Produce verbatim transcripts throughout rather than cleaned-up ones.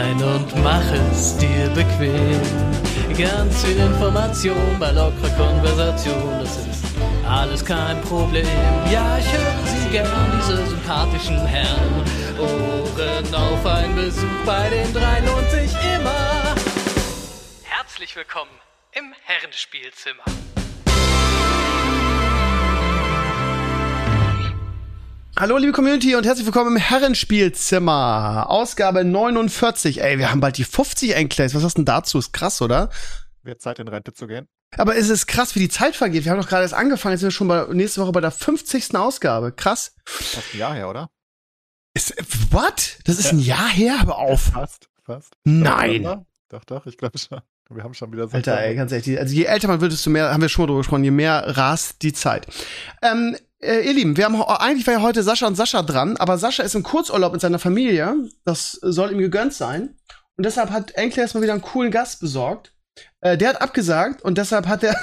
rein und mach es dir bequem. Ganz viel Information bei lockerer Konversation, das ist alles kein Problem. Ja, ich höre Sie gern, diese sympathischen Herren. Ohren auf, ein Besuch bei den dreien lohnt sich immer. Herzlich willkommen im Herrenspielzimmer. Hallo liebe Community und herzlich willkommen im Herrenspielzimmer. Ausgabe neunundvierzig. Ey, wir haben bald die fünfzig Enclaves. Was hast du denn dazu? Ist krass, oder? Wird Zeit, in Rente zu gehen. Aber es ist krass, wie die Zeit vergeht. Wir haben doch gerade erst angefangen. Jetzt sind wir schon bei, nächste Woche bei der fünfzigsten Ausgabe. Krass. Fast ein Jahr her, oder? Ist, what? Das ist ein Jahr her? Hör auf. Fast, fast. Nein. Doch, doch, doch, ich glaube schon. Wir haben schon wieder so. Alter, ey, ganz ehrlich. Also je älter man wird, desto mehr, haben wir schon mal drüber gesprochen, je mehr rast die Zeit. Ähm, Äh, ihr Lieben, wir haben eigentlich war ja heute Sascha und Sascha dran, aber Sascha ist im Kurzurlaub mit seiner Familie. Das soll ihm gegönnt sein. Und deshalb hat Enclaves mal wieder einen coolen Gast besorgt. Äh, der hat abgesagt und deshalb hat er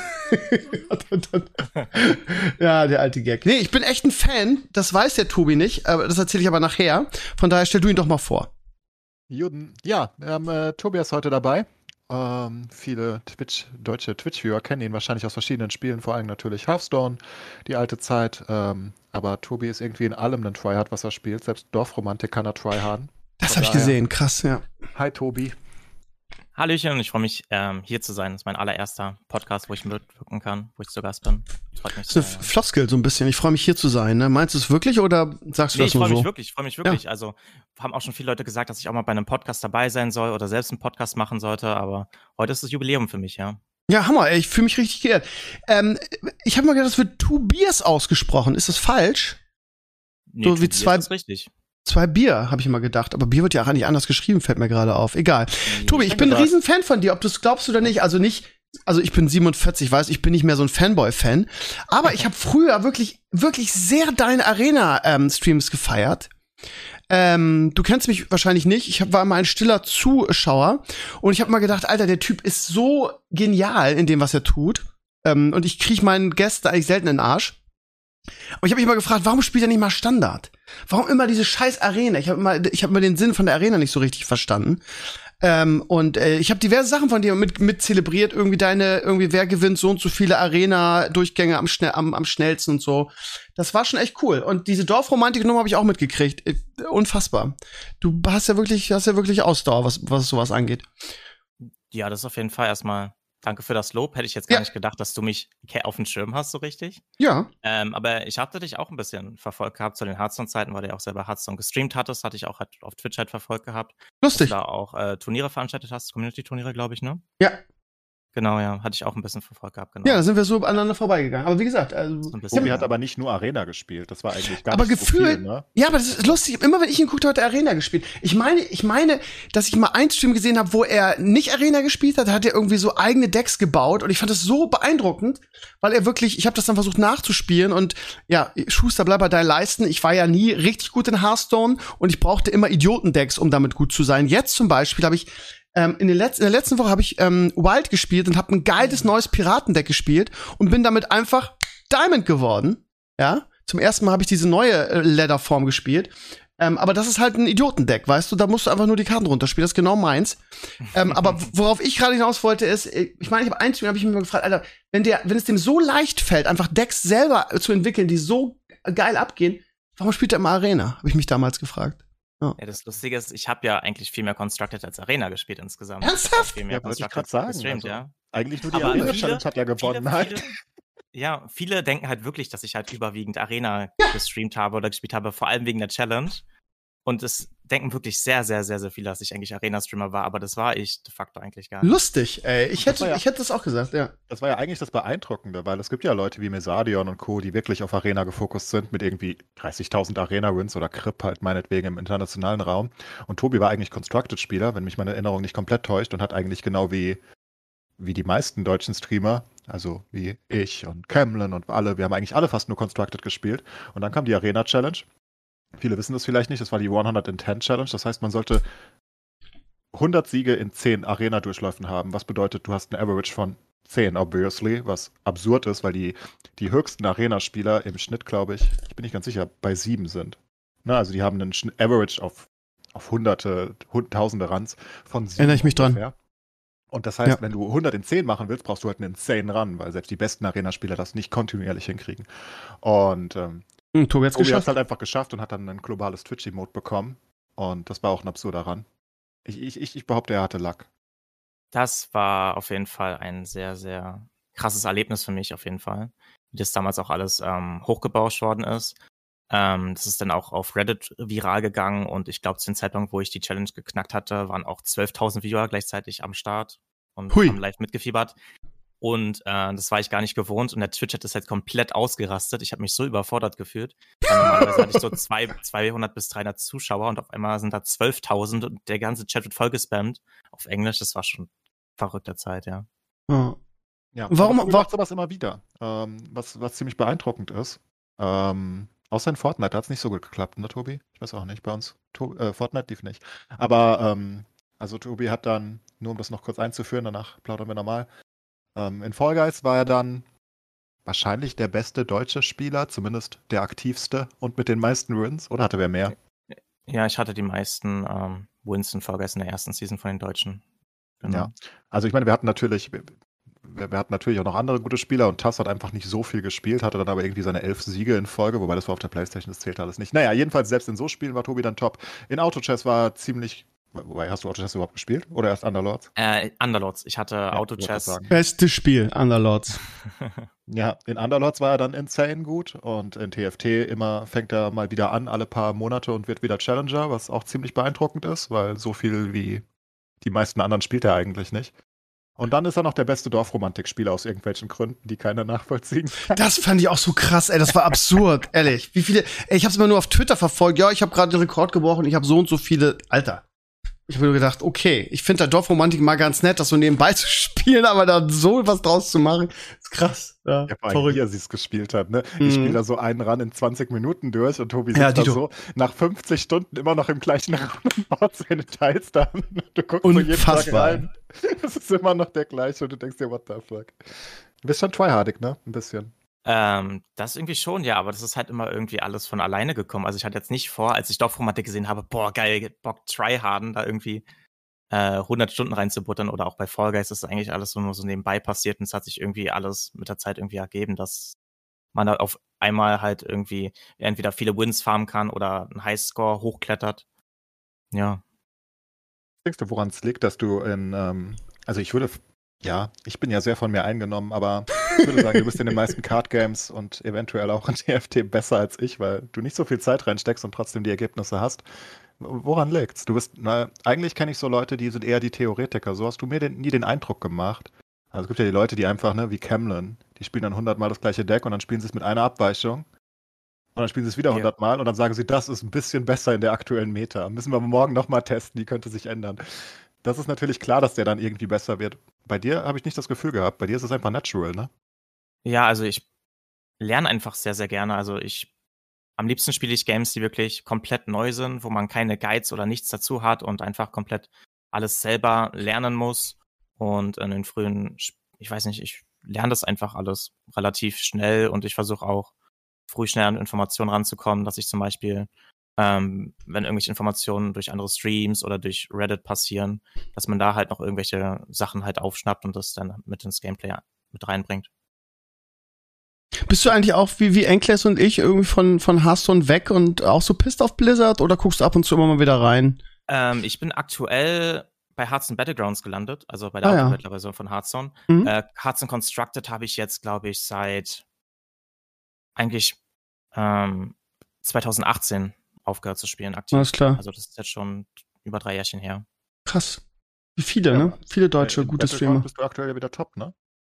ja, der alte Gag. Nee, ich bin echt ein Fan. Das weiß der Tobi nicht. Aber das erzähle ich aber nachher. Von daher stell du ihn doch mal vor. Juden. Ja, wir haben äh, Tobias heute dabei. Ähm, viele Twitch, deutsche Twitch-Viewer kennen ihn wahrscheinlich aus verschiedenen Spielen, vor allem natürlich Hearthstone, die alte Zeit. Ähm, aber Tobi ist irgendwie in allem ein Tryhard, was er spielt. Selbst Dorfromantik kann er tryharden. Das habe ich gesehen, krass, ja. Hi Tobi. Hallöchen und ich freue mich, ähm, hier zu sein. Das ist mein allererster Podcast, wo ich mitwirken kann, wo ich zu Gast bin. Freut mich das ist eine Floskel so ein bisschen. Ich freue mich, hier zu sein. Ne? Meinst du es wirklich oder sagst du nee, das nur so? Ich freue mich wirklich, ich freue mich wirklich. Ja. Also haben auch schon viele Leute gesagt, dass ich auch mal bei einem Podcast dabei sein soll oder selbst einen Podcast machen sollte. Aber heute ist das Jubiläum für mich, ja. Ja, Hammer, ey, ich fühle mich richtig geehrt. Ähm, ich habe mal gedacht, das wird Tobias ausgesprochen. Ist das falsch? Nee, so wie Tobias zwei ist richtig. Zwei Bier, habe ich immer gedacht. Aber Bier wird ja auch nicht anders geschrieben, fällt mir gerade auf. Egal. Nee, Tobi, ich bin ein gesagt. Riesenfan von dir, ob du es glaubst oder nicht. Also nicht, also ich bin siebenundvierzig, weiß, ich bin nicht mehr so ein Fanboy-Fan. Aber ich habe früher wirklich, wirklich sehr deine Arena-Streams gefeiert. Ähm, du kennst mich wahrscheinlich nicht. Ich hab, war immer ein stiller Zuschauer. Und ich habe mal gedacht, Alter, der Typ ist so genial in dem, was er tut. Ähm, und ich kriege meinen Gästen eigentlich selten in den Arsch. Aber ich habe mich immer gefragt, warum spielt er nicht mal Standard? Warum immer diese scheiß Arena? Ich habe immer, ich habe immer den Sinn von der Arena nicht so richtig verstanden. Ähm, und äh, ich habe diverse Sachen von dir mit, mit zelebriert, irgendwie deine, irgendwie wer gewinnt so und so viele Arena-Durchgänge am, schnell, am, am schnellsten und so. Das war schon echt cool. Und diese Dorfromantik-Nummer habe ich auch mitgekriegt. Äh, unfassbar. Du hast ja wirklich, hast ja wirklich Ausdauer, was, was sowas angeht. Ja, das ist auf jeden Fall erstmal. Danke für das Lob. Hätte ich jetzt gar Ja. nicht gedacht, dass du mich auf dem Schirm hast, so richtig. Ja. Ähm, aber ich hatte dich auch ein bisschen verfolgt gehabt zu den Hearthstone-Zeiten, weil du ja auch selber Hearthstone gestreamt hattest, hatte ich auch halt auf Twitch halt verfolgt gehabt. Lustig. Dass du da auch äh, Turniere veranstaltet hast, Community-Turniere, glaube ich, ne? Ja. Genau, ja, hatte ich auch ein bisschen verfolgt gehabt, genau. Ja, da sind wir so aneinander vorbeigegangen. Aber wie gesagt, also, So ein bisschen, Tobi ja. hat aber nicht nur Arena gespielt. Das war eigentlich gar aber nicht gefühlt, so viel, ne? ja, aber das ist lustig. Immer wenn ich ihn guckte, hat er Arena gespielt. Ich meine, ich meine, dass ich mal einen Stream gesehen habe, wo er nicht Arena gespielt hat, da hat er irgendwie so eigene Decks gebaut und ich fand das so beeindruckend, weil er wirklich, ich habe das dann versucht nachzuspielen und ja, Schuster, bleib bei deinen Leisten. Ich war ja nie richtig gut in Hearthstone und ich brauchte immer Idiotendecks, um damit gut zu sein. Jetzt zum Beispiel habe ich Ähm, in, den Letz- in der letzten Woche habe ich ähm, Wild gespielt und habe ein geiles neues Piratendeck gespielt und bin damit einfach Diamond geworden. Ja, zum ersten Mal habe ich diese neue äh, Leather-Form gespielt. Ähm, aber das ist halt ein Idiotendeck, weißt du? Da musst du einfach nur die Karten runterspielen. Das ist genau meins. ähm, aber worauf ich gerade hinaus wollte ist, ich meine, ich habe eins, habe ich mich mal gefragt, Alter, wenn der, wenn es dem so leicht fällt, einfach Decks selber zu entwickeln, die so geil abgehen, warum spielt er immer Arena? Habe ich mich damals gefragt. Ja, das Lustige ist, ich habe ja eigentlich viel mehr Constructed als Arena gespielt insgesamt. Ernsthaft? Viel mehr Ja, wollte ich Constructed gerade sagen. gestreamt, Also, ja. Eigentlich nur die Aber Arena-Challenge viele- hat ja gewonnen. Viele, halt. viele, ja, viele denken halt wirklich, dass ich halt überwiegend Arena gestreamt habe oder gespielt habe, vor allem wegen der Challenge. Und es denken wirklich sehr, sehr, sehr, sehr viele, dass ich eigentlich Arena-Streamer war, aber das war ich de facto eigentlich gar nicht. Lustig, ey. Ich Das hätte, war ja- ich hätte das auch gesagt, ja. Das war ja eigentlich das Beeindruckende, weil es gibt ja Leute wie Mesadion und Co., die wirklich auf Arena gefokust sind mit irgendwie dreißigtausend Arena-Wins oder Crip halt meinetwegen im internationalen Raum. Und Tobi war eigentlich Constructed-Spieler, wenn mich meine Erinnerung nicht komplett täuscht, und hat eigentlich genau wie, wie die meisten deutschen Streamer, also wie ich und Camlin und alle, wir haben eigentlich alle fast nur Constructed gespielt. Und dann kam die Arena-Challenge. Viele wissen das vielleicht nicht, das war die hundertzehn Challenge. Das heißt, man sollte hundert Siege in zehn Arena-Durchläufen haben, was bedeutet, du hast ein Average von zehn, obviously, was absurd ist, weil die, die höchsten Arena-Spieler im Schnitt, glaube ich, ich bin nicht ganz sicher, bei sieben sind. Na, also die haben einen Schn- Average auf, auf hunderte, hund, tausende Runs von sieben Erinnere ich mich dran. ungefähr. Und das heißt, Ja. wenn du hundert in zehn machen willst, brauchst du halt einen insane Run, weil selbst die besten Arena-Spieler das nicht kontinuierlich hinkriegen. Und ähm, Hm, Tobi hat's Tobi hat es geschafft. halt einfach geschafft und hat dann ein globales Twitch-Emote bekommen. Und das war auch ein absurder Run. Ich, ich, ich, ich behaupte, er hatte Luck. Das war auf jeden Fall ein sehr, sehr krasses Erlebnis für mich auf jeden Fall. Wie das damals auch alles ähm, hochgebauscht worden ist. Ähm, das ist dann auch auf Reddit viral gegangen und ich glaube, zu dem Zeitpunkt, wo ich die Challenge geknackt hatte, waren auch zwölftausend Viewer gleichzeitig am Start und Hui. haben live mitgefiebert. Und äh, das war ich gar nicht gewohnt und der Twitch-Chat ist halt komplett ausgerastet. Ich habe mich so überfordert gefühlt. Weil normalerweise hatte ich so zwei, zweihundert bis dreihundert Zuschauer und auf einmal sind da zwölftausend und der ganze Chat wird voll gespammt auf Englisch. Das war schon verrückte Zeit, ja. Ja. Ja, Warum- aber Tobi wa- macht sowas immer wieder, ähm, was, was ziemlich beeindruckend ist. Ähm, außer in Fortnite hat es nicht so gut geklappt, ne, Tobi? Ich weiß auch nicht, bei uns, to äh, Fortnite lief nicht. Aber, ähm, also Tobi hat dann, nur um das noch kurz einzuführen, danach plaudern wir normal, ähm, in Fall Guys war er dann wahrscheinlich der beste deutsche Spieler, zumindest der aktivste und mit den meisten Wins, oder hatte wer mehr? Ja, ich hatte die meisten ähm, Wins in Fall Guys in der ersten Season von den Deutschen. Genau. Ja. Also ich meine, wir hatten natürlich, wir, wir hatten natürlich auch noch andere gute Spieler und Tass hat einfach nicht so viel gespielt, hatte dann aber irgendwie seine elf Siege in Folge, wobei das war auf der Playstation, das zählt alles nicht. Naja, jedenfalls selbst in so Spielen war Tobi dann top. In Auto-Chess war er ziemlich, wobei, hast du Auto-Chess überhaupt gespielt? Oder erst Underlords? Äh, Underlords. Ich hatte Ja, Auto-Chess. wollte sagen. Bestes Spiel, Underlords. Ja, in Underlords war er dann insane gut und in T F T immer fängt er mal wieder an, alle paar Monate und wird wieder Challenger, was auch ziemlich beeindruckend ist, weil so viel wie die meisten anderen spielt er eigentlich nicht. Und dann ist er noch der beste Dorfromantik-Spieler aus irgendwelchen Gründen, die keiner nachvollziehen kann. Das fand ich auch so krass, ey. Das war absurd, ehrlich. Wie viele. Ey, ich hab's immer nur auf Twitter verfolgt. Ja, ich habe gerade den Rekord gebrochen. Ich habe so und so viele. Alter. Ich habe nur gedacht, okay, ich finde da Dorfromantik mal ganz nett, das so nebenbei zu spielen, aber da so was draus zu machen, ist krass. Ja, Ja, vor allem, wie verrückt. er es gespielt hat, ne? Mhm. Ich spiele da so einen Run in zwanzig Minuten durch und Tobi sitzt Ja, da Dito. so nach fünfzig Stunden immer noch im gleichen Raum und baut seine Teils da an. Du guckst so jeden Tag Unfassbar. rein. Es ist immer noch der gleiche und du denkst dir, what the fuck. Du bist schon tryhardig, ne? Ein bisschen. Ähm, das irgendwie schon, ja, aber das ist halt immer irgendwie alles von alleine gekommen. Also ich hatte jetzt nicht vor, als ich Dorfromantik gesehen habe, boah, geil, Bock, tryharden, da irgendwie äh, hundert Stunden reinzubuttern oder auch bei Fall Guys ist eigentlich alles so nur so nebenbei passiert und es hat sich irgendwie alles mit der Zeit irgendwie ergeben, dass man da auf einmal halt irgendwie entweder viele Wins farmen kann oder einen Highscore hochklettert. Ja. Denkst du, woran es liegt, dass du in, ähm, also ich würde, ja, ich bin ja sehr von mir eingenommen, aber ich würde sagen, du bist in den meisten Card Games und eventuell auch in T F T besser als ich, weil du nicht so viel Zeit reinsteckst und trotzdem die Ergebnisse hast. Woran liegt's? Du bist, na, eigentlich kenne ich so Leute, die sind eher die Theoretiker. So hast du mir den, nie den Eindruck gemacht. Also es gibt ja die Leute, die einfach, ne, wie Camlin, die spielen dann hundertmal das gleiche Deck und dann spielen sie es mit einer Abweichung. Und dann spielen sie es wieder Ja. hundertmal und dann sagen sie, das ist ein bisschen besser in der aktuellen Meta. Müssen wir morgen nochmal testen, die könnte sich ändern. Das ist natürlich klar, dass der dann irgendwie besser wird. Bei dir habe ich nicht das Gefühl gehabt. Bei dir ist es einfach natural, ne? Ja, also ich lerne einfach sehr, sehr gerne. Also ich, am liebsten spiele ich Games, die wirklich komplett neu sind, wo man keine Guides oder nichts dazu hat und einfach komplett alles selber lernen muss. Und in den frühen, Sp- ich weiß nicht, ich lerne das einfach alles relativ schnell und ich versuche auch früh schnell an Informationen ranzukommen, dass ich zum Beispiel, ähm, wenn irgendwelche Informationen durch andere Streams oder durch Reddit passieren, dass man da halt noch irgendwelche Sachen halt aufschnappt und das dann mit ins Gameplay mit reinbringt. Bist du eigentlich auch wie, wie Enkles und ich irgendwie von, von Hearthstone weg und auch so pisst auf Blizzard oder guckst du ab und zu immer mal wieder rein? Ähm, ich bin aktuell bei Hearthstone Battlegrounds gelandet, also bei der Ah, ja. Ultimate-Version von Hearthstone. Mhm. Äh, Hearthstone Constructed habe ich jetzt, glaube ich, seit eigentlich ähm, zwanzig achtzehn aufgehört zu spielen aktiv. Alles klar. Also das ist jetzt schon über drei Jährchen her. Krass. Wie viele, Ja, ne? aber Viele deutsche, In gute Battleground Streamer. bist du aktuell ja wieder top, ne?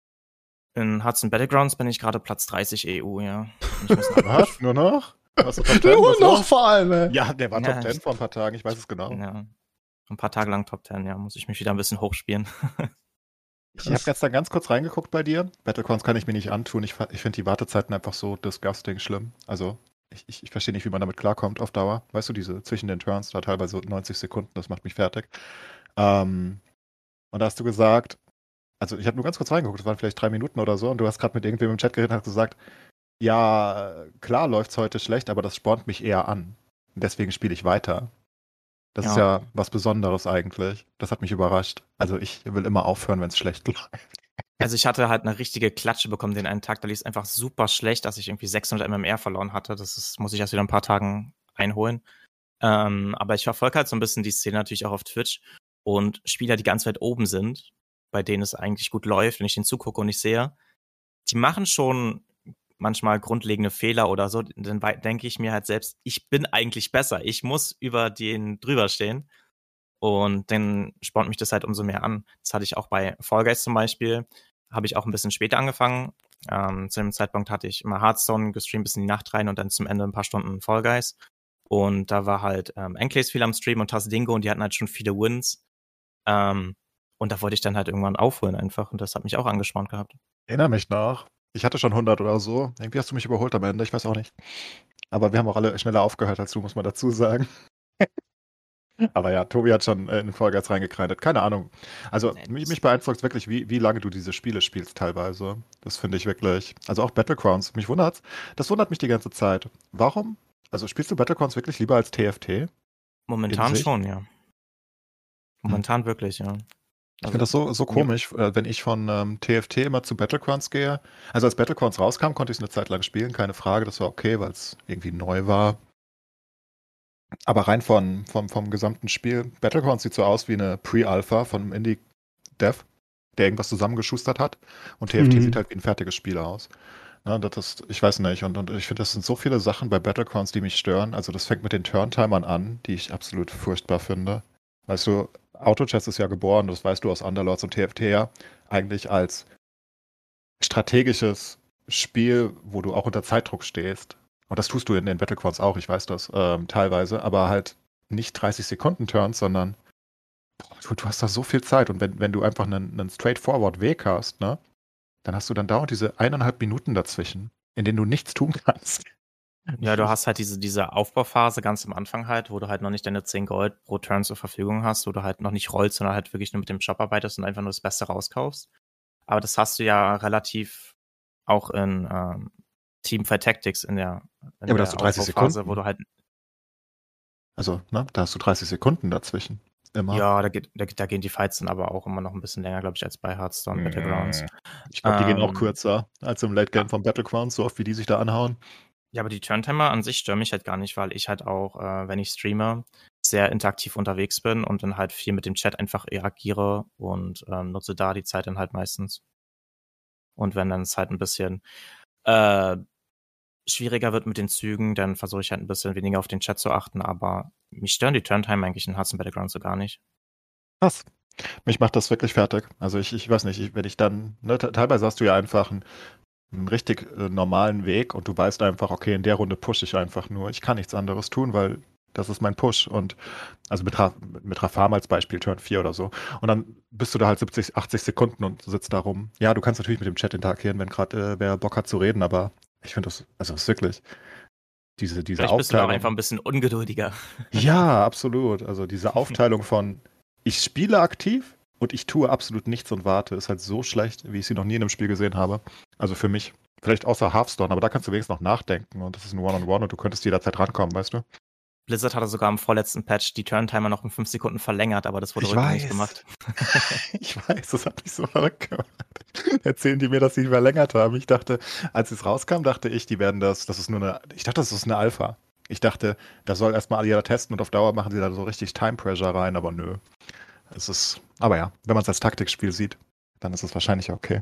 In Hearthstone Battlegrounds bin ich gerade Platz dreißig E U, ja. Bin ich ein bisschen Was? Nur noch? Warst du Top zehn? Nur Was noch los? vor allem, ey. Ja, der war Ja, Top zehn ich- vor ein paar Tagen, ich weiß es genau. Ja, ein paar Tage lang Top zehn, ja, muss ich mich wieder ein bisschen hochspielen. Ich habe gestern ganz kurz reingeguckt bei dir. Battlegrounds kann ich mir nicht antun. Ich, fa- ich finde die Wartezeiten einfach so disgusting schlimm. Also, ich, ich, ich verstehe nicht, wie man damit klarkommt auf Dauer. Weißt du, diese zwischen den Turns, da teilweise neunzig Sekunden, das macht mich fertig. Ähm, und da hast du gesagt, also ich habe nur ganz kurz reingeguckt, das waren vielleicht drei Minuten oder so, und du hast gerade mit irgendwem im Chat geredet und hast gesagt, ja, klar läuft's heute schlecht, aber das spornt mich eher an. Und deswegen spiele ich weiter. Das Ja. ist ja was Besonderes eigentlich. Das hat mich überrascht. Also ich will immer aufhören, wenn es schlecht läuft. Also ich hatte halt eine richtige Klatsche bekommen den einen Tag. Da lief es einfach super schlecht, dass ich irgendwie sechshundert M M R verloren hatte. Das ist, muss ich erst wieder ein paar Tagen einholen. Ähm, aber ich verfolge halt so ein bisschen die Szene natürlich auch auf Twitch. Und Spieler, die ganz weit oben sind, bei denen es eigentlich gut läuft, wenn ich denen zugucke und ich sehe, die machen schon manchmal grundlegende Fehler oder so. Dann wei- denke ich mir halt selbst, ich bin eigentlich besser. Ich muss über den drüber stehen. Und dann spornt mich das halt umso mehr an. Das hatte ich auch bei Fall Guys zum Beispiel. Habe ich auch ein bisschen später angefangen. Ähm, zu dem Zeitpunkt hatte ich immer Hearthstone gestreamt bis in die Nacht rein und dann zum Ende ein paar Stunden Fall Guys. Und da war halt ähm, Enclaves viel am Stream und Tasdingo und die hatten halt schon viele Wins. Ähm, und da wollte ich dann halt irgendwann aufholen einfach und das hat mich auch angespornt gehabt. Erinnere mich noch. Ich hatte schon hundert oder so. Irgendwie hast du mich überholt am Ende, ich weiß auch nicht. Aber wir haben auch alle schneller aufgehört als du, muss man dazu sagen. Aber ja, Tobi hat schon äh, in Fall Guys reingekreidet. Keine Ahnung. Also Nee, mich, das- mich beeindruckt wirklich, wie, wie lange du diese Spiele spielst teilweise. Das finde ich wirklich. Also auch Battlegrounds. Mich wundert's. Das wundert mich die ganze Zeit. Warum? Also spielst du Battlegrounds wirklich lieber als T F T? Momentan In Sicht? schon, ja. Momentan wirklich, ja. Ich finde das so, so komisch, äh, wenn ich von ähm, T F T immer zu Battlegrounds gehe. Also als Battlegrounds rauskam, konnte ich es eine Zeit lang spielen, keine Frage, das war okay, weil es irgendwie neu war. Aber rein von, vom, vom gesamten Spiel, Battlegrounds sieht so aus wie eine Pre-Alpha von einem Indie-Dev, der irgendwas zusammengeschustert hat. Und T F T Mhm. sieht halt wie ein fertiges Spiel aus. Na, das ist, ich weiß nicht, und, und ich finde, das sind so viele Sachen bei Battlegrounds, die mich stören. Also das fängt mit den Turntimern an, die ich absolut furchtbar finde. Weißt du, Autochess ist ja geboren, das weißt du aus Underlords und T F T ja, eigentlich als strategisches Spiel, wo du auch unter Zeitdruck stehst. Und das tust du in den Battlegrounds auch, ich weiß das, ähm, teilweise, aber halt nicht dreißig Sekunden Turns, sondern boah, du, du hast da so viel Zeit. Und wenn, wenn du einfach einen, einen straightforward Weg hast, ne, dann hast du dann dauernd diese eineinhalb Minuten dazwischen, in denen du nichts tun kannst. Ja, du hast halt diese, diese Aufbauphase ganz am Anfang halt, wo du halt noch nicht deine zehn Gold pro Turn zur Verfügung hast, wo du halt noch nicht rollst, sondern halt wirklich nur mit dem Shop arbeitest und einfach nur das Beste rauskaufst. Aber das hast du ja relativ auch in ähm, Teamfight Tactics in der, in Ja, aber da der hast du dreißig Aufbauphase, Sekunden. wo du halt, Also, ne, da hast du dreißig Sekunden dazwischen. Immer. ja, da, geht, da, da gehen die Fights dann aber auch immer noch ein bisschen länger, glaube ich, als bei Hearthstone Mhm. Battlegrounds. Ich glaube, die gehen auch Ähm, kürzer als im Late Game von Battlegrounds, so oft wie die sich da anhauen. Ja, aber die Turntimer an sich stören mich halt gar nicht, weil ich halt auch, äh, wenn ich streame, sehr interaktiv unterwegs bin und dann halt viel mit dem Chat einfach interagiere und ähm, nutze da die Zeit dann halt meistens. Und wenn dann es halt ein bisschen äh, schwieriger wird mit den Zügen, dann versuche ich halt ein bisschen weniger auf den Chat zu achten, aber mich stören die Turntime eigentlich in Hearthstone Battlegrounds so gar nicht. Krass. Mich macht das wirklich fertig. Also ich, ich weiß nicht, ich, wenn ich dann, ne, te- teilweise hast du ja einfach einen, einen richtig äh, normalen Weg und du weißt einfach, okay, in der Runde pushe ich einfach nur. Ich kann nichts anderes tun, weil das ist mein Push. Und also mit, Ra mit Rafam als Beispiel, Turn vier oder so. Und dann bist du da halt siebzig, achtzig Sekunden und sitzt da rum. Ja, du kannst natürlich mit dem Chat interagieren, wenn gerade äh, wer Bock hat zu reden, aber ich finde das, also das ist wirklich diese, diese Vielleicht bist du da auch Aufteilung. einfach ein bisschen ungeduldiger. Ja, absolut. Also diese Aufteilung von ich spiele aktiv und ich tue absolut nichts und warte, ist halt so schlecht, wie ich sie noch nie in einem Spiel gesehen habe. Also für mich. Vielleicht außer Hearthstone, aber da kannst du wenigstens noch nachdenken und das ist ein One-on-One und du könntest jederzeit rankommen, weißt du? Blizzard hatte sogar im vorletzten Patch die Turntimer noch um fünf Sekunden verlängert, aber das wurde Ich rückgängig weiß. gemacht. Ich weiß, das hat mich so verrückt gemacht. Erzählen die mir, dass sie verlängert haben. Ich dachte, als es rauskam, dachte ich, die werden das, das ist nur eine, ich dachte, das ist eine Alpha. Ich dachte, da soll erstmal jeder testen und auf Dauer machen sie da so richtig Time Pressure rein, aber nö. Es ist, aber ja, wenn man es als Taktikspiel sieht, dann ist es wahrscheinlich okay.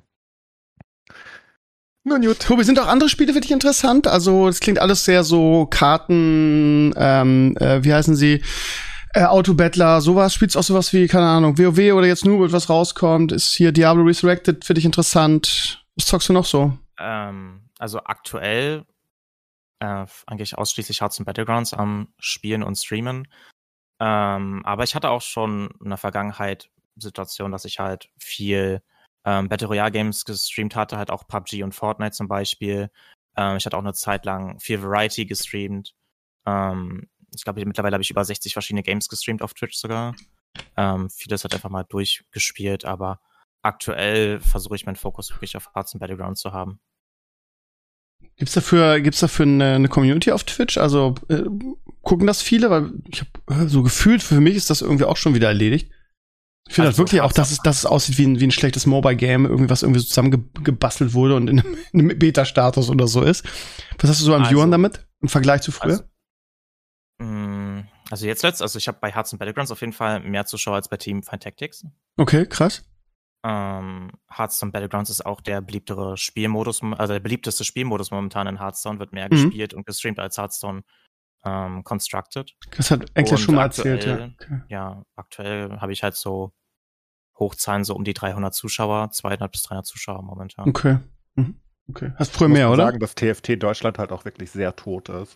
Nun gut. Tobi, sind auch andere Spiele für dich interessant? Also, es klingt alles sehr so Karten, ähm, äh, wie heißen sie? Äh, Autobattler, sowas. Spielst du auch sowas wie, keine Ahnung, WoW oder jetzt nur, was rauskommt? Ist hier Diablo Resurrected für dich interessant? Was zockst du noch so? Ähm, also aktuell äh, eigentlich ausschließlich Hearthstone Battlegrounds am Spielen und Streamen. Ähm, aber ich hatte auch schon in der Vergangenheit Situation, dass ich halt viel ähm, Battle Royale Games gestreamt hatte, halt auch P U B G und Fortnite zum Beispiel. Ähm, ich hatte auch eine Zeit lang viel Variety gestreamt. Ähm, ich glaube, mittlerweile habe ich über sechzig verschiedene Games gestreamt auf Twitch sogar. Ähm, vieles hat einfach mal durchgespielt, aber aktuell versuche ich meinen Fokus wirklich auf Hearthstone Battlegrounds zu haben. Gibt's dafür, gibt's dafür eine, eine Community auf Twitch? Also äh, gucken das viele? Weil ich habe so gefühlt, für mich ist das irgendwie auch schon wieder erledigt. Ich finde Also halt wirklich auch, dass es, dass es aussieht wie ein, wie ein schlechtes Mobile-Game, irgendwie was irgendwie so zusammengebastelt wurde und in einem, in einem Beta-Status oder so ist. Was hast du so an Also- Viewern damit im Vergleich zu früher? Also, mh, also jetzt letzt, also ich habe bei Hearts and Battlegrounds auf jeden Fall mehr Zuschauer als bei Teamfight Tactics. Okay, krass. Ähm, Hearthstone Battlegrounds ist auch der beliebtere Spielmodus, also der beliebteste Spielmodus momentan in Hearthstone, wird mehr Mhm. gespielt und gestreamt als Hearthstone ähm, Constructed. Das hat Enkel Und schon mal erzählt, ja. aktuell- Okay. Ja, aktuell habe ich halt so Hochzahlen so um die dreihundert Zuschauer, zweihundert bis dreihundert Zuschauer momentan. Okay. Mhm. Okay. Hast früher muss mehr, man oder? sagen, dass T F T Deutschland halt auch wirklich sehr tot ist.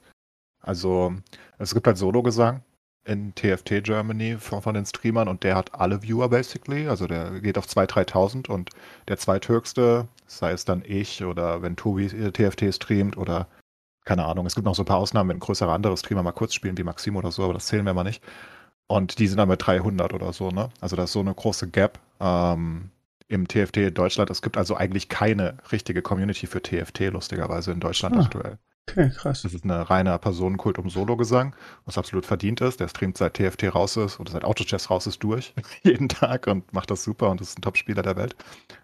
Also, es gibt halt Solo-Gesang in T F T Germany von, von den Streamern und der hat alle Viewer basically. Also der geht auf zweitausend, dreitausend und der zweithöchste, sei es dann ich oder wenn Tobi äh, T F T streamt oder keine Ahnung. Es gibt noch so ein paar Ausnahmen, wenn größere andere Streamer mal kurz spielen, wie Maxim oder so, aber das zählen wir mal nicht. Und die sind dann bei dreihundert oder so, ne? Also da ist so eine große Gap ähm, im T F T Deutschland. Es gibt also eigentlich keine richtige Community für T F T, lustigerweise in Deutschland Ah. aktuell. Okay, krass. Das ist eine reine Personenkult um Solo-Gesang, was absolut verdient ist. Der streamt seit T F T raus ist oder seit Autochess raus ist durch, jeden Tag und macht das super und ist ein Top-Spieler der Welt.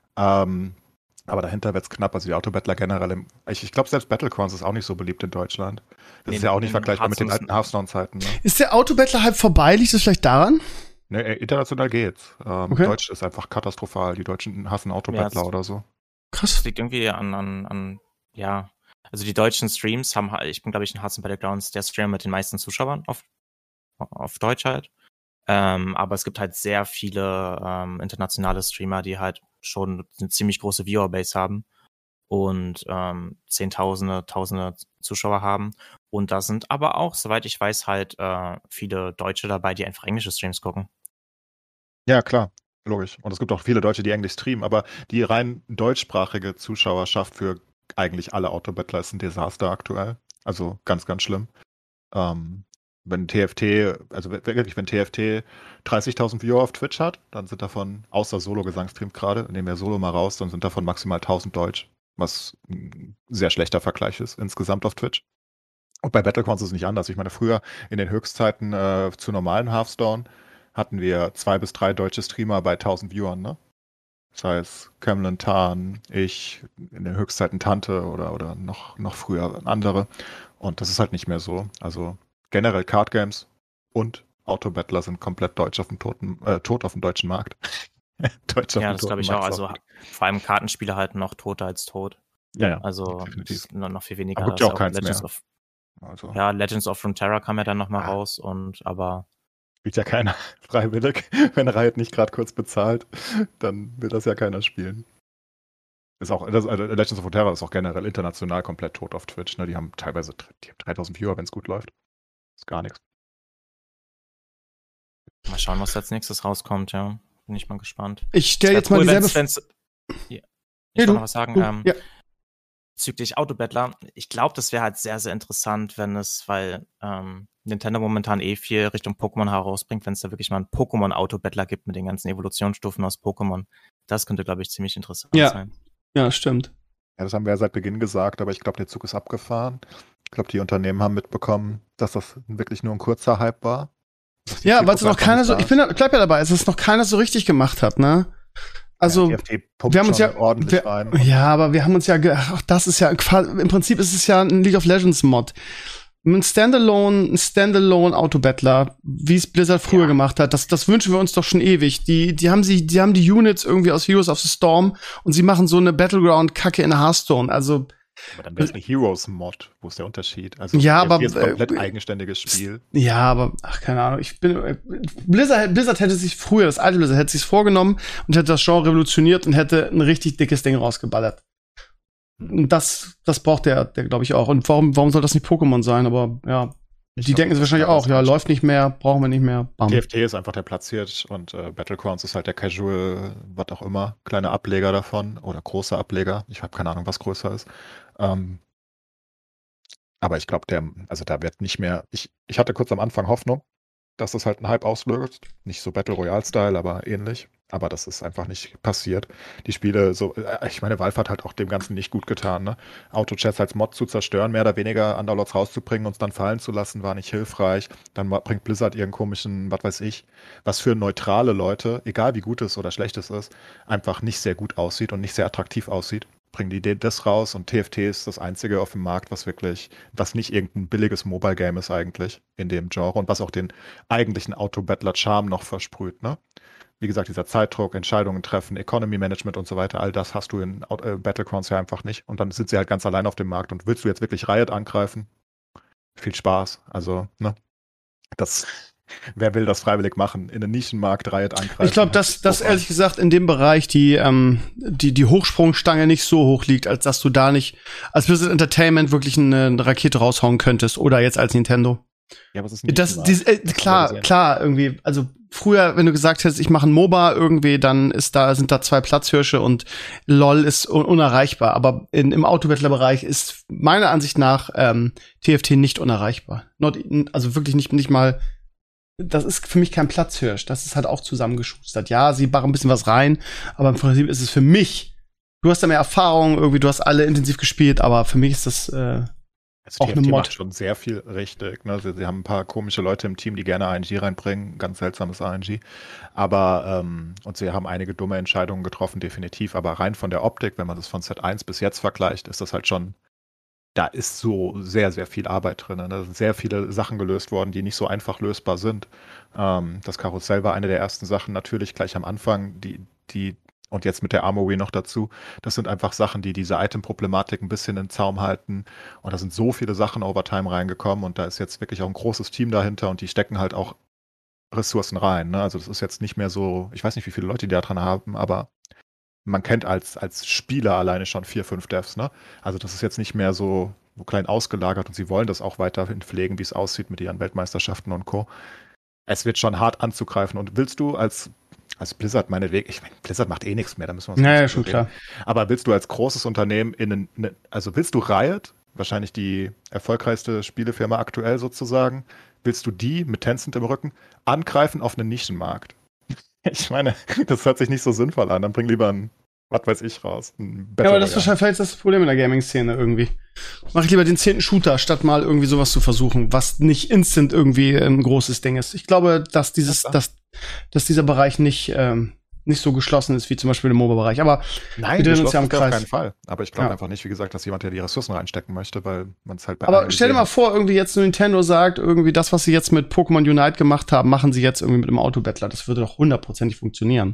Ähm, aber dahinter wird es knapp. Also die Autobattler generell, im, ich, ich glaube selbst Battlegrounds ist auch nicht so beliebt in Deutschland. Das Nee, ist ja auch in nicht vergleichbar mit den Hearthstone alten Hearthstone-Zeiten. Ne? Ist der Autobattler-Hype vorbei? Liegt das vielleicht daran? Ne, äh, international geht's. Ähm, Okay. Deutsch ist einfach katastrophal. Die Deutschen hassen Autobattler Ja, es- oder so. Krass. Das liegt irgendwie an, an, an, ja, also die deutschen Streams haben halt, ich bin glaube ich in Hearts and Battlegrounds der Streamer mit den meisten Zuschauern auf, auf Deutsch halt. Ähm, aber es gibt halt sehr viele ähm, internationale Streamer, die halt schon eine ziemlich große Viewerbase haben und ähm, Zehntausende, Tausende Zuschauer haben. Und da sind aber auch, soweit ich weiß, halt äh, viele Deutsche dabei, die einfach englische Streams gucken. Ja, klar. Logisch. Und es gibt auch viele Deutsche, die Englisch streamen, aber die rein deutschsprachige Zuschauerschaft für eigentlich alle Autobattler ist ein Desaster aktuell. Also ganz, ganz schlimm. Ähm, wenn T F T, also wirklich, wenn T F T dreißigtausend Viewer auf Twitch hat, dann sind davon, außer Solo-Gesangstream gerade, nehmen wir Solo mal raus, dann sind davon maximal tausend Deutsch, was ein sehr schlechter Vergleich ist insgesamt auf Twitch. Und bei Battlegrounds ist es nicht anders. Ich meine, früher in den Höchstzeiten äh, zu normalen Hearthstone hatten wir zwei bis drei deutsche Streamer bei tausend Viewern, ne? Das heißt, Camlin Tan, ich, in den Höchstzeiten Tante oder, oder noch, noch früher andere. Und das ist halt nicht mehr so. Also generell Card Games und Autobattler sind komplett deutsch auf dem toten, äh, tot auf dem deutschen Markt. Deutsch auf Ja, dem das toten glaube ich Markt auch. ist Also vor allem Kartenspiele halt noch toter als tot. ja, ja, Also definitiv. ist noch noch viel weniger. Aber gibt Da ja ist auch keins Legends mehr. of, Also ja, Legends of Runeterra kam ja dann nochmal Ah. raus und aber spielt ja keiner freiwillig. Wenn Riot nicht gerade kurz bezahlt, dann will das ja keiner spielen. Ist auch, das, also Legends of Runeterra ist auch generell international komplett tot auf Twitch. Ne? Die haben teilweise die haben dreitausend Viewer, wenn es gut läuft. Ist gar nichts. mal schauen, was als nächstes rauskommt, ja. Bin ich mal gespannt. Ich stelle Wär jetzt mal cool, dieselbe wenn's- wenn's- Ja. Ich Nee, will du, noch was sagen. du, Ähm, ja. Bezüglich Autobattler, ich glaube, das wäre halt sehr, sehr interessant, wenn es, weil ähm, Nintendo momentan eh viel Richtung Pokémon herausbringt, wenn es da wirklich mal einen Pokémon-Autobattler gibt mit den ganzen Evolutionsstufen aus Pokémon. Das könnte, glaube ich, ziemlich interessant Ja. sein. Ja, stimmt. Ja, das haben wir ja seit Beginn gesagt, aber ich glaube, der Zug ist abgefahren. Ich glaube, die Unternehmen haben mitbekommen, dass das wirklich nur ein kurzer Hype war. Dass die Ja, weil es Zielgruppe noch einfach keiner nicht so, da ich ist. bin, da- bleib ja dabei, es ist noch keiner so richtig gemacht hat, ne? Also, ja, T F T pumpt wir haben uns schon ja, ordentlich wir, rein. ja, aber wir haben uns ja, ge- ach, das ist ja, qua- im Prinzip ist es ja ein League of Legends Mod. Ein Standalone, ein Standalone Autobattler, wie es Blizzard früher Ja. gemacht hat, das, das wünschen wir uns doch schon ewig. Die, die haben sie, die haben die Units irgendwie aus Heroes of the Storm und sie machen so eine Battleground-Kacke in Hearthstone. Also, Aber dann wäre es eine Heroes-Mod. Wo ist der Unterschied? Also, Ja, T F T aber, ist ein komplett äh, eigenständiges Spiel. ja, aber, ach, keine Ahnung, ich bin, äh, Blizzard, Blizzard hätte sich früher, das alte Blizzard hätte sich vorgenommen und hätte das Genre revolutioniert und hätte ein richtig dickes Ding rausgeballert. Und das, das braucht der, der glaube ich auch. Und warum, warum soll das nicht Pokémon sein? Aber, ja, Ich die glaub, denken sich das ist wahrscheinlich klar, auch, was ja, man- läuft nicht mehr, brauchen wir nicht mehr. Bam. T F T ist einfach der Platziert und äh, Battlegrounds ist halt der Casual, was auch immer, kleine Ableger davon oder große Ableger. Ich habe keine Ahnung, was größer ist. Ähm, aber ich glaube, der, also da wird nicht mehr. Ich, ich hatte kurz am Anfang Hoffnung, dass das halt einen Hype auslöst. Nicht so Battle Royale-Style, aber ähnlich. Aber das ist einfach nicht passiert. Die Spiele, so, äh, ich meine, Valve hat halt auch dem Ganzen nicht gut getan, ne? Auto-Chess als Mod zu zerstören, mehr oder weniger Underlords rauszubringen, uns dann fallen zu lassen, war nicht hilfreich. Dann ma- bringt Blizzard ihren komischen, was weiß ich, was für neutrale Leute, egal wie gut es oder schlecht es ist, einfach nicht sehr gut aussieht und nicht sehr attraktiv aussieht. Bringen die de- das raus und T F T ist das einzige auf dem Markt, was wirklich, was nicht irgendein billiges Mobile-Game ist eigentlich in dem Genre und was auch den eigentlichen Auto-Battler-Charme noch versprüht, ne? Wie gesagt, dieser Zeitdruck, Entscheidungen treffen, Economy Management und so weiter, all das hast du in Out- äh, Battlegrounds ja einfach nicht. Und dann sind sie halt ganz allein auf dem Markt. Und willst du jetzt wirklich Riot angreifen? Viel Spaß. Also, ne? Das, wer will das freiwillig machen? In den Nischenmarkt Riot angreifen? Ich glaube, dass, dass ehrlich gesagt in dem Bereich die, ähm, die, die Hochsprungstange nicht so hoch liegt, als dass du da nicht als Blizzard Entertainment wirklich eine, eine Rakete raushauen könntest. Oder jetzt als Nintendo. Ja, was ist ein Das, Nischenmarkt? dies, äh, Das haben wir klar, gesehen. klar, irgendwie. Also früher, wenn du gesagt hättest, ich mache ein MOBA irgendwie, dann ist da, sind da zwei Platzhirsche und LOL ist un unerreichbar. Aber in, im Autobattler-Bereich ist meiner Ansicht nach ähm, T F T nicht unerreichbar. Not, also wirklich nicht, nicht mal. Das ist für mich kein Platzhirsch. Das ist halt auch zusammengeschustert. Ja, sie machen ein bisschen was rein, aber im Prinzip ist es für mich. Du hast da mehr Erfahrung, irgendwie, du hast alle intensiv gespielt, aber für mich ist das äh, Also auch T F eine T Mod. macht schon sehr viel richtig. Ne? Sie, sie haben ein paar komische Leute im Team, die gerne R N G reinbringen. Ganz seltsames R N G. Aber, ähm, und sie haben einige dumme Entscheidungen getroffen, definitiv. Aber rein von der Optik, wenn man das von Set eins bis jetzt vergleicht, ist das halt schon, da ist so sehr, sehr viel Arbeit drin. Ne? Da sind sehr viele Sachen gelöst worden, die nicht so einfach lösbar sind. Ähm, das Karussell war eine der ersten Sachen, natürlich gleich am Anfang, die, die, und jetzt mit der Armory noch dazu. Das sind einfach Sachen, die diese Item-Problematik ein bisschen in Zaum halten. Und da sind so viele Sachen over time reingekommen und da ist jetzt wirklich auch ein großes Team dahinter und die stecken halt auch Ressourcen rein. Ne? Also das ist jetzt nicht mehr so, ich weiß nicht, wie viele Leute die da dran haben, aber man kennt als, als Spieler alleine schon vier, fünf Devs. Ne? Also das ist jetzt nicht mehr so, so klein ausgelagert und sie wollen das auch weiterhin pflegen, wie es aussieht mit ihren Weltmeisterschaften und Co. Es wird schon hart anzugreifen. Und willst du als, als Blizzard meinetwegen, ich meine, Blizzard macht eh nichts mehr, da müssen wir uns Naja, nicht schon drüber reden. klar. Aber willst du als großes Unternehmen in einen, ne, also willst du Riot, wahrscheinlich die erfolgreichste Spielefirma aktuell sozusagen, willst du die mit Tencent im Rücken angreifen auf einen Nischenmarkt? Ich meine, das hört sich nicht so sinnvoll an. Dann bring lieber ein, was weiß ich, raus. Ein Ja, aber das ist Battle wahrscheinlich vielleicht das Problem in der Gaming-Szene irgendwie. Mach ich lieber den zehnten Shooter, statt mal irgendwie sowas zu versuchen, was nicht instant irgendwie ein großes Ding ist. Ich glaube, dass dieses, Ja, klar. dass, dass dieser Bereich nicht, ähm, nicht so geschlossen ist wie zum Beispiel im MOBA-Bereich. Aber Nein, wir drehen geschlossen uns ja im ist der auf Kreis. keinen Fall. Aber ich glaube Ja. einfach nicht, wie gesagt, dass jemand, der die Ressourcen reinstecken möchte, weil man es halt bei Aber allen stell dir gesehen mal hat. vor, irgendwie jetzt Nintendo sagt, irgendwie das, was sie jetzt mit Pokémon Unite gemacht haben, machen sie jetzt irgendwie mit dem Autobattler. Das würde doch hundertprozentig funktionieren.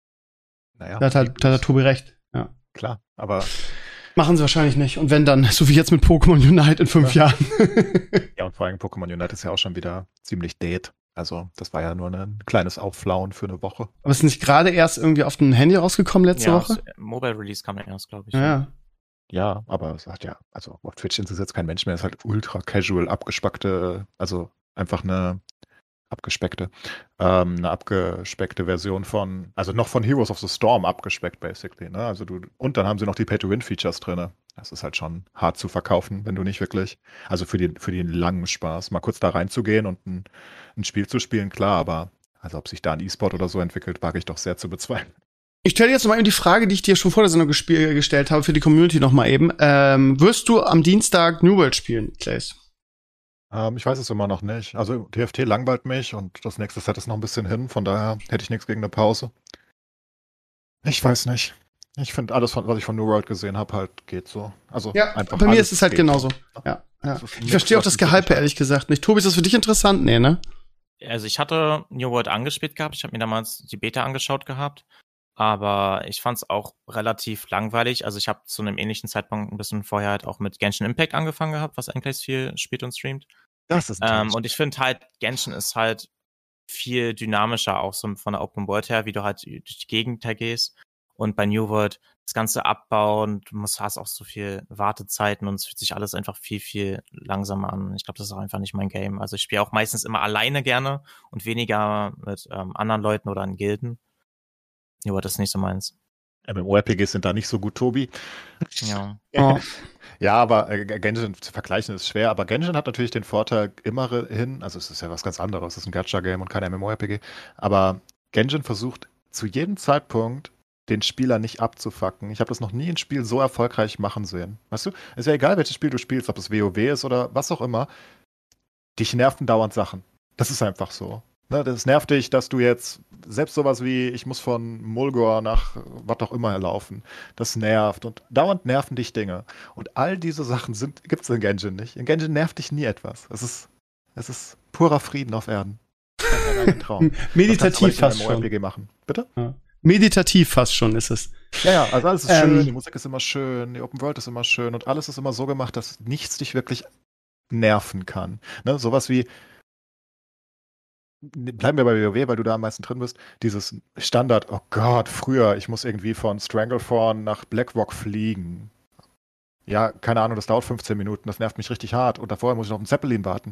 Naja, Da hat halt, da hat Tobi recht. Ja. klar, aber Machen sie wahrscheinlich nicht. Und wenn dann, so wie jetzt mit Pokémon Unite in fünf Ja. Jahren. ja, und vor allem Pokémon Unite ist ja auch schon wieder ziemlich dead. Also, das war ja nur ein kleines Aufflauen für eine Woche. Aber ist nicht gerade erst irgendwie auf dem Handy rausgekommen letzte ja, Woche? das Mobile Release kam dann erst, glaube ich. Ja, ja. Ja, aber es hat ja, also auf Twitch ist es jetzt kein Mensch mehr, es ist halt ultra casual, abgespackte, also einfach eine abgespeckte, ähm, eine abgespeckte Version von, also noch von Heroes of the Storm abgespeckt, basically, ne? Also du, und dann haben sie noch die Pay-to-Win-Features drin. Das ist halt schon hart zu verkaufen, wenn du nicht wirklich, also für den, für den langen Spaß, mal kurz da reinzugehen und ein, ein Spiel zu spielen, klar, aber also ob sich da ein E-Sport oder so entwickelt, wage ich doch sehr zu bezweifeln. Ich stelle jetzt noch mal eben die Frage, die ich dir schon vor der Sendung gespiel- gestellt habe, für die Community noch mal eben. Ähm, wirst du am Dienstag New World spielen, Clays? Ähm, ich weiß es immer noch nicht. Also T F T langweilt mich und das nächste Set ist noch ein bisschen hin, von daher hätte ich nichts gegen eine Pause. Ich weiß nicht. Ich finde alles, von, was ich von New World gesehen habe, halt geht so. Also Ja, einfach bei mir alles ist es halt geht genauso. so. Ja, ja. Das ist Ich nichts, verstehe auch was das mich wirklich Gehype, reizt. ehrlich gesagt nicht. Tobi, ist das für dich interessant? Nee, ne? Also ich hatte New World angespielt gehabt, ich habe mir damals die Beta angeschaut gehabt, aber ich fand es auch relativ langweilig. Also ich habe zu einem ähnlichen Zeitpunkt ein bisschen vorher halt auch mit Genshin Impact angefangen gehabt, was Enclaves viel spielt und streamt. Das ist ein Ähm, tolles und ich finde halt, Genshin ist halt viel dynamischer, auch so von der Open World her, wie du halt durch die Gegend her gehst. Und bei New World das ganze Abbauen, du musst, hast auch so viel Wartezeiten und es fühlt sich alles einfach viel, viel langsamer an. Ich glaube, das ist auch einfach nicht mein Game. Also ich spiele auch meistens immer alleine gerne und weniger mit ähm, anderen Leuten oder in Gilden. New World ist nicht so meins. MMORPGs sind da nicht so gut, Tobi. Ja. Oh. Ja, aber äh, Genshin zu vergleichen ist schwer. Aber Genshin hat natürlich den Vorteil immerhin, also es ist ja was ganz anderes, es ist ein Gacha-Game und kein MMORPG, aber Genshin versucht zu jedem Zeitpunkt den Spieler nicht abzufacken. Ich habe das noch nie ein Spiel so erfolgreich machen sehen. Weißt du, ist ja egal, welches Spiel du spielst, ob es WoW ist oder was auch immer. Dich nerven dauernd Sachen. Das ist einfach so. Ne, das nervt dich, dass du jetzt, selbst sowas wie, ich muss von Mulgore nach was auch immer laufen. Das nervt. Und dauernd nerven dich Dinge. Und all diese Sachen gibt es in Genshin nicht. In Genshin nervt dich nie etwas. Es ist, es ist purer Frieden auf Erden. Ein Traum. Meditativ fast schon. M M O R P G machen. Bitte? Ja. Meditativ fast schon ist es. Ja, ja, also alles ist Ähm, schön, die Musik ist immer schön, die Open World ist immer schön und alles ist immer so gemacht, dass nichts dich wirklich nerven kann. Ne? Sowas wie, bleiben wir bei WoW, weil du da am meisten drin bist, dieses Standard, oh Gott, früher, ich muss irgendwie von Stranglethorn nach Blackrock fliegen. Ja, keine Ahnung, das dauert fünfzehn Minuten, das nervt mich richtig hart und davor muss ich noch auf einen Zeppelin warten.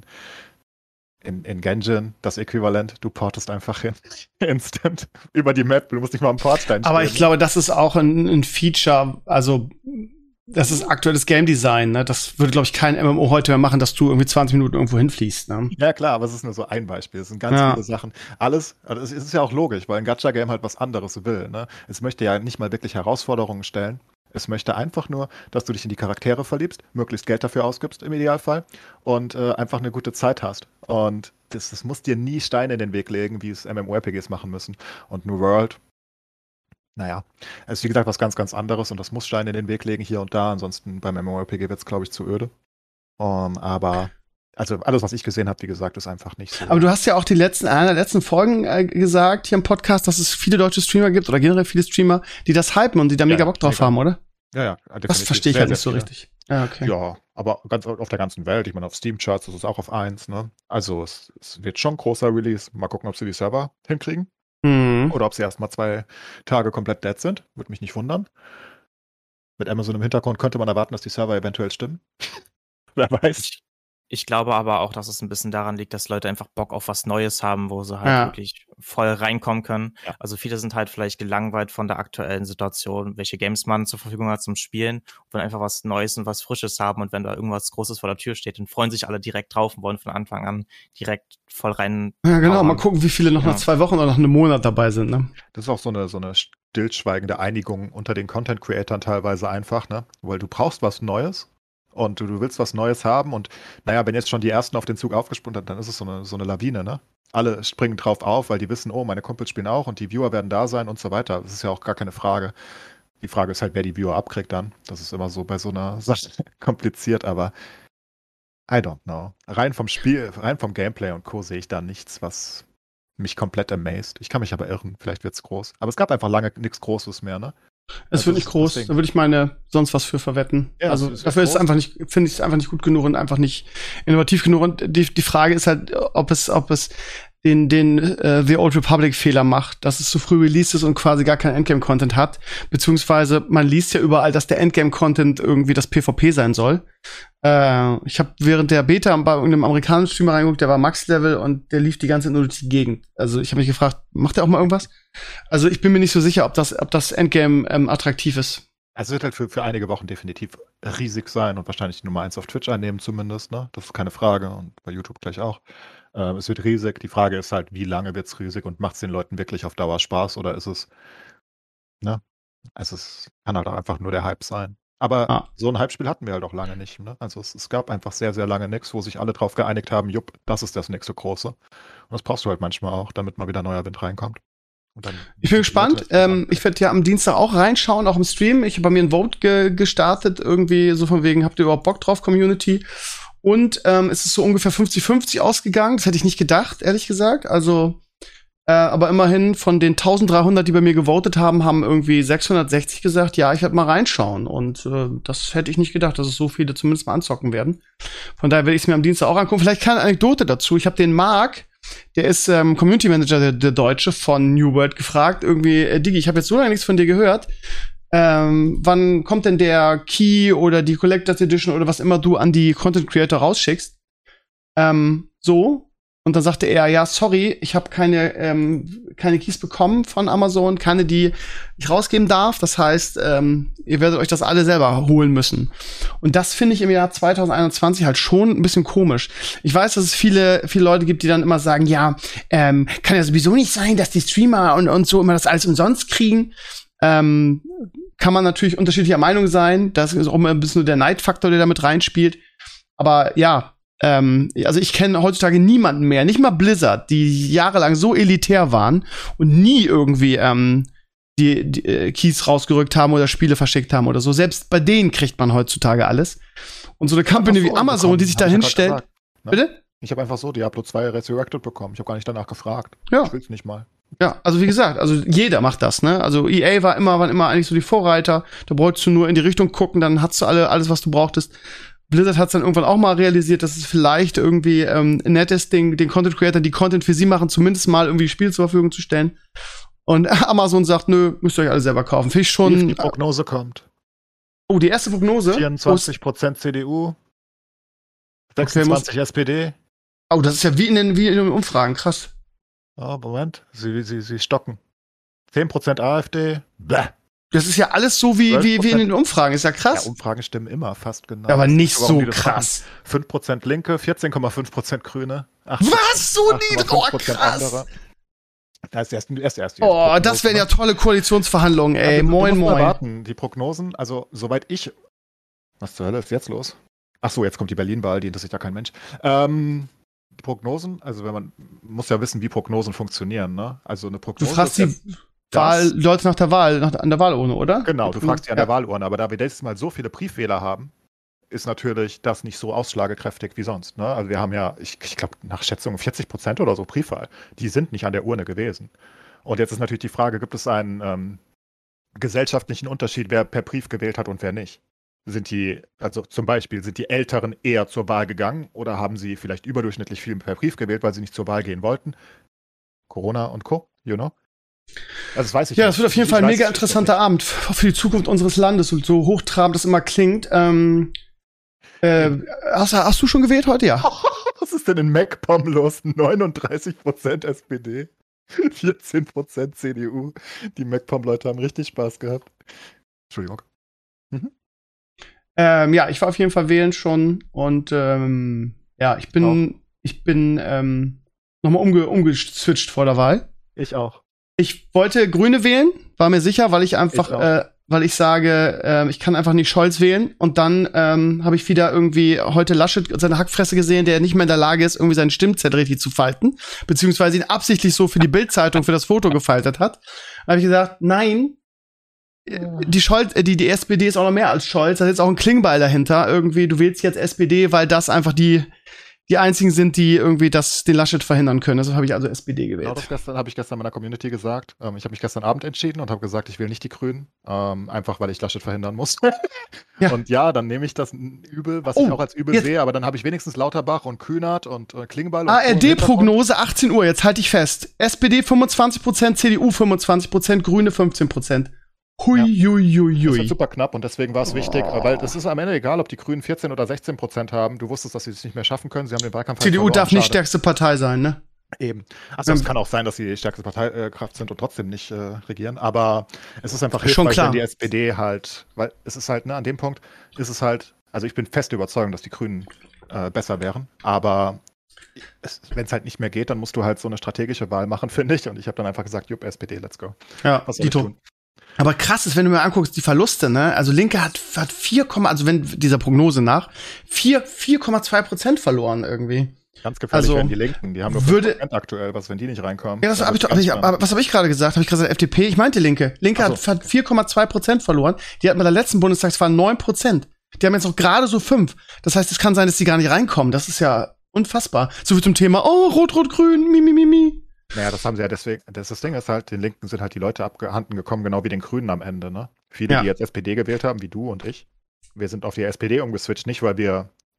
In, in Genshin, das Äquivalent, du portest einfach hin. Instant. Über die Map, du musst nicht mal am Portstein stehen. Aber ich glaube, das ist auch ein, ein Feature, also das ist aktuelles Game Design, ne? Das würde, glaube ich, kein M M O heute mehr machen, dass du irgendwie zwanzig Minuten irgendwo hinfliegst, ne? Ja, klar, aber es ist nur so ein Beispiel. Es sind ganz Ja. viele Sachen. Alles, also es ist ja auch logisch, weil ein Gacha-Game halt was anderes will, ne? Es möchte ja nicht mal wirklich Herausforderungen stellen. Es möchte einfach nur, dass du dich in die Charaktere verliebst, möglichst Geld dafür ausgibst im Idealfall und äh, einfach eine gute Zeit hast. Und das, das muss dir nie Steine in den Weg legen, wie es M M O R P Gs machen müssen. Und New World, naja, es ist wie gesagt was ganz, ganz anderes und das muss Steine in den Weg legen hier und da. Ansonsten beim M M O R P G wird es, glaube ich, zu öde. Um, aber also alles, was ich gesehen habe, wie gesagt, ist einfach nicht so. Aber du hast ja auch die letzten, einer der letzten Folgen äh, gesagt hier im Podcast, dass es viele deutsche Streamer gibt oder generell viele Streamer, die das hypen und die da Ja, mega Bock drauf mega. haben, oder? ja, ja, Das definitiv. verstehe ich Sehr, halt nicht so sehr viele. richtig. Ja, okay. Ja, aber ganz auf der ganzen Welt. Ich meine, auf Steam-Charts ist es auch auf eins, ne? Also es, es wird schon ein großer Release. Mal gucken, ob sie die Server hinkriegen. Mhm. Oder ob sie erst mal zwei Tage komplett dead sind. Würde mich nicht wundern. Mit Amazon im Hintergrund könnte man erwarten, dass die Server eventuell stimmen. Wer weiß. Ich, ich glaube aber auch, dass es ein bisschen daran liegt, dass Leute einfach Bock auf was Neues haben, wo sie halt Ja. wirklich voll reinkommen können. Ja. Also viele sind halt vielleicht gelangweilt von der aktuellen Situation, welche Games man zur Verfügung hat zum Spielen und wollen einfach was Neues und was Frisches haben. Und wenn da irgendwas Großes vor der Tür steht, dann freuen sich alle direkt drauf und wollen von Anfang an direkt voll rein. Ja, genau. powern. Mal gucken, wie viele noch Ja. nach zwei Wochen oder nach einem Monat dabei sind, ne? Das ist auch so eine, so eine stillschweigende Einigung unter den Content-Creatern teilweise einfach, ne? Weil du brauchst was Neues und du, du willst was Neues haben und naja, wenn jetzt schon die Ersten auf den Zug aufgesprungen sind, dann ist es so eine, so eine Lawine, ne? Alle springen drauf auf, weil die wissen, oh, meine Kumpels spielen auch und die Viewer werden da sein und so weiter. Das ist ja auch gar keine Frage. Die Frage ist halt, wer die Viewer abkriegt dann. Das ist immer so bei so einer Sache kompliziert, aber I don't know. Rein vom Spiel, rein vom Gameplay und Co. sehe ich da nichts, was mich komplett amazed. Ich kann mich aber irren, vielleicht wird's groß. Aber es gab einfach lange nichts Großes mehr, ne? Es Also wird nicht das- groß, deswegen. da würde ich meine sonst was für verwetten. Ja, also es ist dafür ist es groß. einfach nicht, finde ich es einfach nicht gut genug und einfach nicht innovativ genug. Und die, die Frage ist halt, ob es, ob es den, den äh, The Old Republic Fehler macht, dass es zu früh released ist und quasi gar kein Endgame-Content hat. Beziehungsweise man liest ja überall, dass der Endgame-Content irgendwie das PvP sein soll. Äh, ich habe während der Beta bei irgendeinem amerikanischen Streamer reingeguckt, der war Max-Level und der lief die ganze Zeit nur durch die Gegend. Also ich habe mich gefragt, macht der auch mal irgendwas? Also ich bin mir nicht so sicher, ob das, ob das Endgame ähm, attraktiv ist. Also es wird halt für, für einige Wochen definitiv riesig sein und wahrscheinlich die Nummer eins auf Twitch einnehmen zumindest, ne? Das ist keine Frage und bei YouTube gleich auch. Ähm, es wird riesig. Die Frage ist halt, wie lange wird es riesig und macht es den Leuten wirklich auf Dauer Spaß oder ist es, ne? Also es kann halt auch einfach nur der Hype sein. Aber Ah. so ein Hype-Spiel hatten wir halt auch lange nicht, ne? Also es, es gab einfach sehr, sehr lange nichts, wo sich alle drauf geeinigt haben, jupp, das ist das nächste Große. Und das brauchst du halt manchmal auch, damit mal wieder neuer Wind reinkommt. Und dann Ich bin gespannt. Ähm, ich werde ja am Dienstag auch reinschauen, auch im Stream. Ich habe bei mir ein Vote ge gestartet, irgendwie so von wegen, habt ihr überhaupt Bock drauf, Community? Und ähm, es ist so ungefähr fünfzig fünfzig ausgegangen. Das hätte ich nicht gedacht, ehrlich gesagt. Also, äh, aber immerhin von den eintausenddreihundert, die bei mir gewotet haben, haben irgendwie sechshundertsechzig gesagt, ja, ich werde mal reinschauen. Und äh, das hätte ich nicht gedacht, dass es so viele zumindest mal anzocken werden. Von daher werde ich es mir am Dienstag auch angucken. Vielleicht keine Anekdote dazu. Ich habe den Marc, der ist ähm, Community Manager, der, der Deutsche von New World, gefragt, irgendwie, äh, Digi, ich habe jetzt so lange nichts von dir gehört. Ähm, wann kommt denn der Key oder die Collectors Edition oder was immer du an die Content Creator rausschickst? Ähm, so. Und dann sagte er, ja, sorry, ich habe keine, ähm, keine Keys bekommen von Amazon, keine, die ich rausgeben darf. Das heißt, ähm, ihr werdet euch das alle selber holen müssen. Und das finde ich im Jahr zwanzig einundzwanzig halt schon ein bisschen komisch. Ich weiß, dass es viele, viele Leute gibt, die dann immer sagen, ja, ähm, kann ja sowieso nicht sein, dass die Streamer und, und so immer das alles umsonst kriegen. Ähm, kann man natürlich unterschiedlicher Meinung sein. Das ist auch immer ein bisschen der Neidfaktor, der damit reinspielt. Aber ja, Ähm, also ich kenne heutzutage niemanden mehr, nicht mal Blizzard, die jahrelang so elitär waren und nie irgendwie ähm, die, die äh, Keys rausgerückt haben oder Spiele verschickt haben oder so. Selbst bei denen kriegt man heutzutage alles. Und so eine Company so wie Amazon, bekommen, die sich da hinstellt. Gesagt, ne? Bitte? Ich habe einfach so Diablo zwei Resurrected bekommen. Ich habe gar nicht danach gefragt. Ja. Ich will's nicht mal. Ja, also wie gesagt, also jeder macht das, ne? Also E A war immer, waren immer eigentlich so die Vorreiter. Da brauchst du nur in die Richtung gucken, dann hast du alle alles, was du brauchtest. Blizzard hat es dann irgendwann auch mal realisiert, dass es vielleicht irgendwie ähm, nett ist, den, den Content Creator, die Content für sie machen, zumindest mal irgendwie Spiel zur Verfügung zu stellen. Und Amazon sagt, nö, müsst ihr euch alle selber kaufen. Finde ich schon. Die Prognose kommt. Oh, die erste Prognose? vierundzwanzig Prozent C D U, sechsundzwanzig okay, S P D. Oh, das ist ja wie in den, wie in den Umfragen, krass. Oh, Moment, sie, sie, sie stocken. zehn Prozent AfD. Bäh. Das ist ja alles so wie, wie, wie in den Umfragen, ist ja krass. Ja, Umfragen stimmen immer fast genau. Ja, aber nicht warum so die das krass. machen. fünf Prozent Linke, vierzehn Komma fünf Prozent Grüne. Was? So niedrig? Oh, krass. Andere. Das ist erst, erst, erst oh, Prognose, das wären ja tolle Koalitionsverhandlungen, ey. Also, moin, moin. Erwarten, die Prognosen, also soweit ich. Was zur Hölle ist jetzt los? Ach so, jetzt kommt die Berlin-Wahl, die interessiert ja kein Mensch. Ähm, die Prognosen, also wenn man muss ja wissen, wie Prognosen funktionieren, ne? Also eine Prognose. Du fragst die Wahl, Leute nach der Wahl, nach, an der Wahlurne, oder? Genau, du fragst die an ja. der Wahlurne, aber da wir letztes Mal so viele Briefwähler haben, ist natürlich das nicht so ausschlagekräftig wie sonst. Ne? Also wir haben ja, ich, ich glaube, nach Schätzungen vierzig Prozent oder so Briefwahl. Die sind nicht an der Urne gewesen. Und jetzt ist natürlich die Frage, gibt es einen ähm, gesellschaftlichen Unterschied, wer per Brief gewählt hat und wer nicht? Sind die, also zum Beispiel, sind die Älteren eher zur Wahl gegangen oder haben sie vielleicht überdurchschnittlich viel per Brief gewählt, weil sie nicht zur Wahl gehen wollten? Corona und Co., you know? Also das weiß ich ja, nicht. das wird auf jeden ich Fall ein weiß, mega interessanter Abend für die Zukunft unseres Landes und so hochtrabend das immer klingt. Ähm, äh, hast, hast du schon gewählt heute? Ja. Was ist denn in MacPom los? neununddreißig Prozent S P D, vierzehn Prozent C D U. Die MacPom-Leute haben richtig Spaß gehabt. Entschuldigung. Mhm. Ähm, ja, ich war auf jeden Fall wählen schon und ähm, ja, ich bin, auch. ich bin ähm, nochmal umge umgeswitcht vor der Wahl. Ich auch. Ich wollte Grüne wählen, war mir sicher, weil ich einfach, ich äh, weil ich sage, äh, ich kann einfach nicht Scholz wählen. Und dann ähm, habe ich wieder irgendwie heute Laschet seine Hackfresse gesehen, der nicht mehr in der Lage ist, irgendwie seinen Stimmzettel richtig zu falten, beziehungsweise ihn absichtlich so für die Bild-Zeitung für das Foto gefaltet hat. Da habe ich gesagt, nein, die Scholz, die, die S P D ist auch noch mehr als Scholz, da ist jetzt auch ein Klingbeil dahinter. Irgendwie, du wählst jetzt S P D, weil das einfach die, die einzigen sind, die irgendwie das, den Laschet verhindern können. Deshalb habe ich also S P D gewählt. Genau das gestern habe ich gestern meiner Community gesagt. Ähm, ich habe mich gestern Abend entschieden und habe gesagt, ich will nicht die Grünen, ähm, einfach weil ich Laschet verhindern muss. ja. Und ja, dann nehme ich das Übel, was oh, ich auch als Übel jetzt sehe, aber dann habe ich wenigstens Lauterbach und Kühnert und äh, Klingbeil. A R D-Prognose achtzehn Uhr, jetzt halte ich fest. S P D fünfundzwanzig Prozent, C D U fünfundzwanzig Prozent, Grüne fünfzehn Prozent. Hui, ja. hui, hui, hui. Das wird super knapp und deswegen war es oh. wichtig, weil es ist am Ende egal, ob die Grünen vierzehn oder sechzehn Prozent haben. Du wusstest, dass sie es nicht mehr schaffen können. Sie haben den Wahlkampf C D U verloren. darf nicht stärkste Partei sein, ne? Eben. Also es kann auch sein, dass sie die stärkste Parteikraft sind und trotzdem nicht äh, regieren. Aber es ist einfach hilfreich, Schon klar. wenn die S P D halt, weil es ist halt, ne, an dem Punkt ist es halt, also ich bin fest überzeugt, dass die Grünen äh, besser wären. Aber wenn es halt nicht mehr geht, dann musst du halt so eine strategische Wahl machen, finde ich. Und ich habe dann einfach gesagt, jupp, S P D, let's go. Ja, was soll ich tun? Aber krass ist, wenn du mir anguckst, die Verluste, ne? Also Linke hat, hat vier, also wenn dieser Prognose nach, vier Komma zwei Prozent verloren irgendwie. Ganz gefährlich also, werden die Linken, die haben nur würde, fünf Prozent aktuell, was, wenn die nicht reinkommen. Ja, das hab ich doch, ich, aber was habe ich gerade gesagt? Habe ich gerade gesagt, F D P? Ich meinte Linke. Linke so. hat, hat vier Komma zwei Prozent verloren. Die hatten bei der letzten Bundestagswahl neun Prozent. Die haben jetzt auch gerade so fünf. Das heißt, es kann sein, dass die gar nicht reinkommen. Das ist ja unfassbar. So wie zum Thema, oh, Rot-Rot-Grün, mi, mi, mi, mi. Naja, das haben sie ja deswegen, das, das Ding ist halt, den Linken sind halt die Leute abgehanden gekommen, genau wie den Grünen am Ende, ne? Viele, ja. die jetzt S P D gewählt haben, wie du und ich, wir sind auf die S P D umgeswitcht, nicht weil wir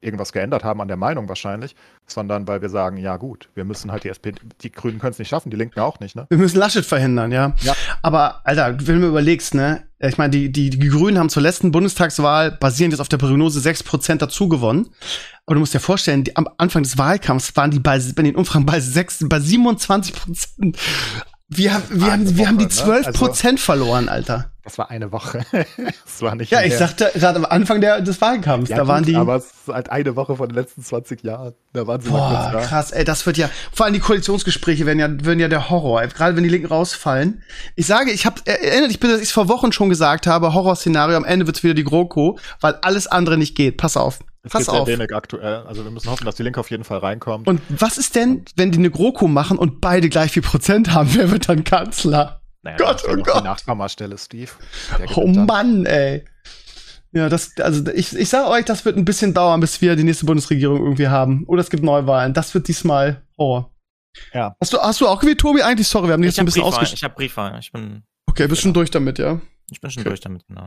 irgendwas geändert haben an der Meinung wahrscheinlich, sondern weil wir sagen, ja gut, wir müssen halt die S P D, die Grünen können es nicht schaffen, die Linken auch nicht, ne? Wir müssen Laschet verhindern, ja. Ja. Aber, Alter, wenn du mir überlegst, ne, ich meine, die, die, die Grünen haben zur letzten Bundestagswahl basierend jetzt auf der Prognose sechs Prozent dazu gewonnen. Aber du musst dir vorstellen, die, am Anfang des Wahlkampfs waren die bei, bei den Umfragen bei sechs, bei siebenundzwanzig Prozent. Wir, haben- wir, haben, wir Woche, haben die ne? zwölf Also- Prozent verlochen, Alter. Das war eine Woche. Das war nicht Ja, ich mehr. sagte gerade am Anfang der, des Wahlkampfs, Ja, da gut, waren die. aber es ist halt eine Woche von den letzten zwanzig Jahren. Da waren sie mal Boah, kurz da. krass, ey, das wird ja, vor allem die Koalitionsgespräche werden ja, werden ja der Horror, ey, gerade wenn die Linken rausfallen. Ich sage, ich habe erinnert dich bitte, dass ich es vor Wochen schon gesagt habe, Horrorszenario, am Ende wird's wieder die GroKo, weil alles andere nicht geht. Pass auf. Es Pass geht sehr auf. wenig aktuell. Also wir müssen hoffen, dass die Linke auf jeden Fall reinkommt. Und was ist denn, wenn die eine GroKo machen und beide gleich viel Prozent haben? Wer wird dann Kanzler? Naja, Gott, dann ist ja oh noch Gott. Die Nachkommastelle, Steve. Der Oh gewinnt dann. Mann, ey. Ja, das, also ich, ich sage euch, das wird ein bisschen dauern, bis wir die nächste Bundesregierung irgendwie haben. Oder es gibt Neuwahlen. Das wird diesmal Horror. Ja. Hast du, hast du auch gewählt, Tobi? Eigentlich, sorry, wir haben dich Ich jetzt ein habe bisschen Briefwahl, ausgeschrieben. ich hab Briefwahl. Ich bin, Okay, bist schon durch damit, ja? ich bin schon Okay. durch damit, genau.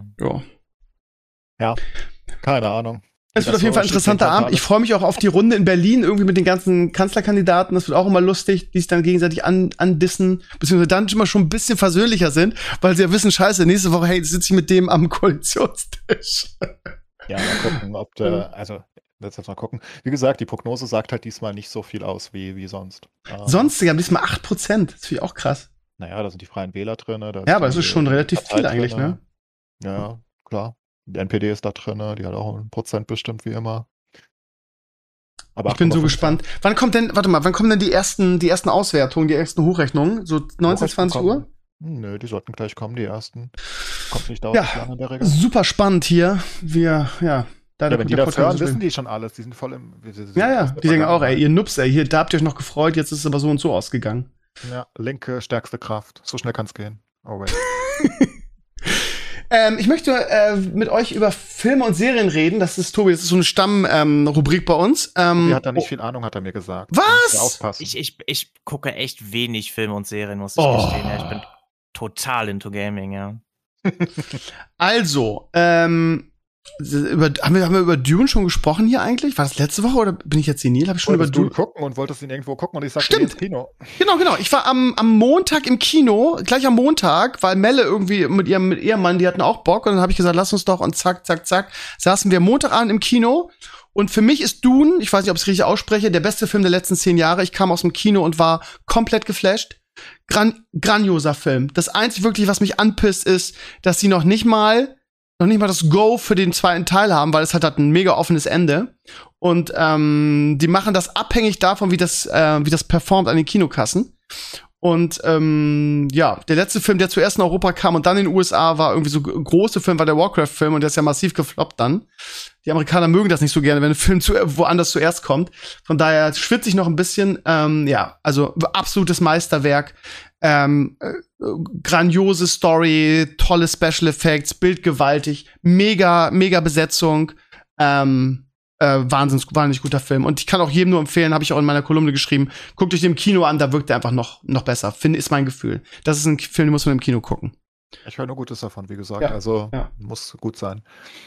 Ja. Keine Ahnung. Es Wie wird das auf jeden so Fall ein interessanter aussieht, Abend. Ich freue mich auch auf die Runde in Berlin, irgendwie mit den ganzen Kanzlerkandidaten. Das wird auch immer lustig, die sich dann gegenseitig an, andissen, beziehungsweise dann immer schon ein bisschen versöhnlicher sind, weil sie ja wissen, scheiße, nächste Woche, hey, sitze ich mit dem am Koalitionstisch. Ja, mal gucken, ob der, also, let's jetzt mal gucken. Wie gesagt, die Prognose sagt halt diesmal nicht so viel aus wie, wie sonst. Ähm, Sonst, die haben diesmal acht Prozent. Das finde ich auch krass. Naja, da sind die Freien Wähler drin. Da Ja, aber das die- ist schon die relativ Partei viel eigentlich, drinne. ne? Ja, klar. Die N P D ist da drin, die hat auch ein Prozent bestimmt, wie immer. Aber Ich bin so acht Komma fünf gespannt. Wann kommt denn, warte mal, wann kommen denn die ersten, die ersten Auswertungen, die ersten Hochrechnungen? So neunzehn, zwanzig Uhr? kommen. Hm, Nö, die sollten gleich kommen, die ersten. Kommt nicht dauert Ja. nicht lange in der Regel. Super spannend hier. Wir, ja. Da Ja, wenn die das hören, ist wissen die schon alles. Die sind voll im. die- die- Ja, ja, aus der die denken auch, ey, Vergangenheit. ihr Nubs, ey, hier, da habt ihr euch noch gefreut, jetzt ist es aber so und so ausgegangen. Ja, linke, stärkste Kraft. So schnell kann's gehen. Oh, wait. Ähm, ich möchte äh, mit euch über Filme und Serien reden. Das ist, Tobi, das ist so eine Stammrubrik ähm, Rubrik bei uns. Ähm, Die hat da nicht oh, viel Ahnung, hat er mir gesagt. Was? Da müsst ihr aufpassen. Ich, ich, ich gucke echt wenig Filme und Serien, muss ich Oh. gestehen. Ja, ich bin total into Gaming, ja. Also, ähm, über, haben, wir, haben wir über Dune schon gesprochen hier eigentlich? War das letzte Woche oder bin ich jetzt senil? Habe ich schon über Wolltest du Dune? gucken und wolltest ihn irgendwo gucken und ich sagte, Stimmt. geh ins Kino. Genau, genau. Ich war am, am Montag im Kino, gleich am Montag, weil Melle irgendwie mit ihrem mit Ehemann, die hatten auch Bock und dann habe ich gesagt, lass uns doch und zack, zack, zack, saßen wir Montagabend im Kino und für mich ist Dune, ich weiß nicht, ob ich es richtig ausspreche, der beste Film der letzten zehn Jahre. Ich kam aus dem Kino und war komplett geflasht. Gran grandioser Film. Das einzige wirklich, was mich anpisst, ist, dass sie noch nicht mal noch nicht mal das Go für den zweiten Teil haben, weil es hat halt ein mega offenes Ende. Und ähm, die machen das abhängig davon, wie das, äh, wie das performt an den Kinokassen. Und ähm, ja, der letzte Film, der zuerst in Europa kam und dann in den U S A, war irgendwie so g- große Film, war der Warcraft-Film und der ist ja massiv gefloppt dann. Die Amerikaner mögen das nicht so gerne, wenn ein Film zu, woanders zuerst kommt. Von daher schwitze ich noch ein bisschen. Ähm, ja, also absolutes Meisterwerk. Ähm, äh, grandiose Story, tolle Special Effects, bildgewaltig, mega, mega Besetzung. Ähm, äh, wahnsinnig, wahnsinnig guter Film. Und ich kann auch jedem nur empfehlen, habe ich auch in meiner Kolumne geschrieben, guckt euch den im Kino an, da wirkt er einfach noch, noch besser. Finde, ist mein Gefühl. Das ist ein Film, den muss man im Kino gucken. Ich höre nur Gutes davon, wie gesagt. Ja, Also ja. muss gut sein.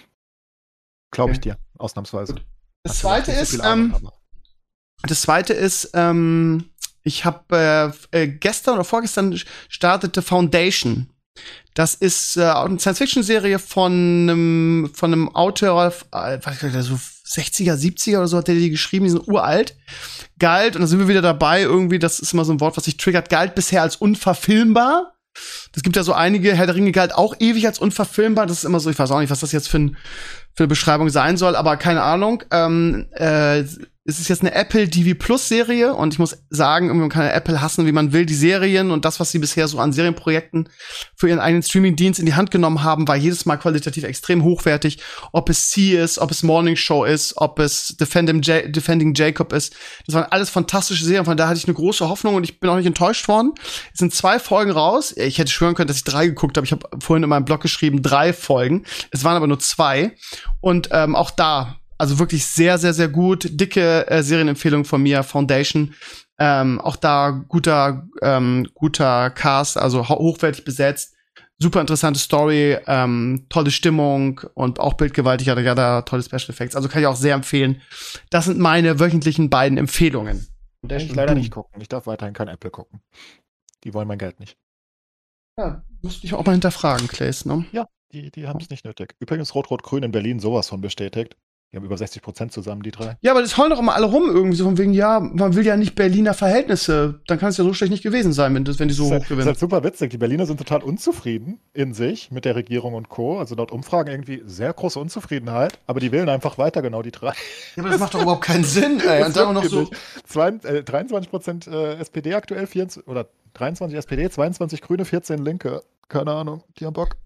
Glaube ich Okay. dir, ausnahmsweise. Das Hast zweite vielleicht nicht so ist, viel Ahnung, ähm, aber- Das zweite ist, ähm, ich habe äh, äh, gestern oder vorgestern startete Foundation. Das ist äh, auch eine Science-Fiction-Serie von einem von einem Autor, äh, was ich, so sechziger, siebziger oder so hat der die geschrieben, die sind uralt. Galt, und da sind wir wieder dabei, irgendwie, das ist immer so ein Wort, was sich triggert, galt bisher als unverfilmbar. Das gibt ja so einige, Herr der Ringe galt auch ewig als unverfilmbar. Das ist immer so, ich weiß auch nicht, was das jetzt für, ein, für eine Beschreibung sein soll, aber keine Ahnung. Ähm, äh, es ist jetzt eine Apple T V Plus Serie und ich muss sagen, man kann ja Apple hassen, wie man will. Die Serien und das, was sie bisher so an Serienprojekten für ihren eigenen Streamingdienst in die Hand genommen haben, war jedes Mal qualitativ extrem hochwertig. Ob es Sie ist, ob es Morning Show ist, ob es Defending, Ja- Defending Jacob ist. Das waren alles fantastische Serien, von daher hatte ich eine große Hoffnung und ich bin auch nicht enttäuscht worden. Es sind zwei Folgen raus. Ich hätte schwören können, dass ich drei geguckt habe. Ich habe vorhin in meinem Blog geschrieben, drei Folgen. Es waren aber nur zwei. Und ähm, auch da, also wirklich sehr, sehr, sehr gut. Dicke äh, Serienempfehlung von mir, Foundation. Ähm, auch da guter, ähm, guter Cast, also ho- hochwertig besetzt. super interessante Story, ähm, tolle Stimmung und auch bildgewaltig, ja, ja, da tolle Special Effects. Also kann ich auch sehr empfehlen. Das sind meine wöchentlichen beiden Empfehlungen. Und ich leider nicht gucken. Ich darf weiterhin kein Apple gucken. Die wollen mein Geld nicht. Ja, müsste ich auch mal hinterfragen, Claes, ne? Ja, die, die haben es nicht nötig. Übrigens Rot-Rot-Grün in Berlin sowas von bestätigt. Die haben über sechzig Prozent zusammen, die drei. Ja, aber das heulen doch immer alle rum irgendwie so von wegen, ja, man will ja nicht Berliner Verhältnisse. Dann kann es ja so schlecht nicht gewesen sein, wenn, das, wenn die so Das hoch ist, halt, das ist gewinnen. halt super witzig. Die Berliner sind total unzufrieden in sich mit der Regierung und Co. Also laut Umfragen irgendwie sehr große Unzufriedenheit. Aber die wählen einfach weiter genau die drei. Ja, aber das macht doch überhaupt keinen Sinn, ey. Und dann noch so. Zwei, äh, dreiundzwanzig Prozent äh, S P D aktuell, vierundzwanzig, oder dreiundzwanzig S P D, zweiundzwanzig Grüne, vierzehn Linke. Keine Ahnung, die haben Bock.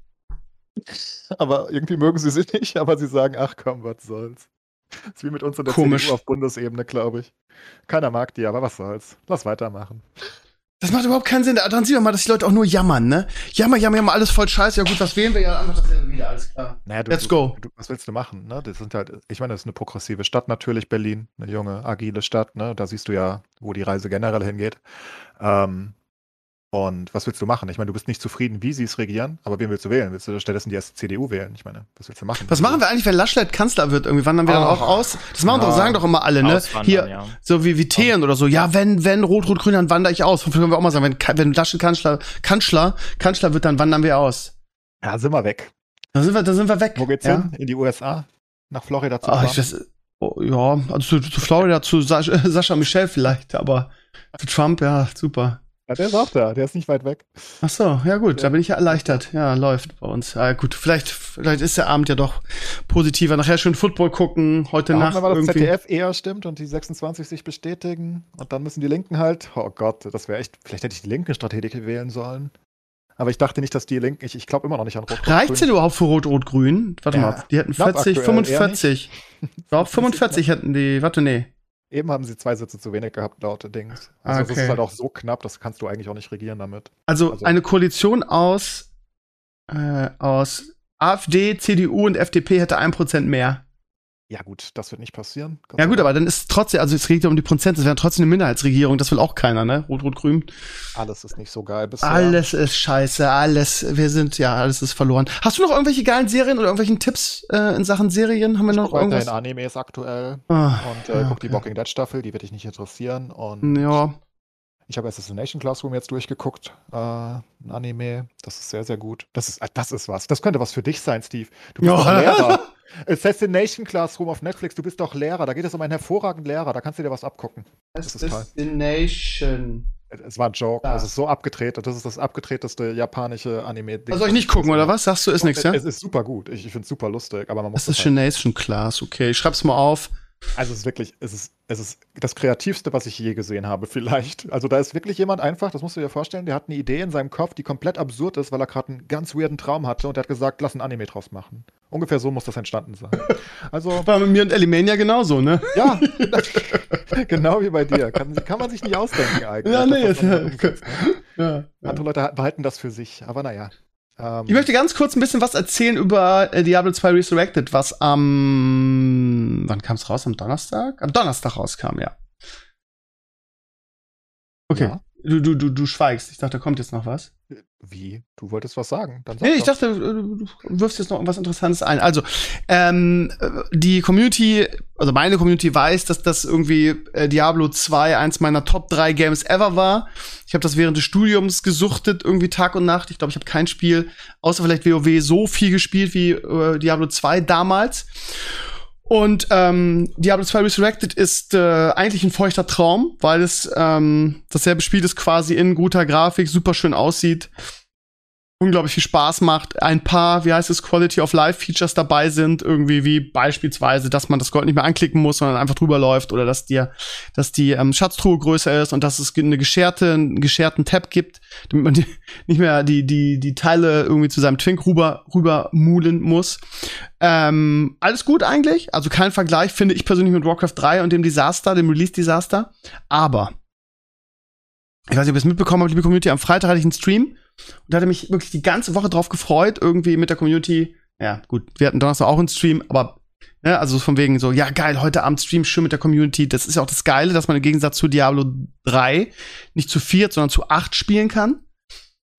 Aber irgendwie mögen sie sie nicht, aber sie sagen, ach komm, was soll's. Das ist wie mit uns in der Komisch. C D U auf Bundesebene, glaube ich. Keiner mag die, aber was soll's. Lass weitermachen. Das macht überhaupt keinen Sinn. Dann sieht man mal, dass die Leute auch nur jammern, ne? Jammer, jammer, jammer, alles voll scheiße. Ja gut, was wählen wir ja? Einfach dasselbe wieder, alles klar. Naja, du, Let's go. Du, du, was willst du machen? Ne? Das sind halt, ich meine, das ist eine progressive Stadt natürlich, Berlin. Eine junge, agile Stadt. Ne? Da siehst du ja, wo die Reise generell hingeht. Ähm, und was willst du machen? Ich meine, du bist nicht zufrieden, wie sie es regieren, aber wen willst du wählen? Willst du stattdessen die C D U wählen? Ich meine, was willst du machen? Was machen wir eigentlich, wenn Laschet Kanzler wird? Irgendwie wandern wir dann Oh. auch aus? Das machen Ja. doch, sagen doch immer alle, ne? Auswandern, Hier, ja. so wie, wie Thelen oder so. Ja, wenn, wenn Rot-Rot-Grün, dann wandere ich aus. Vielleicht können wir auch mal sagen, wenn, Ka- wenn Laschet Kanzler, Kanzler, Kanzler wird, dann wandern wir aus. Ja, sind wir weg. Da sind wir, da sind wir weg. Wo geht's ja? hin? In die U S A? Nach Florida zu Ah, Trump? ich weiß, oh, ja, also zu, zu Florida, zu Sa Sascha Michel vielleicht, aber zu Trump, ja, super. Ja, der ist auch da, der ist nicht weit weg. Ach so, ja gut, da bin ich ja erleichtert. Ja, läuft bei uns. Ja, gut, vielleicht, vielleicht ist der Abend ja doch positiver. Nachher schön Football gucken, heute Da Nacht hoffen wir mal, dass Z irgendwie. D F eher stimmt und die sechsundzwanzig sich bestätigen. Und dann müssen die Linken halt, oh Gott, das wäre echt, vielleicht hätte ich die linken Strategie wählen sollen. Aber ich dachte nicht, dass die Linken, ich, ich glaube immer noch nicht an Rot. Reicht's denn überhaupt für Rot-Rot-Grün? Warte Ja. mal, die hätten Ich glaub vierzig, aktuell fünfundvierzig. Doch, fünfundvierzig hätten die, warte, nee. Eben haben sie zwei Sitze zu wenig gehabt, laut Dings. Ah, Also das okay. ist halt auch so knapp, das kannst du eigentlich auch nicht regieren damit. Also, Also- eine Koalition aus, äh, aus AfD, C D U und F D P hätte ein Prozent mehr. Ja gut, das wird nicht passieren. Gott Ja sei gut, Dank. aber dann ist trotzdem, also es geht ja um die Prozent, es wäre trotzdem eine Minderheitsregierung, das will auch keiner, ne? Rot-Rot-Grün. Alles ist nicht so geil bisher. Alles ist scheiße, alles, wir sind, ja, alles ist verloren. Hast du noch irgendwelche geilen Serien oder irgendwelchen Tipps äh, in Sachen Serien? Haben wir Ich noch guck weiterhin irgendwas? Animes aktuell Ah, und äh, ja, guck die okay. Walking Dead Staffel, die wird dich nicht interessieren. Und Ja, ich habe Assassination Classroom jetzt durchgeguckt, äh, ein Anime. Das ist sehr, sehr gut. Das ist, äh, das ist was. Das könnte was für dich sein, Steve. Du bist Ja. doch Lehrer. Assassination Classroom auf Netflix, du bist doch Lehrer. Da geht es um einen hervorragenden Lehrer. Da kannst du dir was abgucken. Das ist toll. Destination. Es war ein Joke. Ja. Es ist so abgedreht. Das ist das abgedrehteste japanische Anime. Also soll ich nicht gucken, oder was? Sagst du, ist nichts, ja? Es ist super gut. Ich, ich finde es super lustig, aber man muss das halt, Destination Class, okay. Ich schreib's mal auf. also es ist wirklich, es ist, es ist das Kreativste, was ich je gesehen habe, vielleicht. Also da ist wirklich jemand einfach, das musst du dir vorstellen, der hat eine Idee in seinem Kopf, die komplett absurd ist, weil er gerade einen ganz weirden Traum hatte und der hat gesagt, lass ein Anime draus machen. Ungefähr so muss das entstanden sein. Also, War mit mir und Elimania genauso, ne? ja, genau wie bei dir. Kann, kann man sich nicht ausdenken eigentlich. Ja, nee, das, was man ja, da umsetzt, ne? Ja. Andere Leute behalten das für sich, aber naja. Ähm, Ich möchte ganz kurz ein bisschen was erzählen über äh, Diablo zwei Resurrected, was am, wann kam es raus? Am Donnerstag? Am Donnerstag rauskam, ja. Okay. Ja. Du, du, du, du schweigst. Ich dachte, da kommt jetzt noch was. Wie? Du wolltest was sagen? Dann sag Nee, ich doch. dachte, du du wirfst jetzt noch irgendwas Interessantes ein. Also, ähm, die Community, also meine Community weiß, dass das irgendwie äh, Diablo zwei eins meiner Top drei Games ever war. Ich habe das während des Studiums gesuchtet, irgendwie Tag und Nacht. Ich glaube, ich habe kein Spiel, außer vielleicht WoW, so viel gespielt wie äh, Diablo zwei damals. Und ähm, Diablo zwei Resurrected ist äh, eigentlich ein feuchter Traum, weil es ähm, dasselbe Spiel ist, quasi in guter Grafik, super schön aussieht, unglaublich viel Spaß macht, ein paar, wie heißt es, Quality of Life Features dabei sind, irgendwie wie beispielsweise, dass man das Gold nicht mehr anklicken muss, sondern einfach drüber läuft, oder dass dir, dass die ähm, Schatztruhe größer ist und dass es eine gescherte, einen gescherten Tab gibt, damit man die, nicht mehr die die die Teile irgendwie zu seinem Twink rüber rüber mulen muss. Ähm, alles gut eigentlich, also kein Vergleich finde ich persönlich mit Warcraft drei und dem Desaster, dem Release Desaster, aber ich weiß nicht, ob ihr es mitbekommen habt, liebe Community, am Freitag hatte ich einen Stream und da hatte mich wirklich die ganze Woche drauf gefreut, irgendwie mit der Community. Ja, gut, wir hatten Donnerstag auch einen Stream, aber ne, also von wegen so, ja geil, heute Abend Stream schön mit der Community. Das ist ja auch das Geile, dass man im Gegensatz zu Diablo drei nicht zu viert, sondern zu acht spielen kann.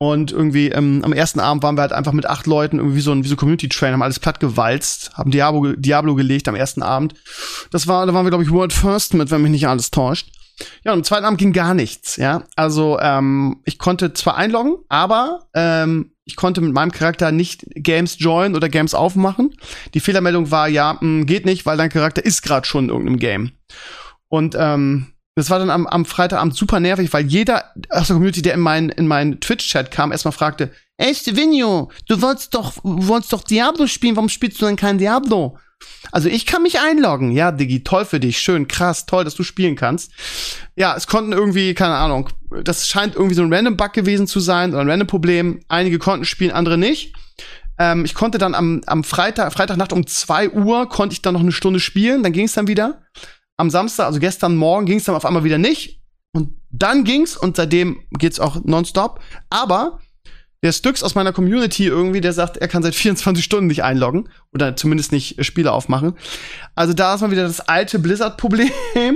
Und irgendwie ähm, am ersten Abend waren wir halt einfach mit acht Leuten irgendwie wie so ein, wie so Community-Train, haben alles platt gewalzt, haben Diablo, Diablo gelegt am ersten Abend. Das war, da waren wir, glaube ich, World First mit, wenn mich nicht alles täuscht. Ja, und am zweiten Abend ging gar nichts, ja. Also, ähm, ich konnte zwar einloggen, aber ähm, ich konnte mit meinem Charakter nicht Games joinen oder Games aufmachen. Die Fehlermeldung war, ja, mh, geht nicht, weil dein Charakter ist gerade schon in irgendeinem Game. Und ähm, das war dann am, am Freitagabend super nervig, weil jeder aus der Community, der in meinen in meinen Twitch-Chat kam, erstmal fragte, ey, Stevenio, du wolltest doch, wolltest doch Diablo spielen, warum spielst du denn kein Diablo? Also ich kann mich einloggen. Ja, Diggi, toll für dich, schön, krass, toll, dass du spielen kannst. Ja, es konnten irgendwie, keine Ahnung, das scheint irgendwie so ein Random-Bug gewesen zu sein oder ein Random-Problem. Einige konnten spielen, andere nicht. Ähm, ich konnte dann am, am Freitag, Freitagnacht um zwei Uhr, konnte ich dann noch eine Stunde spielen, dann ging es dann wieder. Am Samstag, also gestern Morgen, ging es dann auf einmal wieder nicht. Und dann ging's und seitdem geht's auch nonstop. Aber der Styx aus meiner Community irgendwie, der sagt, er kann seit vierundzwanzig Stunden nicht einloggen oder zumindest nicht Spiele aufmachen. Also da ist mal wieder das alte Blizzard-Problem,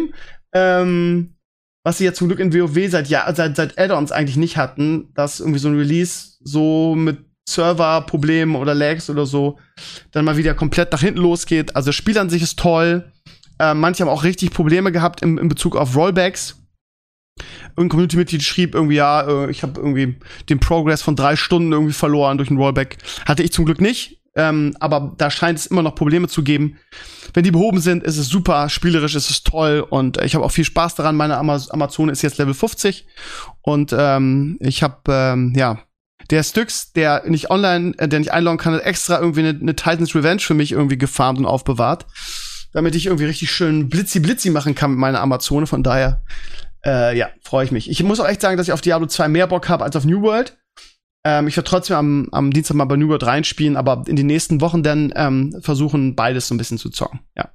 ähm, was sie ja zum Glück in WoW seit, ja, seit, seit Add-ons eigentlich nicht hatten, dass irgendwie so ein Release so mit Server-Problemen oder Lags oder so dann mal wieder komplett nach hinten losgeht. Also das Spiel an sich ist toll. Äh, manche haben auch richtig Probleme gehabt im, in Bezug auf Rollbacks. Irgendein Community-Mitglied schrieb irgendwie, ja, äh, ich habe irgendwie den Progress von drei Stunden irgendwie verloren durch einen Rollback. Hatte ich zum Glück nicht, ähm, aber da scheint es immer noch Probleme zu geben. Wenn die behoben sind, ist es super, spielerisch ist es toll und ich habe auch viel Spaß daran. Meine Amaz- Amazone ist jetzt Level fünfzig und ähm, ich habe, ähm, ja, der Styx, der nicht online, äh, der nicht einloggen kann, hat extra irgendwie eine, eine Titans Revenge für mich irgendwie gefarmt und aufbewahrt, damit ich irgendwie richtig schön blitzi-blitzi machen kann mit meiner Amazone. Von daher, äh, ja, freue ich mich. Ich muss auch echt sagen, dass ich auf Diablo zwei mehr Bock habe als auf New World. Ähm, ich werde trotzdem am, am Dienstag mal bei New World reinspielen, aber in den nächsten Wochen dann ähm, versuchen, beides so ein bisschen zu zocken. Ja.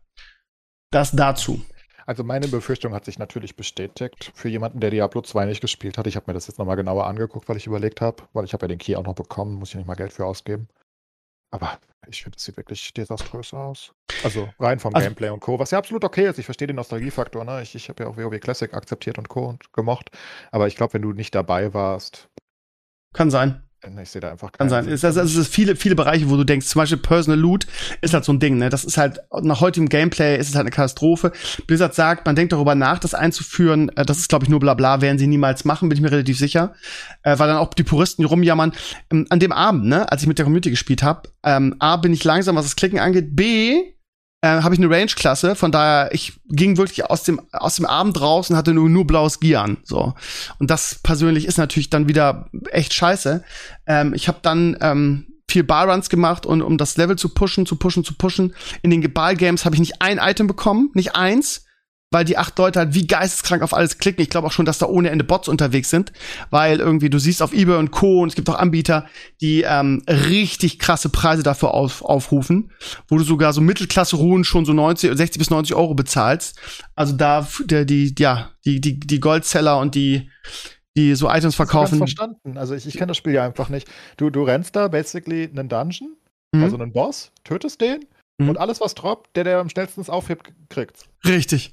Das dazu. Also meine Befürchtung hat sich natürlich bestätigt für jemanden, der Diablo zwei nicht gespielt hat. Ich habe mir das jetzt nochmal genauer angeguckt, weil ich überlegt habe, weil ich habe ja den Key auch noch bekommen, muss ich nicht mal Geld für ausgeben. Aber ich finde, es sieht wirklich desaströs aus. Also rein vom Also- Gameplay und Co., was ja absolut okay ist. Ich verstehe den Nostalgiefaktor, ne? Ich, ich habe ja auch WoW Classic akzeptiert und Co. und gemocht. Aber ich glaube, wenn du nicht dabei warst, Kann sein. äh, ich sehe da einfach Kann keinen sein. Sinn. Es, also, es ist viele, viele Bereiche, wo du denkst, zum Beispiel Personal Loot ist halt so ein Ding, ne? Das ist halt, nach heutigem Gameplay ist es halt eine Katastrophe. Blizzard sagt, man denkt darüber nach, das einzuführen. Äh, Das ist, glaube ich, nur Blabla, werden sie niemals machen, bin ich mir relativ sicher. Äh, weil dann auch die Puristen rumjammern. Ähm, an dem Abend, ne, als ich mit der Community gespielt habe, ähm, A, bin ich langsam, was das Klicken angeht. B, äh, habe ich eine Range-Klasse, von daher, ich ging wirklich aus dem, aus dem Abend raus und hatte nur, nur blaues Gear an. So. Und das persönlich ist natürlich dann wieder echt scheiße. Ähm, ich habe dann ähm, viel Barruns gemacht, und um das Level zu pushen, zu pushen, zu pushen. In den Ball-Games habe ich nicht ein Item bekommen, nicht eins, weil die acht Leute halt wie geisteskrank auf alles klicken. Ich glaube auch schon, dass da ohne Ende Bots unterwegs sind, weil irgendwie du siehst auf eBay und Co. und es gibt auch Anbieter, die ähm, richtig krasse Preise dafür auf, aufrufen, wo du sogar so Mittelklasse-Ruhen schon so neunzig, sechzig bis neunzig Euro bezahlst. Also da der, die, ja, die, die, die Goldseller und die, die so Items Das ist ganz verkaufen. verstanden. Also ich, ich kenne das Spiel ja einfach nicht. Du, du rennst da basically einen Dungeon, Mhm. also einen Boss, tötest den Mhm. und alles, was droppt, der, der am schnellsten aufhebt, kriegt's. Richtig.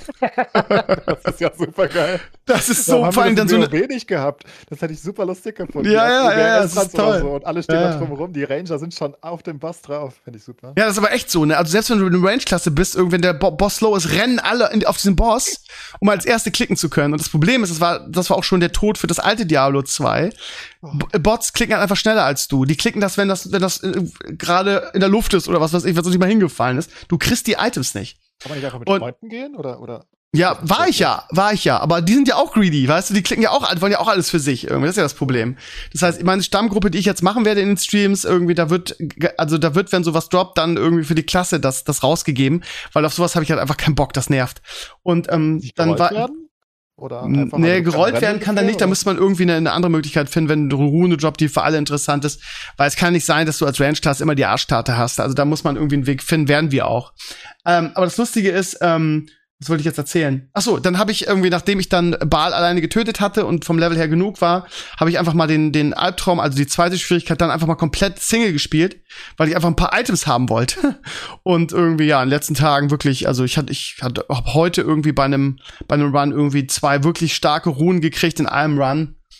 Das ist ja super geil. Das ist Warum so, haben vor allem wir dann das so in eine. WoW nicht gehabt. Das hätte ich super lustig gefunden. Ja, Die ja, U B S ja, das ist Trans oder toll. So, und alle stehen Ja. da drum rum. Die Ranger sind schon auf dem Boss drauf. Finde ich super. Ja, das ist aber echt so, ne? Also selbst wenn du in der Range-Klasse bist, irgendwann der Bo Boss low ist, rennen alle in, auf diesen Boss, um als Erste klicken zu können. Und das Problem ist, das war, das war auch schon der Tod für das alte Diablo zwei. B Bots klicken halt einfach schneller als du. Die klicken das, wenn das, wenn das äh, gerade in der Luft ist oder was weiß ich, was nicht mal hingefallen ist. Du kriegst die Items nicht. Kann man nicht einfach mit Und- Freunden gehen? Oder, oder? Ja, war ich ja, war ich ja. Aber die sind ja auch greedy, weißt du? Die klicken ja auch, wollen ja auch alles für sich irgendwie. Das ist ja das Problem. Das heißt, meine Stammgruppe, die ich jetzt machen werde in den Streams, irgendwie, da wird, ge- also da wird, wenn sowas droppt, dann irgendwie für die Klasse das, das rausgegeben. Weil auf sowas habe ich halt einfach keinen Bock, das nervt. Und ähm, Nicht dann gerollt war. werden? Oder N- einfach Nee, also gerollt kein werden kann dann nicht, da Rennen müsste man irgendwie eine, eine andere Möglichkeit finden, wenn eine Rune droppt, die für alle interessant ist. Weil es kann nicht sein, dass du als Range-Class immer die Arschkarte hast. Also da muss man irgendwie einen Weg finden, werden wir auch. Ähm, aber das Lustige ist, ähm, was wollte ich jetzt erzählen? Ach so, dann habe ich irgendwie, nachdem ich dann Baal alleine getötet hatte und vom Level her genug war, habe ich einfach mal den, den Albtraum, also die zweite Schwierigkeit, dann einfach mal komplett Single gespielt, weil ich einfach ein paar Items haben wollte. Und irgendwie, ja, in den letzten Tagen wirklich, also ich hatte, ich hatte hab heute irgendwie bei einem, bei einem Run irgendwie zwei wirklich starke Runen gekriegt in einem Run.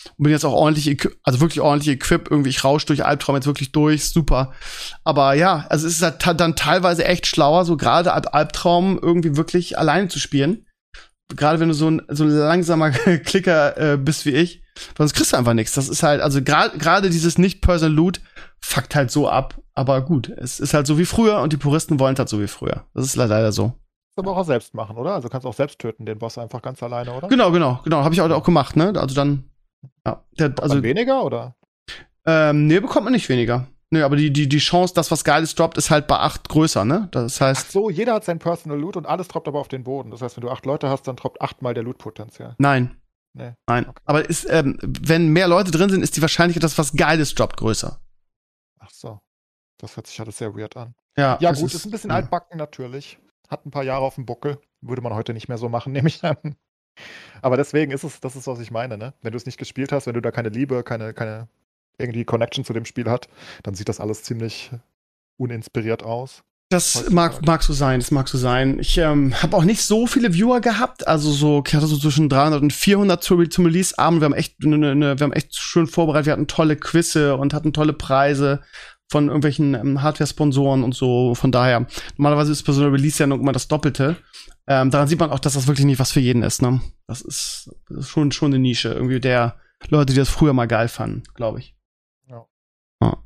Und bin jetzt auch ordentlich, equi- also wirklich ordentlich equipped. Irgendwie, ich rausch durch Albtraum jetzt wirklich durch. Super. Aber ja, also es ist halt ta- dann teilweise echt schlauer, so gerade Al- Albtraum irgendwie wirklich alleine zu spielen. Gerade wenn du so ein, so ein langsamer Klicker äh, bist wie ich. Sonst kriegst du einfach nichts. Das ist halt, also gerade gerade dieses Nicht-Personal-Loot fuckt halt so ab. Aber gut, es ist halt so wie früher und die Puristen wollen es halt so wie früher. Das ist leider so. Das aber auch selbst machen, oder? Also kannst du auch selbst töten, den Boss einfach ganz alleine, oder? Genau, genau, genau. Habe ich auch, auch gemacht, ne? Also dann, ja. Der, also, also weniger, oder? ähm, nee, bekommt man nicht weniger. Nee, aber die, die, die Chance, dass was Geiles droppt, ist halt bei acht größer, ne? Das Ach heißt, so, jeder hat sein Personal Loot und alles droppt aber auf den Boden. Das heißt, wenn du acht Leute hast, dann droppt achtmal der Loot potenziell. nein. Nee. Nein. Okay. Aber ist, ähm, wenn mehr Leute drin sind, ist die Wahrscheinlichkeit, dass was Geiles droppt, größer. Ach so. Das hört sich alles sehr weird an. Ja, Ja, das gut, ist ein bisschen ja. altbacken natürlich. Hat ein paar Jahre auf dem Buckel. Würde man heute nicht mehr so machen, nehme ich an. Aber deswegen ist es, das ist, was ich meine, ne? Wenn du es nicht gespielt hast, wenn du da keine Liebe, keine, keine irgendwie Connection zu dem Spiel hat, dann sieht das alles ziemlich uninspiriert aus. Das mag, mag so sein, das mag so sein. Ich ähm, habe auch nicht so viele Viewer gehabt, also so, ich hatte so zwischen dreihundert und vierhundert zum, zum Release-Abend. Wir haben echt, ne, ne, wir haben echt schön vorbereitet, wir hatten tolle Quizze und hatten tolle Preise von irgendwelchen ähm, Hardware-Sponsoren und so. Von daher, normalerweise ist bei so einer Release-Sendung immer das Doppelte. Ähm, daran sieht man auch, dass das wirklich nicht was für jeden ist, ne? Das ist, das ist schon, schon eine Nische, irgendwie der Leute, die das früher mal geil fanden, glaube ich. Ja. Ja.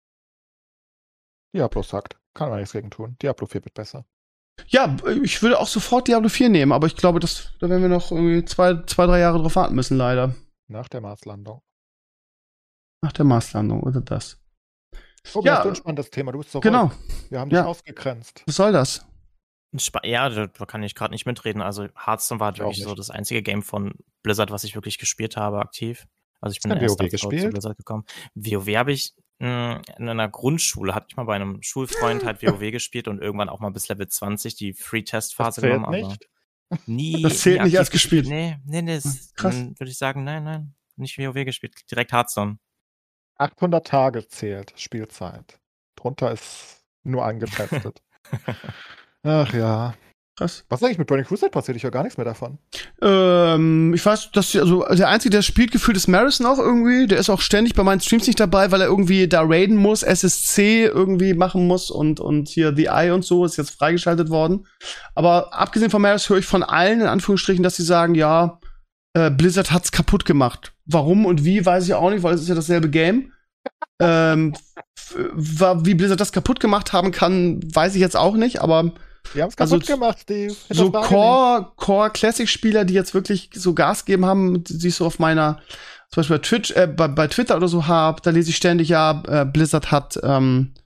Diablo sagt. Kann man nichts gegen tun. Diablo vier wird besser. Ja, ich würde auch sofort Diablo vier nehmen, aber ich glaube, das, da werden wir noch irgendwie zwei, zwei, drei Jahre drauf warten müssen, leider. Nach der Marslandung. Nach der Marslandung, oder das? Oh, Ja, das ist ein spannendes Thema. Du bist zurück. Genau. Wir haben dich Ja. ausgegrenzt. Was soll das? Spa- Ja, da da kann ich gerade nicht mitreden. Also Hearthstone war halt Ich auch wirklich so nicht. das einzige Game von Blizzard, was ich wirklich gespielt habe, aktiv. Also ich bin Hast du erst WoW als Frau zu gespielt? Blizzard gekommen. WoW habe ich mh, in einer Grundschule, hatte ich mal bei einem Schulfreund halt WoW gespielt und irgendwann auch mal bis Level zwanzig die Das Free-Test-Phase zählt genommen. Aber nicht. nie. Das zählt nie nicht als aktiv gespielt. Nee, nee, nee. Das, Krass. Dann würde ich sagen, nein, nein. Nicht WoW gespielt. Direkt Hearthstone. achthundert Tage zählt Spielzeit. Drunter ist nur angetestet. Ach ja. Krass. Was ist eigentlich mit Burning Crusade passiert? Ich höre gar nichts mehr davon. Ähm, ich weiß, dass also der Einzige, der spielt gefühlt, ist Marison auch irgendwie. Der ist auch ständig bei meinen Streams nicht dabei, weil er irgendwie da raiden muss, S S C irgendwie machen muss und, und hier The Eye und so ist jetzt freigeschaltet worden. Aber abgesehen von Marison höre ich von allen in Anführungsstrichen, dass sie sagen, ja, äh, Blizzard hat's kaputt gemacht. Warum und wie, weiß ich auch nicht, weil es ist ja dasselbe Game. ähm, f- wa- wie Blizzard das kaputt gemacht haben kann, weiß ich jetzt auch nicht, aber Die haben es Also kaputt gemacht, Steve. Hätte so das wahrgenommen. Core, Core Classic Spieler, die jetzt wirklich so Gas geben haben, die ich so auf meiner, zum Beispiel bei Twitch, äh, bei, bei Twitter oder so hab, da lese ich ständig, ja, äh, Blizzard hat, ähm,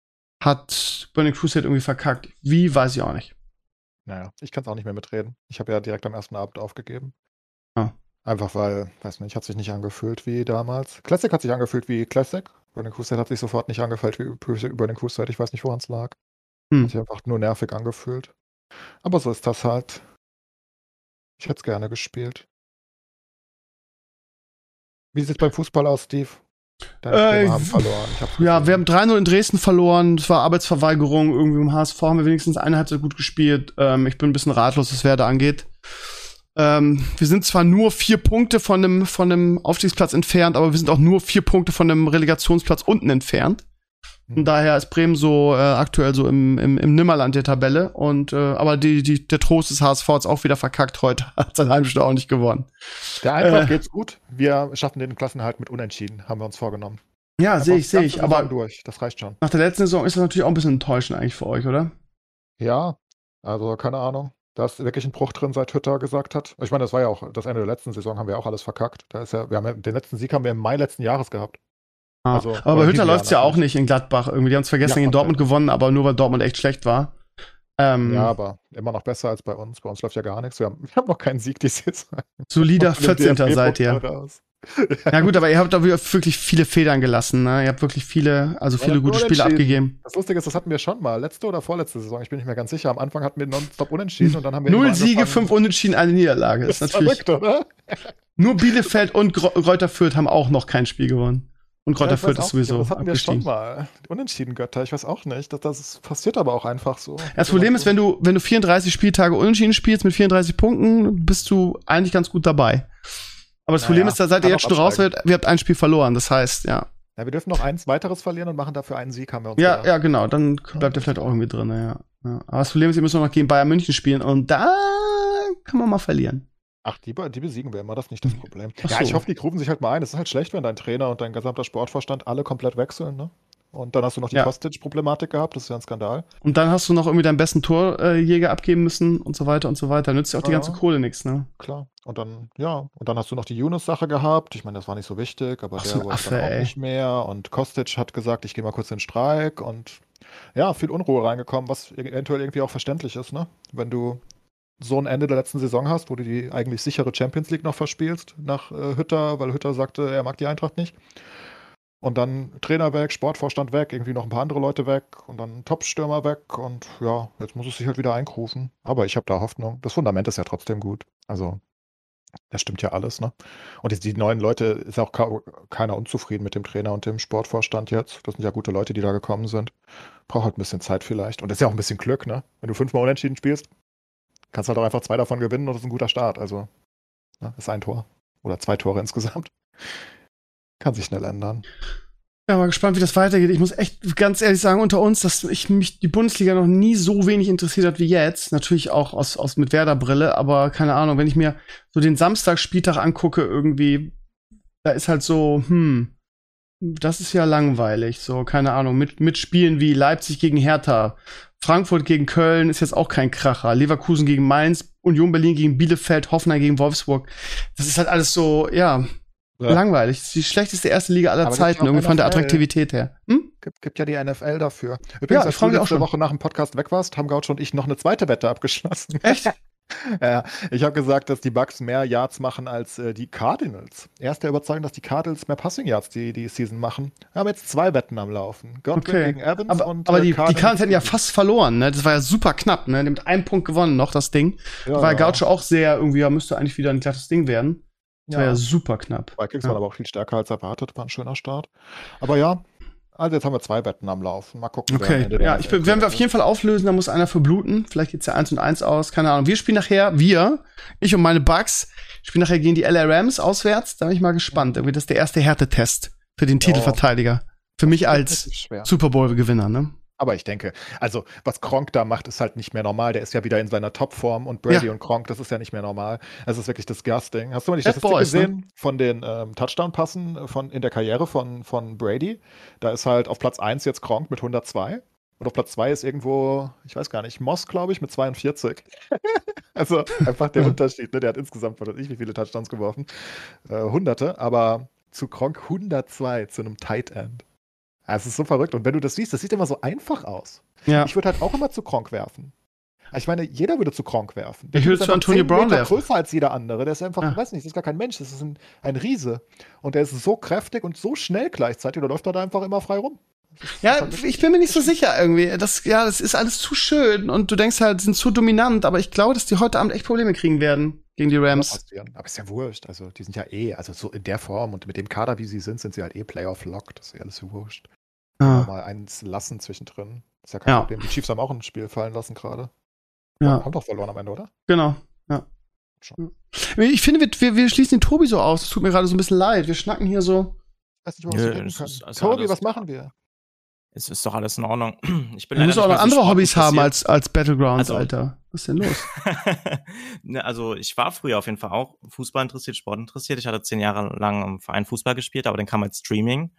hat Burning Crusade irgendwie verkackt. Wie, weiß ich auch nicht. Naja, ich kann es auch nicht mehr mitreden. Ich habe ja direkt am ersten Abend aufgegeben. Ah. Einfach weil, weiß nicht, hat sich nicht angefühlt wie damals. Classic hat sich angefühlt wie Classic. Burning Crusade hat sich sofort nicht angefühlt wie Burning Crusade. Ich weiß nicht, woran es lag. Hm. Hat sich einfach nur nervig angefühlt. Aber so ist das halt. Ich hätte es gerne gespielt. Wie sieht es beim Fußball aus, Steve? Deine Äh, Bremer haben verloren. Ich hab's Ja, gesehen. wir haben drei null in Dresden verloren. Es war Arbeitsverweigerung. Irgendwie im H S V haben wir wenigstens eine Halbzeit gut gespielt. Ähm, ich bin ein bisschen ratlos, was Werde angeht. Ähm, wir sind zwar nur vier Punkte von einem, von einem Aufstiegsplatz entfernt, aber wir sind auch nur vier Punkte von einem Relegationsplatz unten entfernt. Von daher ist Bremen so äh, aktuell so im, im, im Nimmerland der Tabelle. Und äh, aber die, die, der Trost des H S V hat's auch wieder verkackt heute. Hat sein Heimspiel auch nicht gewonnen. Der Eintracht äh, geht's gut. Wir schaffen den Klassenhalt mit Unentschieden, haben wir uns vorgenommen. Ja, Einfach sehe ich, die sehe ganze ich. Saison Aber durch. Das reicht schon. nach der letzten Saison ist das natürlich auch ein bisschen enttäuschend eigentlich für euch, oder? Ja, also keine Ahnung. Da ist wirklich ein Bruch drin, seit Hütter gesagt hat. Ich meine, das war ja auch das Ende der letzten Saison, haben wir auch alles verkackt. Da ist ja, wir haben ja, den letzten Sieg haben wir im Mai letzten Jahres gehabt. Ah, Also, aber bei oder Hütter diesen läuft's Jahr ja auch natürlich. nicht in Gladbach irgendwie. Die haben zwar gestern Ja, in Dortmund komplett. gewonnen, aber nur weil Dortmund echt schlecht war. Ähm, Ja, aber immer noch besser als bei uns. Bei uns läuft ja gar nichts. Wir haben, wir haben noch keinen Sieg dieses Jahr. solider Und von dem vierzehnter seid ihr. D F B-Pokal raus. Ja gut, aber ihr habt da wirklich viele Federn gelassen, ne? Ihr habt wirklich viele, also Ja, viele das gute nur Spiele unentschieden. abgegeben. Das Lustige ist, das hatten wir schon mal. Letzte oder vorletzte Saison. Ich bin nicht mehr ganz sicher. Am Anfang hatten wir nonstop unentschieden und dann haben wir Null irgendwann Siege, angefangen- fünf Unentschieden, eine Niederlage. Das Das ist ist natürlich. verrückt, oder? Nur Bielefeld und Gro- Greuther Fürth haben auch noch kein Spiel gewonnen. Und Greuther Ja, ich weiß Fürth ist auch nicht, aber sowieso das hatten wir schon abgestiegen. mal. Die Unentschieden-Götter, ich weiß auch nicht. Das, das passiert aber auch einfach so. Das Problem ist, wenn du, wenn du vierunddreißig Spieltage unentschieden spielst mit vierunddreißig Punkten, bist du eigentlich ganz gut dabei. Aber das Naja, Problem ist, da seid ihr kann jetzt auch schon raus, absteigen. wir, wir habt ein Spiel verloren. Das heißt, ja. Ja, wir dürfen noch eins weiteres verlieren und machen dafür einen Sieg, haben wir uns Ja, gedacht. ja, genau. Dann bleibt ihr vielleicht auch irgendwie drin, ja. ja. Aber das Problem ist, ihr müsst noch gegen Bayern München spielen und da kann man mal verlieren. Ach, die, be- die besiegen wir immer, das ist nicht das Problem. Ach Ja, so. ich hoffe, die grufen sich halt mal ein. Es ist halt schlecht, wenn dein Trainer und dein gesamter Sportvorstand alle komplett wechseln, ne? Und dann hast du noch die Ja. Kostic-Problematik gehabt, das ist ja ein Skandal. Und dann hast du noch irgendwie deinen besten Torjäger abgeben müssen und so weiter und so weiter. Nützt ja auch die Ja. ganze Kohle nichts, ne? Klar. Und dann, ja, und dann hast du noch die Yunus-Sache gehabt. Ich meine, das war nicht so wichtig, aber Ach der so, wollte Affe, dann auch ey. nicht mehr. Und Kostic hat gesagt, ich gehe mal kurz in den Streik. Und ja, viel Unruhe reingekommen, was eventuell irgendwie auch verständlich ist, ne? Wenn du so ein Ende der letzten Saison hast, wo du die eigentlich sichere Champions League noch verspielst nach äh, Hütter, weil Hütter sagte, er mag die Eintracht nicht. Und dann Trainer weg, Sportvorstand weg, irgendwie noch ein paar andere Leute weg und dann Top-Stürmer weg. Und ja, jetzt muss es sich halt wieder einkrufen. Aber ich habe da Hoffnung. Das Fundament ist ja trotzdem gut. Also, das stimmt ja alles, ne? Und die, die neuen Leute, ist auch ka keiner unzufrieden mit dem Trainer und dem Sportvorstand jetzt. Das sind ja gute Leute, die da gekommen sind. Braucht halt ein bisschen Zeit vielleicht. Und das ist ja auch ein bisschen Glück, ne? Wenn du fünfmal unentschieden spielst, kannst halt auch einfach zwei davon gewinnen und das ist ein guter Start. Also, ne, ist ein Tor. Oder zwei Tore insgesamt. Kann sich schnell ändern. Ja, mal gespannt, wie das weitergeht. Ich muss echt ganz ehrlich sagen, unter uns, dass ich mich die Bundesliga noch nie so wenig interessiert hat wie jetzt. Natürlich auch aus, aus mit Werder-Brille, aber keine Ahnung, wenn ich mir so den Samstagsspieltag angucke, irgendwie, da ist halt so, hm, das ist ja langweilig. So, keine Ahnung, mit, mit Spielen wie Leipzig gegen Hertha, Frankfurt gegen Köln ist jetzt auch kein Kracher, Leverkusen gegen Mainz, Union Berlin gegen Bielefeld, Hoffenheim gegen Wolfsburg. Das ist halt alles so, ja, Ja. langweilig. Das ist die schlechteste erste Liga aller Aber gibt's Zeiten, auch irgendwie von der N F L? Attraktivität her. Hm? Gibt, gibt ja die N F L dafür. Ja, Übrigens, ich als freu du mich auch letzte schon. Woche nach dem Podcast weg warst, haben Gaucho und ich noch eine zweite Wette abgeschlossen. Echt? Ja, ich habe gesagt, dass die Bucks mehr Yards machen als äh, die Cardinals. Er ist der Überzeugung, dass die Cardinals mehr Passing Yards die, die Season machen. Wir haben jetzt zwei Wetten am Laufen. Godwin Okay. gegen Evans Aber, und aber äh, die, die Cardinals hätten ja fast verloren, ne? Das war ja super knapp, ne? Die mit einem Punkt gewonnen noch, das Ding. Ja, Da war ja. Gaucho auch sehr, irgendwie, ja, müsste eigentlich wieder ein glattes Ding werden. Das war Ja. ja super knapp. Vikings Ja. waren aber auch viel stärker als erwartet. War ein schöner Start. Aber ja, also jetzt haben wir zwei Wetten am Laufen. Mal gucken. wer am Okay, Ende der ja, N F ich L bin, werden wir auf gewinnt. jeden Fall auflösen, da muss einer verbluten. Vielleicht geht's ja eins und eins aus, keine Ahnung. Wir spielen nachher, wir, ich und meine Bucks, spielen nachher gegen die L A Rams auswärts. Da bin ich mal gespannt. Irgendwie, das ist der erste Härtetest für den Titelverteidiger. Für mich als Definitiv schwer. Super Bowl-Gewinner, ne? Aber ich denke, also was Gronk da macht, ist halt nicht mehr normal. Der ist ja wieder in seiner Topform und Brady Ja. und Gronk, das ist ja nicht mehr normal. Das ist wirklich disgusting. Hast du mal die Bad Statistik Boys, ne? gesehen von den ähm, Touchdown-Passen von, in der Karriere von, von Brady? Da ist halt auf Platz eins jetzt Gronk mit hundertzwei. Und auf Platz zwei ist irgendwo, ich weiß gar nicht, Moss, glaube ich, mit zweiundvierzig. Also einfach der Unterschied. Ne? Der hat insgesamt, was weiß ich, wie viele Touchdowns geworfen. Äh, Hunderte, aber zu Gronk hundertzwei, zu einem Tight End. Ja, es ist so verrückt. Und wenn du das siehst, das sieht immer so einfach aus. Ja. Ich würde halt auch immer zu Gronk werfen. Ich meine, jeder würde zu Gronk werfen. Der Ich Typ würde ist zu einfach Antonio zehn Brown Meter werfen. größer als jeder andere. Der ist einfach, Ja. ich weiß nicht, das ist gar kein Mensch. Das ist ein, ein Riese. Und der ist so kräftig und so schnell gleichzeitig. Da läuft er da einfach immer frei rum. Ja, ich bin mir nicht so sicher irgendwie. Das, ja, das ist alles zu schön und du denkst halt, die sind zu dominant, aber ich glaube, dass die heute Abend echt Probleme kriegen werden gegen die Rams. Passieren. Aber ist ja wurscht. Also, die sind ja eh, also so in der Form und mit dem Kader, wie sie sind, sind sie halt eh Playoff-Lock. Das ist ja alles wurscht. Ja. Mal eins lassen zwischendrin. Ist ja kein Ja. Problem. Die Chiefs haben auch ein Spiel fallen lassen gerade. Ja, Haben doch verloren am Ende, oder? genau. Ja. Schon. Ich finde, wir, wir, wir schließen den Tobi so aus. Es tut mir gerade so ein bisschen leid. Wir schnacken hier so. Ich weiß nicht, was Nö, wir reden es können. ist- also Tobi, alles- was machen wir? Es ist doch alles in Ordnung. Ich bin Wir müssen auch leider noch nicht mehr andere so Hobbys haben sportinteressiert. als, als Battlegrounds, Also- Alter. Was ist denn los? Ne, also ich war früher auf jeden Fall auch Fußball interessiert, Sport interessiert. Ich hatte zehn Jahre lang im Verein Fußball gespielt, aber dann kam halt Streaming.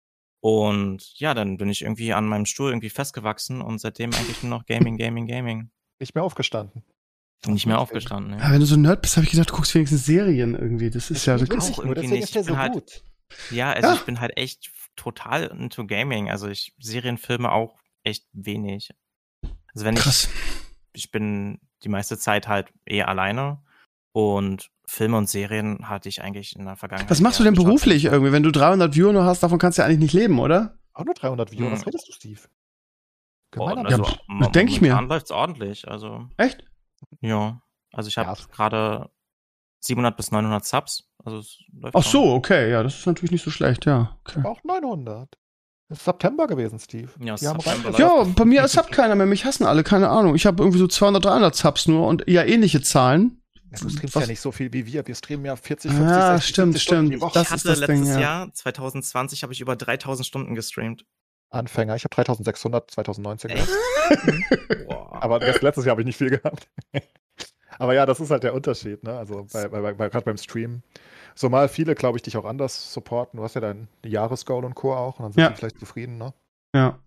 Und ja, dann bin ich irgendwie an meinem Stuhl irgendwie festgewachsen und seitdem eigentlich nur noch Gaming, Gaming, Gaming. Nicht mehr aufgestanden. Nicht mehr aufgestanden. Ja, Ne? wenn du so ein Nerd bist, habe ich gedacht, du guckst wenigstens Serien irgendwie. Das ist ja Ich wirklich. weiß auch nur, irgendwie deswegen nicht. ist der Ich bin so halt- gut. Ja, also Ja. ich bin halt echt total into Gaming. Also ich Serienfilme auch echt wenig. Also wenn ich Krass. ich bin die meiste Zeit halt eher alleine und Filme und Serien hatte ich eigentlich in der Vergangenheit. Was machst du eher denn geschaut. beruflich irgendwie? Wenn du dreihundert Viewer nur hast, davon kannst du ja eigentlich nicht leben, oder? Auch nur dreihundert Viewer. Hm. Was redest du, Steve? Oh, Gemeiner also, Ja, mo- das denk ich mir. momentan läuft's ordentlich. Also Echt? ja, also ich habe Ja. gerade siebenhundert bis neunhundert Subs. Also es läuft Ach schon. so, okay. Ja, das ist natürlich nicht so schlecht, ja. Okay. Auch neunhundert. Das ist September gewesen, Steve. Ja, Die haben September reingeschaut. Ja, bei mir subbt keiner mehr. Mich hassen alle, keine Ahnung. Ich habe irgendwie so zweihundert, dreihundert Subs nur und eher ähnliche Zahlen. Ja, du streamst was- ja nicht so viel wie wir. Wir streamen ja vierzig, fünfzig, Ja, sechzig, stimmt, siebzig Stunden stimmt. die Woche. Das ich ist hatte das Ding, letztes ja. Jahr, zwanzig zwanzig, habe ich über dreitausend Stunden gestreamt. Anfänger. Ich habe dreitausendsechshundert zwanzig neunzehn gehabt. Boah. Aber das letztes Jahr habe ich nicht viel gehabt. Aber ja, das ist halt der Unterschied, ne? Also bei, bei, bei, gerade beim Stream. So mal viele, glaube ich, dich auch anders supporten. Du hast ja dein Jahresgoal und Co. auch und dann sind Ja. die vielleicht zufrieden, ne? Ja.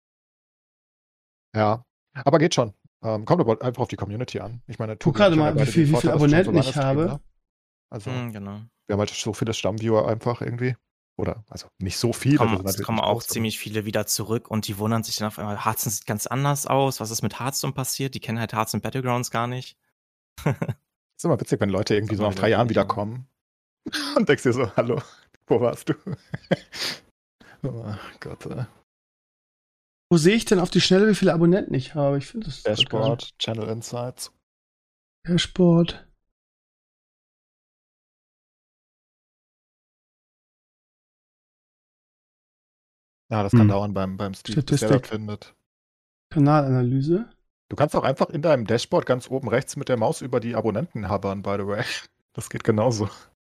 Ja. Aber geht schon. Ähm, kommt aber einfach auf die Community an. Ich meine, Guck Tobi und gerade ich haben mal, ja wie beide viel- den wie Vorteil, viele dass wir schon Abonnenten so ich lange streamen, habe. ne? Also, Hm, genau. wir haben halt so viele Stammviewer einfach irgendwie. Oder, also nicht so viele. Kommen, wir sind es natürlich kommen nicht auch groß, aber- ziemlich viele wieder zurück und die wundern sich dann auf einmal, Hearthstone sieht ganz anders aus. Was ist mit Hearthstone passiert? Die kennen halt Hearthstone Battlegrounds gar nicht. ist immer witzig, wenn Leute irgendwie so Aber nach drei wieder Jahren nicht, ja. wiederkommen und denkst dir so, hallo, wo warst du? Oh Gott. Äh. Wo sehe ich denn auf die Schnelle, wie viele Abonnenten ich habe? Ich finde das. Dashboard, Channel Insights. Dashboard. Ja, das kann Hm. dauern beim, beim Steve, bis der Statistik. das findet. Kanalanalyse. Du kannst auch einfach in deinem Dashboard ganz oben rechts mit der Maus über die Abonnenten hovern, by the way. Das geht genauso.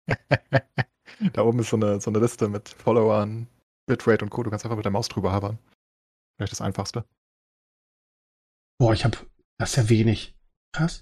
Da oben ist so eine, so eine Liste mit Followern, Bitrate und Co. Du kannst einfach mit der Maus drüber hovern. Vielleicht das Einfachste. Boah, ich habe. Das ist ja wenig. Krass.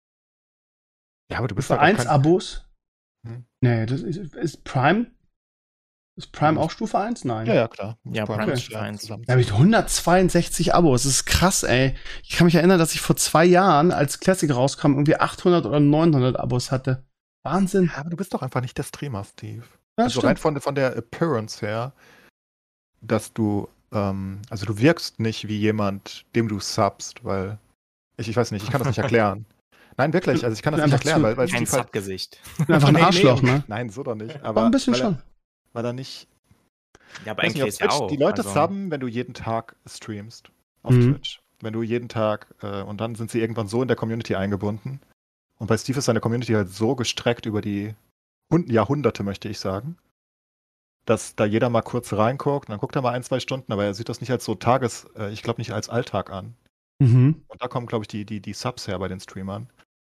Ja, aber du bist Für halt auch eins kein- Abos? Hm. Nee, das ist, ist Prime. Ist Prime Ja. auch Stufe eins? Nein. Ja, ja, klar. Ja, Prime Prime ist ist ja eins. zusammen. Da habe ich hundertzweiundsechzig Abos. Das ist krass, ey. Ich kann mich erinnern, dass ich vor zwei Jahren, als Classic rauskam, irgendwie achthundert oder neunhundert Abos hatte. Wahnsinn. Ja, aber du bist doch einfach nicht der Streamer, Steve. Ja, also rein von, von der Appearance her, dass du, ähm, also du wirkst nicht wie jemand, dem du subst, weil, ich, ich weiß nicht, ich kann das nicht erklären. Nein, wirklich, also ich kann das Ja, nicht einfach erklären, zu- weil, weil Kein Steve halt, Subgesicht. Ich bin einfach ein Nee, nee, Arschloch, ne? Nein, so doch nicht. Aber Aber ein bisschen weil er, schon. Weil er nicht, Ja, aber weiß nicht, eigentlich auf ist ja Twitch, auch. die Leute also, subben, wenn du jeden Tag streamst auf Mhm. Twitch. Wenn du jeden Tag, äh, und dann sind sie irgendwann so in der Community eingebunden. Und bei Steve ist seine Community halt so gestreckt über die Hund Jahrhunderte, möchte ich sagen, dass da jeder mal kurz reinguckt, und dann guckt er mal ein, zwei Stunden, aber er sieht das nicht als so Tages, äh, ich glaube nicht als Alltag an. Mhm. Und da kommen, glaube ich, die, die, die Subs her bei den Streamern.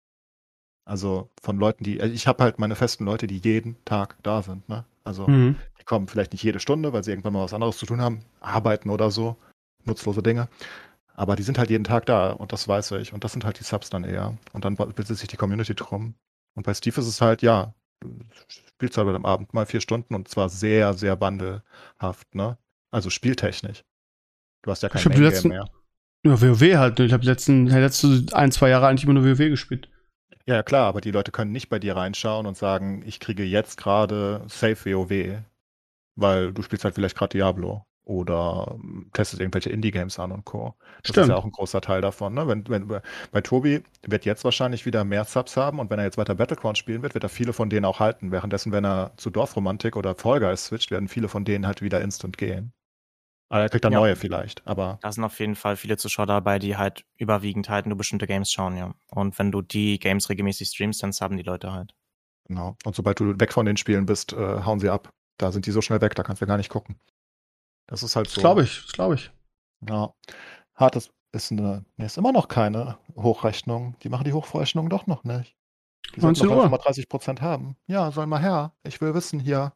Also von Leuten, die, also ich habe halt meine festen Leute, die jeden Tag da sind, ne? Also Mhm. die kommen vielleicht nicht jede Stunde, weil sie irgendwann mal was anderes zu tun haben, arbeiten oder so, nutzlose Dinge. Aber die sind halt jeden Tag da und das weiß ich. Und das sind halt die Subs dann eher. Und dann bildet sich die Community drum. Und bei Steve ist es halt, ja, du spielst halt am Abend mal vier Stunden und zwar sehr, sehr wandelhaft, ne? Also spieltechnisch. Du hast ja kein Ich hab die Main-Game letzten- mehr. Ja, WoW halt. Ich habe die letzten, die letzten ein, zwei Jahre eigentlich immer nur WoW gespielt. Ja, ja, klar, aber die Leute können nicht bei dir reinschauen und sagen, ich kriege jetzt gerade Safe WoW, weil du spielst halt vielleicht gerade Diablo oder ähm, testest irgendwelche Indie-Games an und Co. Das Stimmt. ist ja auch ein großer Teil davon. Ne? Wenn, wenn, bei Tobi wird jetzt wahrscheinlich wieder mehr Subs haben und wenn er jetzt weiter Battleground spielen wird, wird er viele von denen auch halten. Währenddessen, wenn er zu Dorfromantik oder Fall Guys switcht, werden viele von denen halt wieder instant gehen. Aber er kriegt dann Ja. neue vielleicht, aber Da sind auf jeden Fall viele Zuschauer dabei, die halt überwiegend halt nur bestimmte Games schauen, ja. Und wenn du die Games regelmäßig streamst, dann haben die Leute halt. genau. Und sobald du weg von den Spielen bist, äh, hauen sie ab. Da sind die so schnell weg, da kannst du gar nicht gucken. Das ist halt Das so. glaube ich, das glaube ich. Ja. Hart ist, ist eine, nee, ist immer noch keine Hochrechnung. Die machen die Hochrechnung doch noch nicht. Die sollten neunzehn noch Uhr. einfach mal dreißig Prozent haben. Ja, soll mal her. Ich will wissen hier.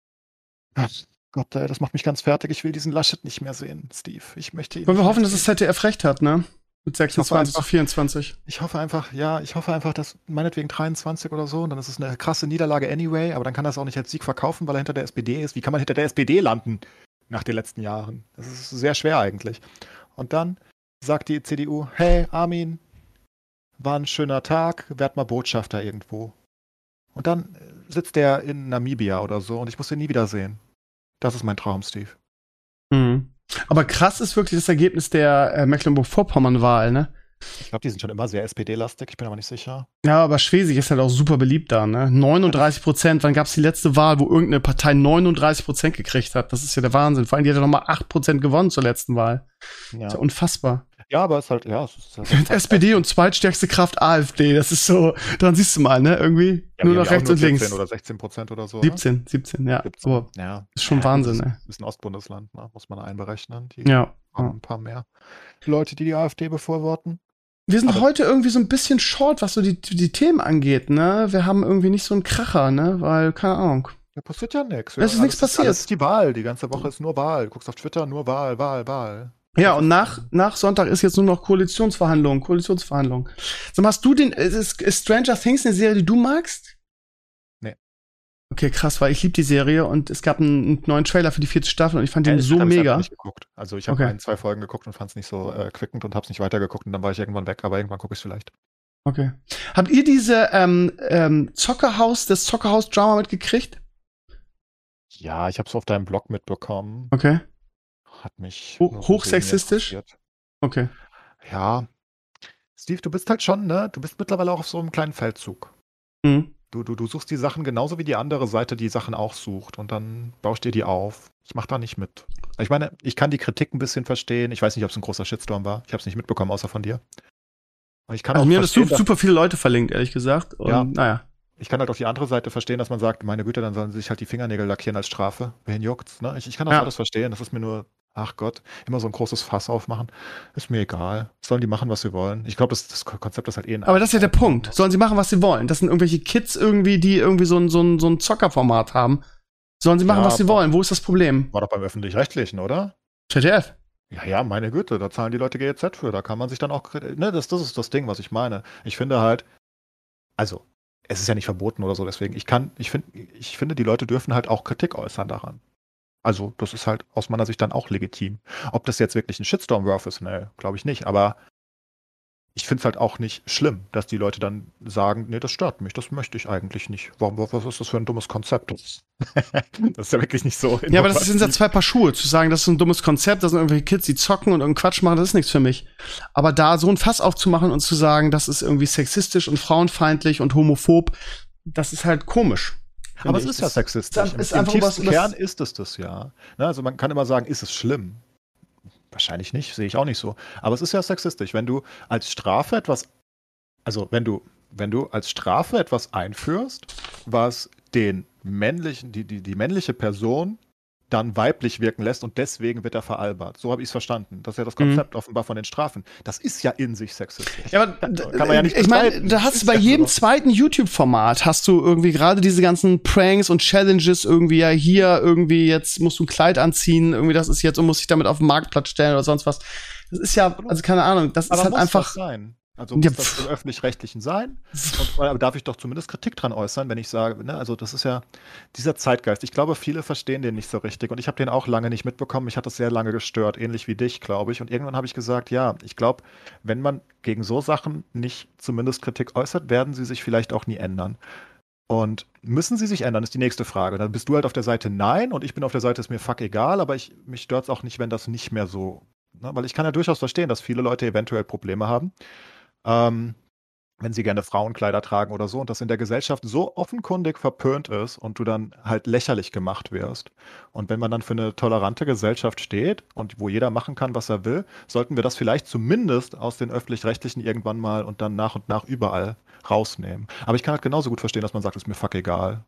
Ach, Gott, ey, das macht mich ganz fertig. Ich will diesen Laschet nicht mehr sehen, Steve. Ich möchte ihn Wollen wir nicht hoffen, mehr dass das sehen. Z D F recht hat, ne? Mit sechsundzwanzig zu einfach- vierundzwanzig. Ich hoffe einfach, ja, ich hoffe einfach, dass meinetwegen dreiundzwanzig oder so, und dann ist es eine krasse Niederlage anyway, aber dann kann er es auch nicht als Sieg verkaufen, weil er hinter der S P D ist. Wie kann man hinter der S P D landen nach den letzten Jahren? Das ist sehr schwer eigentlich. Und dann sagt die C D U, hey Armin, war ein schöner Tag, werd mal Botschafter irgendwo. Und dann äh, sitzt der in Namibia oder so und ich muss ihn nie wiedersehen. Das ist mein Traum, Steve. Mhm. Aber krass ist wirklich das Ergebnis der äh, Mecklenburg-Vorpommern-Wahl, ne? Ich glaube, die sind schon immer sehr S P D-lastig, ich bin aber nicht sicher. Ja, aber Schwesig ist halt auch super beliebt da, ne? neununddreißig Prozent, wann gab's die letzte Wahl, wo irgendeine Partei neununddreißig Prozent gekriegt hat? Das ist ja der Wahnsinn. Vor allem, die hat ja noch mal acht Prozent gewonnen zur letzten Wahl. Ja, Das ist ja unfassbar. ja aber es ist halt, ja, es ist halt Mit S P D und zweitstärkste Kraft AfD, das ist so, daran siehst du mal, ne? Irgendwie Ja, nur die haben noch ja auch rechts und links. vierzehn oder sechzehn Prozent oder so. Ne? siebzehn, siebzehn, ja. siebzehn. Aber Ja. ist schon Ja, Wahnsinn, das ne? Ist ein Ostbundesland, ne? Muss man einberechnen. Die Ja. haben ja. ein paar mehr Leute, die die AfD befürworten. Wir sind Aber- heute irgendwie so ein bisschen short, was so die, die Themen angeht, ne? Wir haben irgendwie nicht so einen Kracher, ne? Weil, keine Ahnung. Da passiert ja nichts. Es ist nichts passiert. Das ist die Wahl. Die ganze Woche ist nur Wahl. Du guckst auf Twitter, nur Wahl, Wahl, Wahl. Ja, und nach, nach Sonntag ist jetzt nur noch Koalitionsverhandlungen, Koalitionsverhandlungen. Sag mal, hast du den, ist, ist Stranger Things eine Serie, die du magst? Nee. Okay, krass, weil ich liebe die Serie und es gab einen, einen neuen Trailer für die vierte Staffel und ich fand den Ja, so ich hab's mega. einfach nicht geguckt. Also ich habe Okay. ein, zwei Folgen geguckt und fand es nicht so äh, quickend und hab's nicht weitergeguckt und dann war ich irgendwann weg, aber irgendwann gucke ich es vielleicht. Okay. Habt ihr diese ähm, ähm, Zockerhaus, das Zockerhaus-Drama mitgekriegt? Ja, ich habe es auf deinem Blog mitbekommen. Okay. Hat mich Ho- nur so hochsexistisch? semi-interessiert. Okay. Ja. Steve, du bist halt schon, ne? Du bist mittlerweile auch auf so einem kleinen Feldzug. Mhm. Du, du, du suchst die Sachen genauso wie die andere Seite die Sachen auch sucht und dann baust dir die auf. Ich mach da nicht mit. Ich meine, ich kann die Kritik ein bisschen verstehen. Ich weiß nicht, ob es ein großer Shitstorm war. Ich habe es nicht mitbekommen, außer von dir. Aber ich kann Also auch mir haben das verstehen, super, dass- super viele Leute verlinkt, ehrlich gesagt. Und Ja. naja. Ich kann halt auf die andere Seite verstehen, dass man sagt, meine Güte, dann sollen sie sich halt die Fingernägel lackieren als Strafe. Wen juckt's, ne? Ich, ich kann das Ja. alles verstehen. Das ist mir nur, ach Gott, immer so ein großes Fass aufmachen. Ist mir egal. Sollen die machen, was sie wollen. Ich glaube, das, das Konzept ist halt eh ein Aber das ist ja der Punkt. Sollen sie machen, was sie wollen. Das sind irgendwelche Kids irgendwie, die irgendwie so ein, so ein, so ein Zockerformat haben. Sollen sie machen, Ja, was sie aber- wollen. Wo ist das Problem? War doch beim Öffentlich-Rechtlichen, oder? Z D F. Ja, ja, meine Güte, da zahlen die Leute G E Z für. Da kann man sich dann auch, ne, das, das ist das Ding, was ich meine. Ich finde halt, also, es ist ja nicht verboten oder so, deswegen, ich kann, ich finde, ich finde, die Leute dürfen halt auch Kritik äußern daran. Also, das ist halt aus meiner Sicht dann auch legitim. Ob das jetzt wirklich ein Shitstorm-Worth ist, ne, glaube ich nicht, aber ich finde es halt auch nicht schlimm, dass die Leute dann sagen, nee, das stört mich, das möchte ich eigentlich nicht. Warum, was ist das für ein dummes Konzept? Das, das ist ja wirklich nicht so. Ja, aber das sind ja innovativ. zwei Paar Schuhe. Zu sagen, das ist ein dummes Konzept, das sind irgendwelche Kids, die zocken und irgendeinen Quatsch machen, das ist nichts für mich. Aber da so ein Fass aufzumachen und zu sagen, das ist irgendwie sexistisch und frauenfeindlich und homophob, das ist halt komisch. finde Aber es ich. ist ja Das- sexistisch. ist Im einfach tiefsten was- was- Kern ist es das ja. Ne, also man kann immer sagen, ist es schlimm? Wahrscheinlich nicht, sehe ich auch nicht so. Aber es ist ja sexistisch. Wenn du als Strafe etwas, also wenn du, wenn du als Strafe etwas einführst, was den männlichen, die, die, die männliche Person dann weiblich wirken lässt und deswegen wird er veralbert. So habe ich es verstanden. Das ist ja das Konzept offenbar von den Strafen. Das ist ja in sich sexistisch. Ja, aber Kann man ja nicht ich meine, bestreiten. da hast Ist du bei ja jedem so. zweiten YouTube-Format hast du irgendwie gerade diese ganzen Pranks und Challenges irgendwie ja hier irgendwie jetzt musst du ein Kleid anziehen, irgendwie das ist jetzt und musst dich damit auf den Marktplatz stellen oder sonst was. Das ist ja, also keine Ahnung, das Aber ist halt muss einfach das sein? Also Ja, muss das pff. im Öffentlich-Rechtlichen sein? Und, aber darf ich doch zumindest Kritik dran äußern, wenn ich sage, ne, also das ist ja dieser Zeitgeist. Ich glaube, viele verstehen den nicht so richtig und ich habe den auch lange nicht mitbekommen. Mich hat das sehr lange gestört, ähnlich wie dich, glaube ich. Und irgendwann habe ich gesagt, ja, ich glaube, wenn man gegen so Sachen nicht zumindest Kritik äußert, werden sie sich vielleicht auch nie ändern. Und müssen sie sich ändern, ist die nächste Frage. Dann bist du halt auf der Seite Nein und ich bin auf der Seite, ist mir fuck egal, aber ich, mich stört es auch nicht, wenn das nicht mehr so, ne, weil ich kann ja durchaus verstehen, dass viele Leute eventuell Probleme haben. Ähm, wenn sie gerne Frauenkleider tragen oder so und das in der Gesellschaft so offenkundig verpönt ist und du dann halt lächerlich gemacht wirst. Und wenn man dann für eine tolerante Gesellschaft steht und wo jeder machen kann, was er will, sollten wir das vielleicht zumindest aus den Öffentlich-Rechtlichen irgendwann mal und dann nach und nach überall rausnehmen. Aber ich kann halt genauso gut verstehen, dass man sagt, ist mir fuck egal.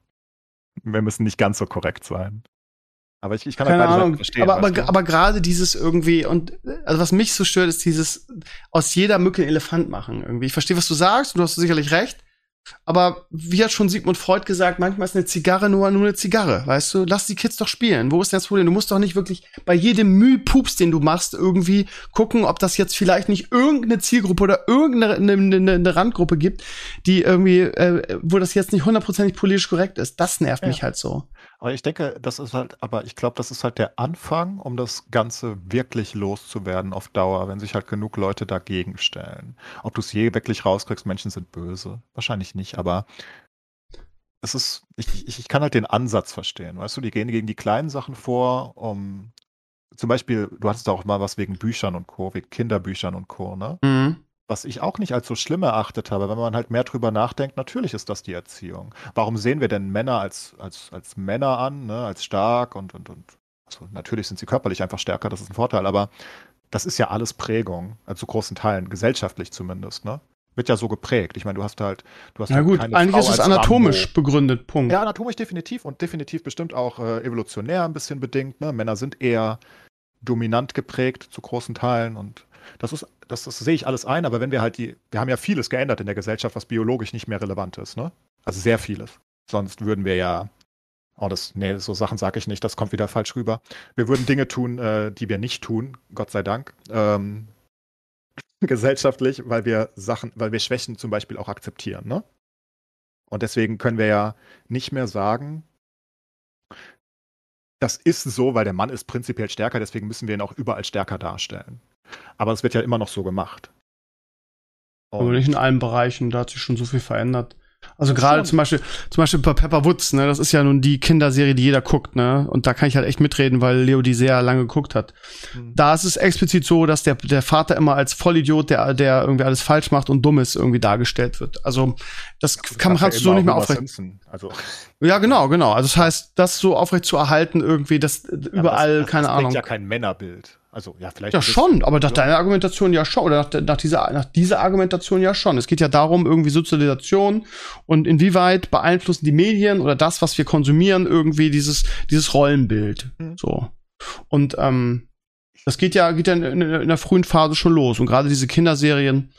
Wir müssen nicht ganz so korrekt sein. Aber ich, ich kann keine halt beide Seiten Ahnung, verstehen. aber, aber, weißt du? aber gerade dieses irgendwie und also was mich so stört, ist dieses aus jeder Mücke einen Elefant machen irgendwie. Ich verstehe, was du sagst, und du hast sicherlich recht. Aber wie hat schon Sigmund Freud gesagt, manchmal ist eine Zigarre nur, nur eine Zigarre, weißt du? Lass die Kids doch spielen. Wo ist denn das Problem? Du musst doch nicht wirklich bei jedem Mühpups, den du machst, irgendwie gucken, ob das jetzt vielleicht nicht irgendeine Zielgruppe oder irgendeine eine, eine, eine Randgruppe gibt, die irgendwie, äh, wo das jetzt nicht hundertprozentig politisch korrekt ist. Das nervt Ja. mich halt so. Aber ich denke, das ist halt, aber ich glaube, das ist halt der Anfang, um das Ganze wirklich loszuwerden auf Dauer, wenn sich halt genug Leute dagegen stellen. Ob du es je wirklich rauskriegst, Menschen sind böse. Wahrscheinlich nicht, aber es ist, ich, ich, ich kann halt den Ansatz verstehen. Weißt du, die gehen gegen die kleinen Sachen vor, um zum Beispiel, du hattest da auch mal was wegen Büchern und Co., wegen Kinderbüchern und Co., ne? Mhm. Was ich auch nicht als so schlimm erachtet habe, wenn man halt mehr drüber nachdenkt, natürlich ist das die Erziehung. Warum sehen wir denn Männer als, als, als Männer an, ne, als stark und, und, und also natürlich sind sie körperlich einfach stärker, das ist ein Vorteil, aber das ist ja alles Prägung, also zu großen Teilen, gesellschaftlich zumindest, ne? Wird ja so geprägt. Ich meine, du hast halt, du hast Na halt gut, keine eigentlich Frau ist es als anatomisch Rambo. begründet, Punkt. Ja, anatomisch definitiv und definitiv bestimmt auch äh, evolutionär ein bisschen bedingt, ne? Männer sind eher dominant geprägt zu großen Teilen und Das ist, das, das sehe ich alles ein, aber wenn wir halt die, wir haben ja vieles geändert in der Gesellschaft, was biologisch nicht mehr relevant ist, ne? Also sehr vieles. Sonst würden wir ja, oh, das, nee, so Sachen sage ich nicht, das kommt wieder falsch rüber. Wir würden Dinge tun, äh, die wir nicht tun, Gott sei Dank, ähm, gesellschaftlich, weil wir Sachen, weil wir Schwächen zum Beispiel auch akzeptieren, ne? Und deswegen können wir ja nicht mehr sagen, das ist so, weil der Mann ist prinzipiell stärker, deswegen müssen wir ihn auch überall stärker darstellen. Aber es wird ja immer noch so gemacht. Aber nicht in allen Bereichen, da hat sich schon so viel verändert. Also Das gerade schon. zum Beispiel, zum Beispiel bei Pepper Woods, ne, das ist ja nun die Kinderserie, die jeder guckt, ne? Und da kann ich halt echt mitreden, weil Leo die sehr lange geguckt hat. Mhm. Da ist es explizit so, dass der, der Vater immer als Vollidiot, der, der irgendwie alles falsch macht und dumm ist, irgendwie dargestellt wird. Also das kann, Das kannst ja du so immer nicht mehr Homer aufrecht. Simpson. Also, Ja, genau, genau. Also das heißt, das so aufrecht zu erhalten, irgendwie, das ja, überall, das, das, keine das Ahnung. bringt ja kein Männerbild. Also, ja, vielleicht. Ja, ein bisschen, schon, aber nach ja. deiner Argumentation ja schon, oder nach, der- nach, dieser, nach dieser Argumentation ja schon. Es geht ja darum, irgendwie Sozialisation und inwieweit beeinflussen die Medien oder das, was wir konsumieren, irgendwie dieses, dieses Rollenbild. Mhm. So. Und ähm, das geht ja, geht ja in, in, in der frühen Phase schon los. Und gerade diese Kinderserien,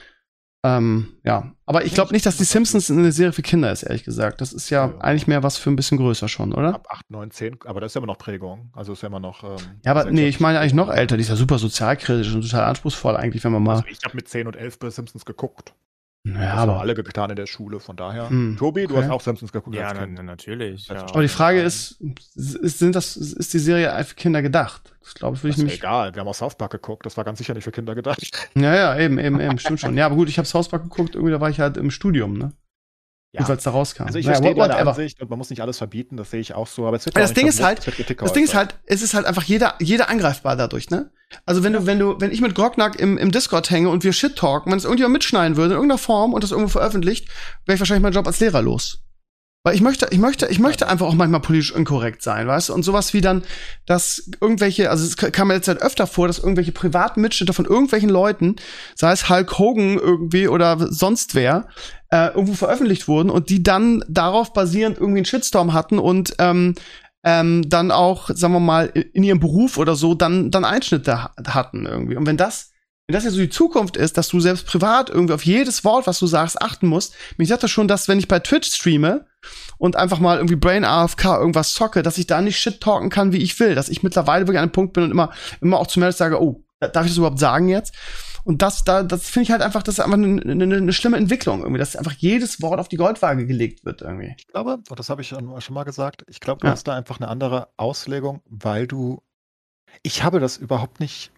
ähm, ja. Aber ich glaube nicht, dass die Simpsons eine Serie für Kinder ist, ehrlich gesagt. Das ist ja, Ja. eigentlich mehr was für ein bisschen größer schon, oder? Ab acht, neun, zehn, aber das ist ja immer noch Prägung. Also ist ja immer noch. Ähm, Ja, aber sechs, nee, sieben, ich meine eigentlich noch Prägung. älter. Die ist ja super sozialkritisch und total anspruchsvoll eigentlich, wenn man mal. Also ich habe mit zehn und elf bei Simpsons geguckt. Ja, Das haben aber. alle getan in der Schule, von daher. Hm, Tobi, du okay. hast auch Simpsons geguckt. Ja, als na, Kind. na, natürlich. Ja. Aber die Frage ist, ist, sind das, ist die Serie für Kinder gedacht? Das glaube ich, würde Das ich ist nämlich. egal, wir haben auch South Park geguckt, das war ganz sicher nicht für Kinder gedacht. Ja, ja, eben, eben, eben, stimmt schon. Ja, aber gut, ich habe South Park geguckt, irgendwie, da war ich halt im Studium, ne? Ja. Gut, weil es da rauskam. Also ich Naja, verstehe deine whatever. Ansicht und man muss nicht alles verbieten, das sehe ich auch so, aber es wird Aber ja das auch Ding nicht ist halt, verboten, es wird Kritik Das Ding ist geäußert. halt, es ist halt einfach jeder, jeder angreifbar dadurch, ne? Also wenn du, wenn du, wenn ich mit Grognack im, im Discord hänge und wir Shit talken, wenn es irgendjemand mitschneiden würde in irgendeiner Form und das irgendwo veröffentlicht, wäre ich wahrscheinlich meinen Job als Lehrer los. Weil ich möchte, ich möchte, ich möchte einfach auch manchmal politisch inkorrekt sein, weißt du? Und sowas wie dann, dass irgendwelche, also es kam mir jetzt halt öfter vor, dass irgendwelche privaten Mitschnitte von irgendwelchen Leuten, sei es Hulk Hogan irgendwie oder sonst wer, äh, irgendwo veröffentlicht wurden und die dann darauf basierend irgendwie einen Shitstorm hatten und ähm, ähm, dann auch, sagen wir mal, in ihrem Beruf oder so dann, dann Einschnitte ha- hatten irgendwie. Und wenn das, wenn das ja so die Zukunft ist, dass du selbst privat irgendwie auf jedes Wort, was du sagst, achten musst, mich sagt das schon, dass wenn ich bei Twitch streame und einfach mal irgendwie Brain A F K irgendwas zocke, dass ich da nicht shit talken kann, wie ich will, dass ich mittlerweile wirklich an einem Punkt bin und immer, immer auch zu mir sage, oh, darf ich das überhaupt sagen jetzt? Und das, da, das finde ich halt einfach, das ist einfach eine, eine, eine schlimme Entwicklung irgendwie, dass einfach jedes Wort auf die Goldwaage gelegt wird irgendwie. Ich glaube, und das habe ich schon schon mal gesagt, ich glaube, du Ja. hast da einfach eine andere Auslegung, weil du, ich habe das überhaupt nicht,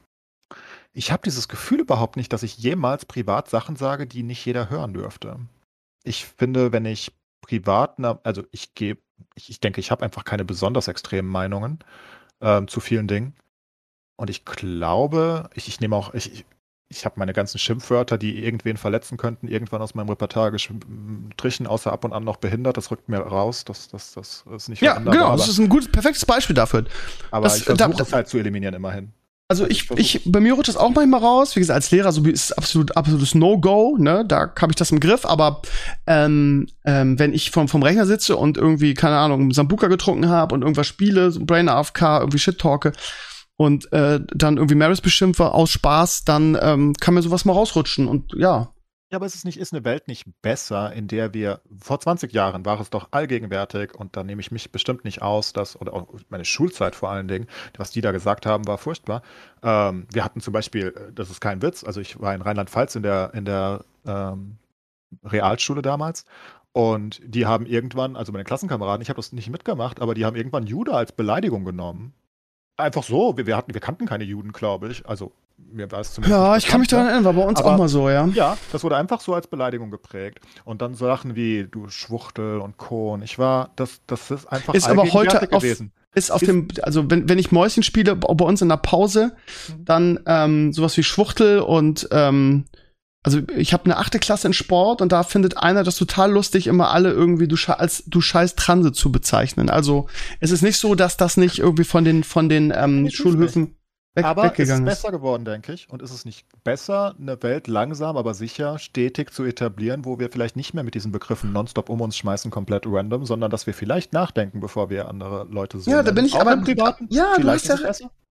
ich habe dieses Gefühl überhaupt nicht, dass ich jemals privat Sachen sage, die nicht jeder hören dürfte. Ich finde, wenn ich privat, na- also ich gebe, ich, ich denke, ich habe einfach keine besonders extremen Meinungen ähm, zu vielen Dingen. Und ich glaube, ich, ich nehme auch, ich, ich, ich habe meine ganzen Schimpfwörter, die irgendwen verletzen könnten, irgendwann aus meinem Repertoire gestrichen, außer ab und an noch behindert. Das rückt mir raus. Das, das, das ist nicht Ja, veränderbar, genau, aber, das ist ein gutes, perfektes Beispiel dafür. aber das- ich versuche da- es halt zu eliminieren immerhin. Also Ich ich, versuch's. ich, bei mir rutscht das auch manchmal raus. Wie gesagt, als Lehrer so ist es absolut, absolutes No-Go, ne? Da habe ich das im Griff. Aber ähm, ähm, wenn ich vom, vom Rechner sitze und irgendwie, keine Ahnung, Sambuka getrunken habe und irgendwas spiele, so Brain A F K, irgendwie Shit talke und äh, dann irgendwie Maris beschimpfe aus Spaß, dann ähm, kann mir sowas mal rausrutschen. Und ja, Ja, aber ist es nicht, ist eine Welt nicht besser, in der wir, vor zwanzig Jahren war es doch allgegenwärtig und da nehme ich mich bestimmt nicht aus, dass, oder auch meine Schulzeit vor allen Dingen, was die da gesagt haben, war furchtbar. Ähm, wir hatten zum Beispiel, äh, das ist kein Witz, also ich war in Rheinland-Pfalz in der, in der ähm, Realschule damals und die haben irgendwann, also meine Klassenkameraden, ich habe das nicht mitgemacht, aber die haben irgendwann Jude als Beleidigung genommen. Einfach so, wir, wir, hatten, wir kannten keine Juden, glaube ich, also mir war es zumindest ja, nicht ich kann mich bekannt, daran erinnern, war bei uns Aber- auch mal so, ja. ja, das wurde einfach so als Beleidigung geprägt. Und dann so Sachen wie du Schwuchtel und Co. Und ich war, das, das ist einfach Ist aber heute allgegenwärtig auf- gewesen. Ist auf Ist- dem, also wenn, wenn ich Mäuschen spiele, bei bei uns in der Pause, Mhm. dann ähm, sowas wie Schwuchtel und ähm, also ich habe eine achte Klasse in Sport und da findet einer das total lustig, immer alle irgendwie du sche als du scheiß Transe zu bezeichnen. Also es ist nicht so, dass das nicht irgendwie von den von den ähm, Definitiv Schulhöfen weg, Aber es ist weggegangen ist. besser geworden, denke ich. Und ist es nicht besser, eine Welt langsam, aber sicher, stetig zu etablieren, wo wir vielleicht nicht mehr mit diesen Begriffen nonstop um uns schmeißen, komplett random, sondern dass wir vielleicht nachdenken, bevor wir andere Leute so Ja, da nennen. bin ich Auch aber im Privaten. ja, du vielleicht hast ja ist es besser.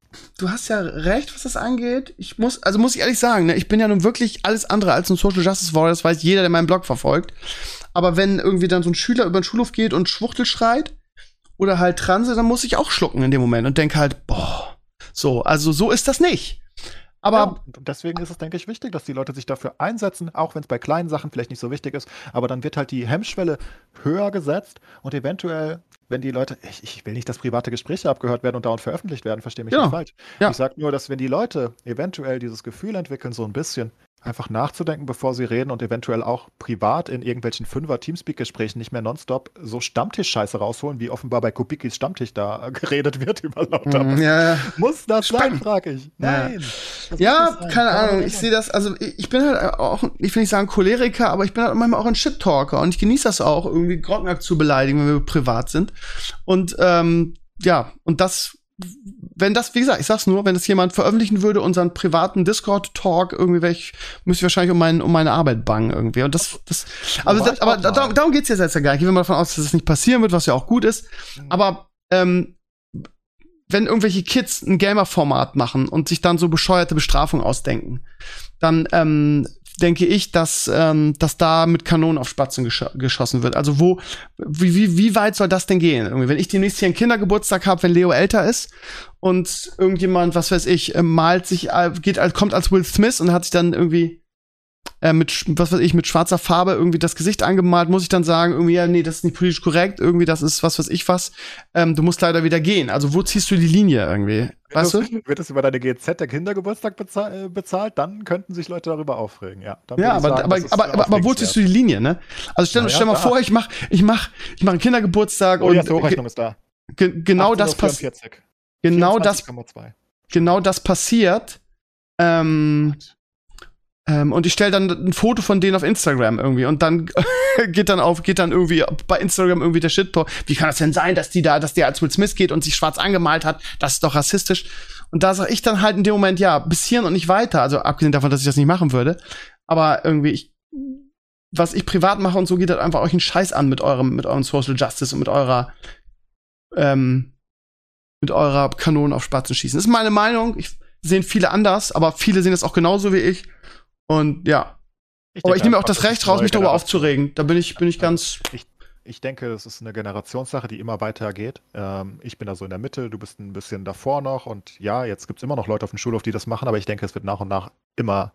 du hast ja recht, was das angeht. Ich muss, also muss ich ehrlich sagen, ne, ich bin ja nun wirklich alles andere als ein Social Justice Warrior, das weiß jeder, der meinen Blog verfolgt. Aber wenn irgendwie dann so ein Schüler über den Schulhof geht und Schwuchtel schreit oder halt Transe, dann muss ich auch schlucken in dem Moment und denke halt, boah, so, also so ist das nicht. Aber ja, und deswegen ist es, denke ich, wichtig, dass die Leute sich dafür einsetzen, auch wenn es bei kleinen Sachen vielleicht nicht so wichtig ist. Aber dann wird halt die Hemmschwelle höher gesetzt und eventuell, wenn die Leute, ich, ich will nicht, dass private Gespräche abgehört werden und dauernd veröffentlicht werden, verstehe mich Ja. nicht falsch. Ja. Ich sage nur, dass wenn die Leute eventuell dieses Gefühl entwickeln, so ein bisschen einfach nachzudenken, bevor sie reden und eventuell auch privat in irgendwelchen Fünfer-Teamspeak-Gesprächen nicht mehr nonstop so Stammtisch-Scheiße rausholen, wie offenbar bei Kubikis Stammtisch da geredet wird über lauter. Mm, ja, ja. Muss das sein, Spannend. frage ich. Ja. Nein. das muss Ja, nicht sein. keine Kann man Ahnung, nicht ich machen. sehe das, also ich ich bin halt auch, ich will nicht sagen Choleriker, aber ich bin halt manchmal auch ein Shit-Talker und ich genieße das auch, irgendwie Grognack zu beleidigen, wenn wir privat sind. Und ähm, ja, und das, wenn das, wie gesagt, ich sag's nur, wenn das jemand veröffentlichen würde, unseren privaten Discord-Talk, irgendwie wäre ich, müsste ich wahrscheinlich um, mein, um meine Arbeit bangen irgendwie. Und das, das, aber, war ich aber auch mal. darum, darum geht's jetzt jetzt ja gar nicht. Ich gehe mal davon aus, dass das nicht passieren wird, was ja auch gut ist. Aber ähm, wenn irgendwelche Kids ein Gamer-Format machen und sich dann so bescheuerte Bestrafungen ausdenken, dann ähm, denke ich, dass, ähm, dass da mit Kanonen auf Spatzen gesch- geschossen wird. Also wo, wie, wie, wie weit soll das denn gehen? Irgendwie, wenn ich demnächst hier einen Kindergeburtstag habe, wenn Leo älter ist und irgendjemand, was weiß ich, äh, malt sich, äh, geht, als- kommt als Will Smith und hat sich dann irgendwie äh, mit, sch- was weiß ich, mit schwarzer Farbe irgendwie das Gesicht angemalt, muss ich dann sagen, irgendwie, ja, nee, das ist nicht politisch korrekt, irgendwie, das ist was weiß ich was, ähm, du musst leider wieder gehen. Also wo ziehst du die Linie irgendwie? Weißt du? Wird es über deine G Z der Kindergeburtstag bezahl- äh, bezahlt, dann könnten sich Leute darüber aufregen, ja. Dann Ja, würde ich aber, sagen, aber, das ist aber, aber, aber wo ziehst du die Linie, ne? Also stell, Na ja, stell mal da. vor, ich mach, ich mach, ich mach einen Kindergeburtstag Oh, und die erste Hochrechnung ist da. ge genau das passiert, passiert. genau das, vierundzwanzig Komma zwei. genau das passiert, ähm, ähm, und ich stell dann ein Foto von denen auf Instagram irgendwie und dann geht dann auf, geht dann irgendwie bei Instagram irgendwie der Shit-Talk. Wie kann das denn sein, dass die da, dass der als Will Smith geht und sich schwarz angemalt hat? Das ist doch rassistisch. Und da sag ich dann halt in dem Moment, ja, bis hierhin und nicht weiter. Also abgesehen davon, dass ich das nicht machen würde. Aber irgendwie, ich, was ich privat mache und so, geht halt einfach euch einen Scheiß an mit eurem, mit eurem Social Justice und mit eurer, ähm, mit eurer Kanonen auf Spatzen schießen. Das ist meine Meinung. Ich sehen viele anders, aber viele sehen das auch genauso wie ich. Und ja. Aber ich nehme auch das Recht raus, mich darüber aufzuregen. Da bin ich, bin ich ganz. Ich, ich denke, es ist eine Generationssache, die immer weiter geht. Ähm, ich bin da so in der Mitte, du bist ein bisschen davor noch. Und ja, jetzt gibt es immer noch Leute auf dem Schulhof, die das machen, aber ich denke, es wird nach und nach immer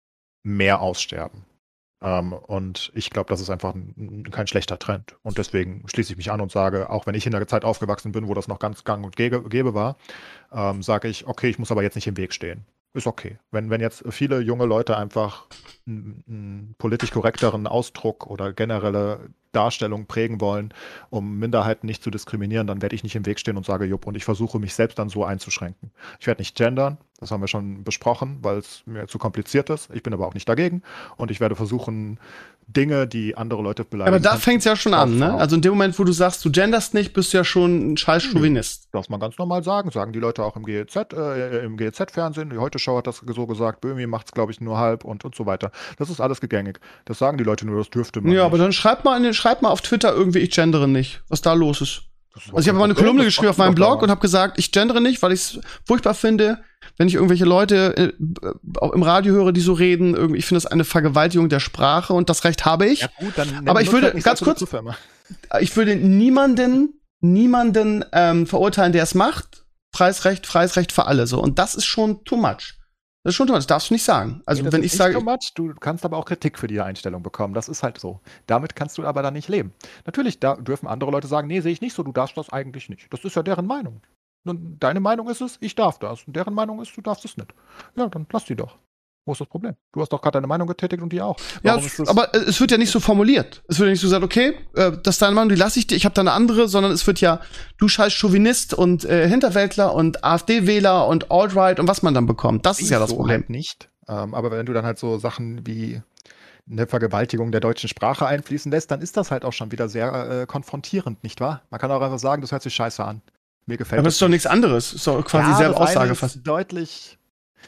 mehr aussterben. Ähm, und ich glaube, das ist einfach ein, kein schlechter Trend. Und deswegen schließe ich mich an und sage, auch wenn ich in der Zeit aufgewachsen bin, wo das noch ganz gang und gäbe, gäbe war, ähm, sage ich, okay, ich muss aber jetzt nicht im Weg stehen. Ist okay. Wenn, wenn jetzt viele junge Leute einfach einen, einen politisch korrekteren Ausdruck oder generelle Darstellung prägen wollen, um Minderheiten nicht zu diskriminieren, dann werde ich nicht im Weg stehen und sage, jupp, und ich versuche mich selbst dann so einzuschränken. Ich werde nicht gendern, das haben wir schon besprochen, weil es mir zu kompliziert ist. Ich bin aber auch nicht dagegen und ich werde versuchen, Dinge, die andere Leute beleidigen. Aber da fängt's ja schon an, ne? Also in dem Moment, wo du sagst, du genderst nicht, bist du ja schon ein scheiß Chauvinist. Darf man ganz normal sagen, sagen die Leute auch im G E Z, äh, im G E Z-Fernsehen. Die Heute-Show hat das so gesagt, Böhmi macht's, glaube ich, nur halb und, und so weiter. Das ist alles gegängig. Das sagen die Leute nur, das dürfte man Ja, nicht. aber dann schreibt mal, in den, schreibt mal auf Twitter irgendwie, ich gendere nicht, was da los ist. Das ist Also ich habe mal eine Problem, Kolumne das geschrieben auf macht meinem doch Blog dauernd. und habe gesagt, ich gendere nicht, weil ich es furchtbar finde, wenn ich irgendwelche Leute äh, auch im Radio höre, die so reden. Irgendwie, ich finde das eine Vergewaltigung der Sprache und das Recht habe ich. Ja gut, dann Aber ich würde, nicht ganz so kurz, Begriffe immer. ich würde niemanden, niemanden ähm, verurteilen, der es macht. Freies Recht, freies Recht für alle. So. Und das ist schon too much. Das ist schon too much. Das darfst du nicht sagen. Also Nee, das wenn ist ich nicht sage, too much. Du kannst aber auch Kritik für die Einstellung bekommen. Das ist halt so. Damit kannst du aber dann nicht leben. Natürlich da dürfen andere Leute sagen, nee, sehe ich nicht so, du darfst das eigentlich nicht. Das ist ja deren Meinung. Und deine Meinung ist es, ich darf das. Und deren Meinung ist, du darfst es nicht. Ja, dann lass die doch. Wo ist das Problem? Du hast doch gerade deine Meinung getätigt und die auch. ja, Warum ist das- aber äh, es wird ja nicht so formuliert. Es wird ja nicht so gesagt, okay, äh, das ist deine Meinung, die lasse ich dir, ich habe da eine andere, sondern es wird ja, du scheiß Chauvinist und äh, Hinterwäldler und AfD-Wähler und Alt-Right und was man dann bekommt. Das ist ja das so Problem. Halt nicht. Ähm, aber wenn du dann halt so Sachen wie eine Vergewaltigung der deutschen Sprache einfließen lässt, dann ist das halt auch schon wieder sehr äh, konfrontierend, nicht wahr? Man kann auch einfach sagen, das hört sich scheiße an. Mir gefällt Aber das ist doch nicht. nichts anderes. Ist doch quasi Ja, dieselbe das eine Aussage ist fast. deutlich.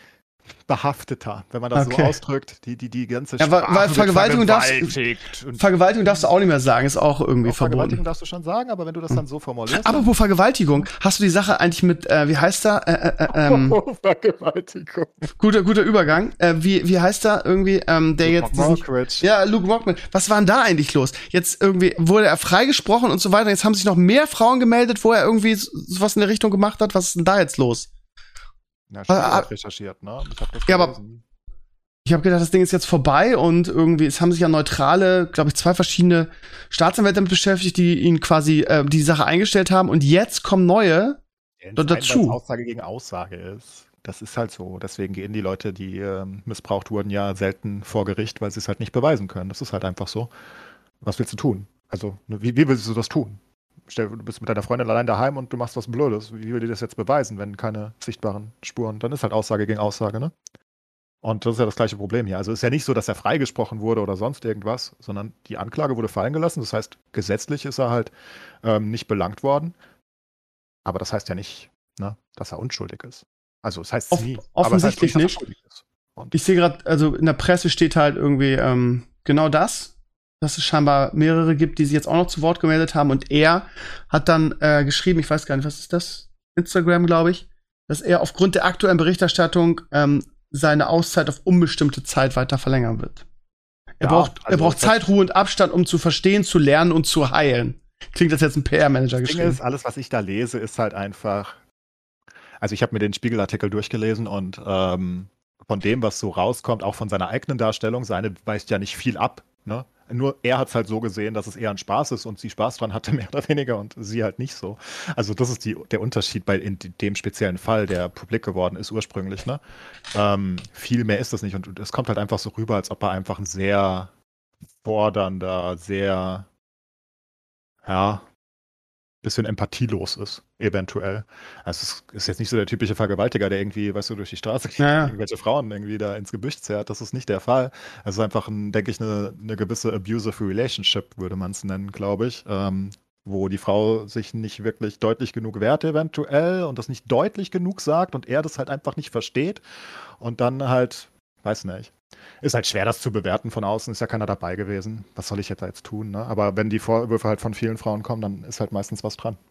behafteter, wenn man das Okay. so ausdrückt. Die, die, die ganze Ja, weil- Sprache weil wird Vergewaltigung darfst- vergewaltigt und Vergewaltigung darfst du auch nicht mehr sagen, ist auch irgendwie Auch Vergewaltigung verboten. darfst du schon sagen, aber wenn du das dann so formulierst. dann- Apropos Vergewaltigung, hast du die Sache eigentlich mit, äh, wie heißt er? Äh, äh, äh, ähm, Oh, Vergewaltigung. guter, guter Übergang. Äh, wie, wie heißt er irgendwie, ähm, der jetzt diesen, Mockridge. ja, Luke Mockman. Was war denn da eigentlich los? Jetzt irgendwie wurde er freigesprochen und so weiter. Jetzt haben sich noch mehr Frauen gemeldet, wo er irgendwie so- sowas in der Richtung gemacht hat. Was ist denn da jetzt los? Na, Ah, ah, hat recherchiert, ne? Ich hab das Ja, aber- gelesen. Ich habe gedacht, das Ding ist jetzt vorbei und irgendwie, es haben sich ja neutrale, glaube ich, zwei verschiedene Staatsanwälte damit beschäftigt, die ihn quasi äh, die Sache eingestellt haben. Und jetzt kommen neue. Ja, da- entscheidend, dazu. weil's Aussage gegen Aussage ist. Das ist halt so. Deswegen gehen die Leute, die ähm, missbraucht wurden, ja selten vor Gericht, weil sie es halt nicht beweisen können. Das ist halt einfach so. Was willst du tun? Also, ne, wie, wie willst du das tun? Stell, du bist mit deiner Freundin allein daheim und du machst was Blödes. Wie will die das jetzt beweisen, wenn keine sichtbaren Spuren? Dann ist halt Aussage gegen Aussage, ne? Und das ist ja das gleiche Problem hier. Also es ist ja nicht so, dass er freigesprochen wurde oder sonst irgendwas, sondern die Anklage wurde fallen gelassen. Das heißt, gesetzlich ist er halt ähm, nicht belangt worden. Aber das heißt ja nicht, ne, dass er unschuldig ist. Also es heißt Off- nie. Aber es heißt offensichtlich dass er nicht. schuldig ist. Und Ich sehe gerade, also in der Presse steht halt irgendwie ähm, genau das, dass es scheinbar mehrere gibt, die sich jetzt auch noch zu Wort gemeldet haben. Und er hat dann äh, geschrieben, ich weiß gar nicht, was ist das? Instagram, glaube ich, dass er aufgrund der aktuellen Berichterstattung ähm, seine Auszeit auf unbestimmte Zeit weiter verlängern wird. Er Ja, braucht, er also braucht das- Zeit, Ruhe und Abstand, um zu verstehen, zu lernen und zu heilen. Klingt das jetzt ein P R-Manager das Ding geschrieben? ist, alles, was ich da lese, ist halt einfach. Also ich habe mir den Spiegelartikel durchgelesen und ähm, von dem, was so rauskommt, auch von seiner eigenen Darstellung, seine weist ja nicht viel ab. Ne? Nur er hat es halt so gesehen, dass es eher ein Spaß ist und sie Spaß dran hatte, mehr oder weniger, und sie halt nicht so. Also das ist die, der Unterschied bei in dem speziellen Fall, der publik geworden ist ursprünglich. Ne? Ähm, viel mehr ist das nicht und es kommt halt einfach so rüber, als ob er einfach ein sehr fordernder, sehr, ja, bisschen empathielos ist, eventuell. Also es ist jetzt nicht so der typische Vergewaltiger, der irgendwie, weißt du, durch die Straße geht, Ja, ja. irgendwelche Frauen irgendwie da ins Gebüsch zerrt. Das ist nicht der Fall. Es ist einfach, ein, denke ich, eine, eine gewisse abusive relationship, würde man es nennen, glaube ich, ähm, wo die Frau sich nicht wirklich deutlich genug wehrt eventuell und das nicht deutlich genug sagt und er das halt einfach nicht versteht und dann halt, weiß nicht. Ist halt schwer, das zu bewerten von außen, ist ja keiner dabei gewesen. Was soll ich jetzt da jetzt tun, ne? Aber wenn die Vorwürfe halt von vielen Frauen kommen, dann ist halt meistens was dran.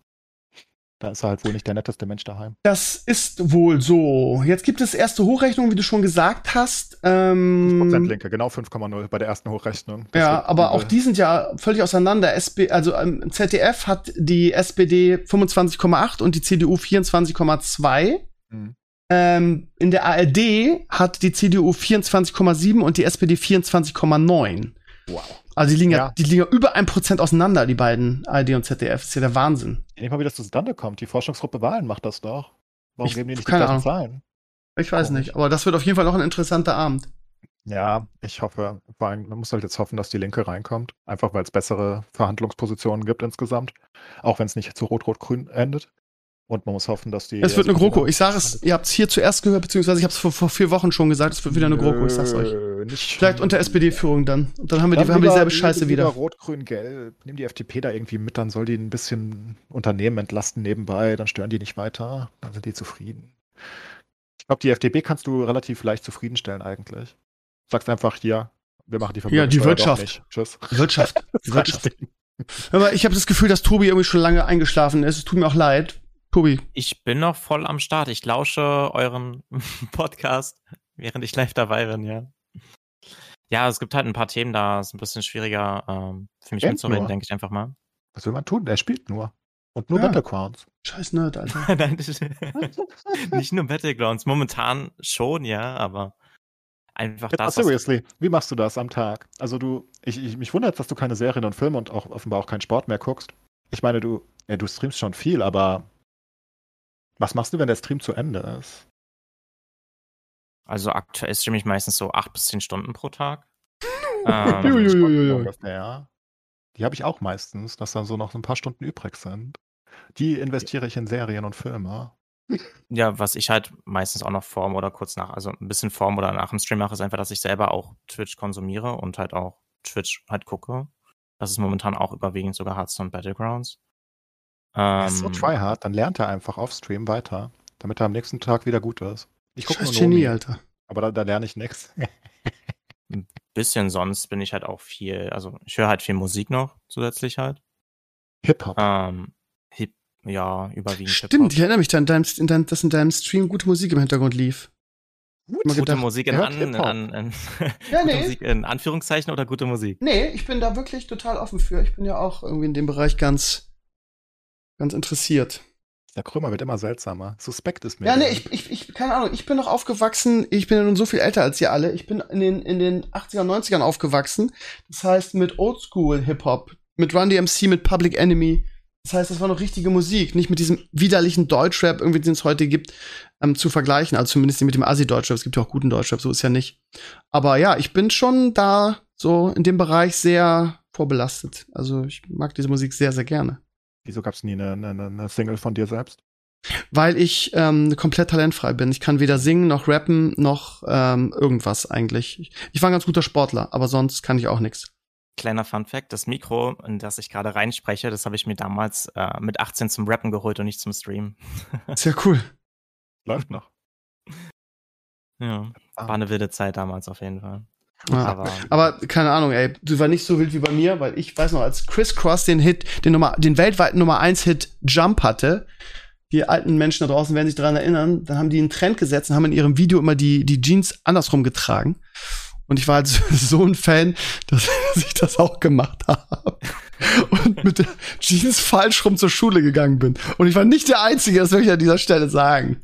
Da ist er halt wohl nicht der netteste Mensch daheim. Das ist wohl so. Jetzt gibt es erste Hochrechnungen, wie du schon gesagt hast. Ähm, Prozentlinke, genau fünf Komma null bei der ersten Hochrechnung. Das Ja, wird aber übel. auch die sind ja völlig auseinander. S B, also ähm, Z D F hat die S P D fünfundzwanzig Komma acht und die C D U vierundzwanzig Komma zwei. Mhm. Ähm, in der A R D hat die C D U vierundzwanzig Komma sieben und die S P D vierundzwanzig Komma neun. Wow. Also die liegen ja, Ja. die liegen ja über ein Prozent auseinander, die beiden A R D und Z D F. Das ist ja der Wahnsinn. Ich denke mal, wie das zustande kommt. Die Forschungsgruppe Wahlen macht das doch. Warum Ich- geben die nicht die keine gleichen Ahnung. Zahlen? Ich weiß Komisch. nicht, aber das wird auf jeden Fall noch ein interessanter Abend. Ja, ich hoffe, vor allem, man muss halt jetzt hoffen, dass die Linke reinkommt. Einfach weil es bessere Verhandlungspositionen gibt insgesamt. Auch wenn es nicht zu Rot-Rot-Grün endet. Und man muss hoffen, dass die. Es wird eine S P D GroKo. Ich sage es, ihr habt es hier zuerst gehört, beziehungsweise ich habe es vor, vor vier Wochen schon gesagt, es wird wieder eine GroKo, ich sag's euch. Nö, Nicht Vielleicht unter S P D-Führung dann. Und dann haben wir, die, Dann haben wir lieber- dieselbe Scheiße lieber wieder. Rot, Grün, Gelb. Nimm die F D P da irgendwie mit, dann soll die ein bisschen Unternehmen entlasten nebenbei, dann stören die nicht weiter, dann sind die zufrieden. Ich glaube, die F D P kannst du relativ leicht zufriedenstellen eigentlich. Sagst einfach hier, wir machen die Ja, die Vermögenssteuer doch Wirtschaft. nicht. Tschüss. Wirtschaft. Die Wirtschaft. Aber ich habe das Gefühl, dass Tobi irgendwie schon lange eingeschlafen ist. Es tut mir auch leid. Tobi. Ich bin noch voll am Start. Ich lausche euren Podcast, während ich live dabei bin, ja. Ja, es gibt halt ein paar Themen, da ist ein bisschen schwieriger ähm, für mich Denkt mitzureden, nur. denke ich einfach mal. Was will man tun? Der spielt nur. Und nur Ja. Battlegrounds. Scheiß Nerd, Alter. Nein, das- nicht nur Battlegrounds, momentan schon, ja, aber einfach Jetzt mal das, was seriously, wie machst du das am Tag? Also du, ich, ich mich wundert, dass du keine Serien und Filme und auch offenbar auch keinen Sport mehr guckst. Ich meine, du, ja, du streamst schon viel, aber was machst du, wenn der Stream zu Ende ist? Also aktuell streame ich meistens so acht bis zehn Stunden pro Tag. Ui, ähm, ui, ui, ui. Ungefähr. Die habe ich auch meistens, dass dann so noch so ein paar Stunden übrig sind. Die investiere ich in Serien und Filme. ja, was ich halt meistens auch noch vorm oder kurz nach, also ein bisschen vorm oder nach dem Stream mache, ist einfach, dass ich selber auch Twitch konsumiere und halt auch Twitch halt gucke. Das ist momentan auch überwiegend sogar Hearthstone Battlegrounds. Er Ähm, ist so tryhard, dann lernt er einfach auf Stream weiter, damit er am nächsten Tag wieder gut ist. Ich gucke Scheiß nur Genie, Nomi. Alter. Aber da, da lerne ich nichts. Ein bisschen, sonst bin ich halt auch viel, also ich höre halt viel Musik noch zusätzlich halt. Hip-Hop. Ähm, Hip, ja, überwiegend Stimmt, Hip-Hop. ich erinnere mich dann, dein, in dein, dass in deinem Stream gute Musik im Hintergrund lief. Gut, Mal Gute gedacht, Musik in, er an, hört Hip-Hop. an, an Ja, gute nee. Musik in Anführungszeichen oder gute Musik? Nee, ich bin da wirklich total offen für. Ich bin ja auch irgendwie in dem Bereich ganz, ganz interessiert. Der Krömer wird immer seltsamer. Suspekt ist mir. Ja, nee, der. ich, ich, ich, keine Ahnung, ich bin noch aufgewachsen, ich bin ja nun so viel älter als ihr alle. Ich bin in den, in den achtzigern, neunzigern aufgewachsen. Das heißt, mit Oldschool-Hip-Hop, mit Run D M C, mit Public Enemy. Das heißt, das war noch richtige Musik, nicht mit diesem widerlichen Deutschrap, irgendwie, den es heute gibt, ähm, zu vergleichen. Also zumindest nicht mit dem Assi-Deutschrap. Es gibt ja auch guten Deutschrap, so ist ja nicht. Aber ja, ich bin schon da so in dem Bereich sehr vorbelastet. Also ich mag diese Musik sehr, sehr gerne. Wieso gab es nie eine, eine, eine Single von dir selbst? Weil ich ähm, komplett talentfrei bin. Ich kann weder singen, noch rappen, noch ähm, irgendwas eigentlich. Ich, ich war ein ganz guter Sportler, aber sonst kann ich auch nichts. Kleiner Fun-Fact, das Mikro, in das ich gerade reinspreche, das habe ich mir damals äh, mit achtzehn zum Rappen geholt und nicht zum Streamen. Sehr cool. Läuft noch. Ja, Ah. war eine wilde Zeit damals auf jeden Fall. Ja. Aber Aber keine Ahnung, ey, du war nicht so wild wie bei mir, weil ich weiß noch, als Criss Cross den Hit, den, Nummer, den weltweiten Nummer eins Hit Jump hatte, die alten Menschen da draußen werden sich daran erinnern, dann haben die einen Trend gesetzt und haben in ihrem Video immer die, die Jeans andersrum getragen. Und ich war halt so ein Fan, dass ich das auch gemacht habe. Und mit der Jeans falsch rum zur Schule gegangen bin. Und ich war nicht der Einzige, das will ich an dieser Stelle sagen.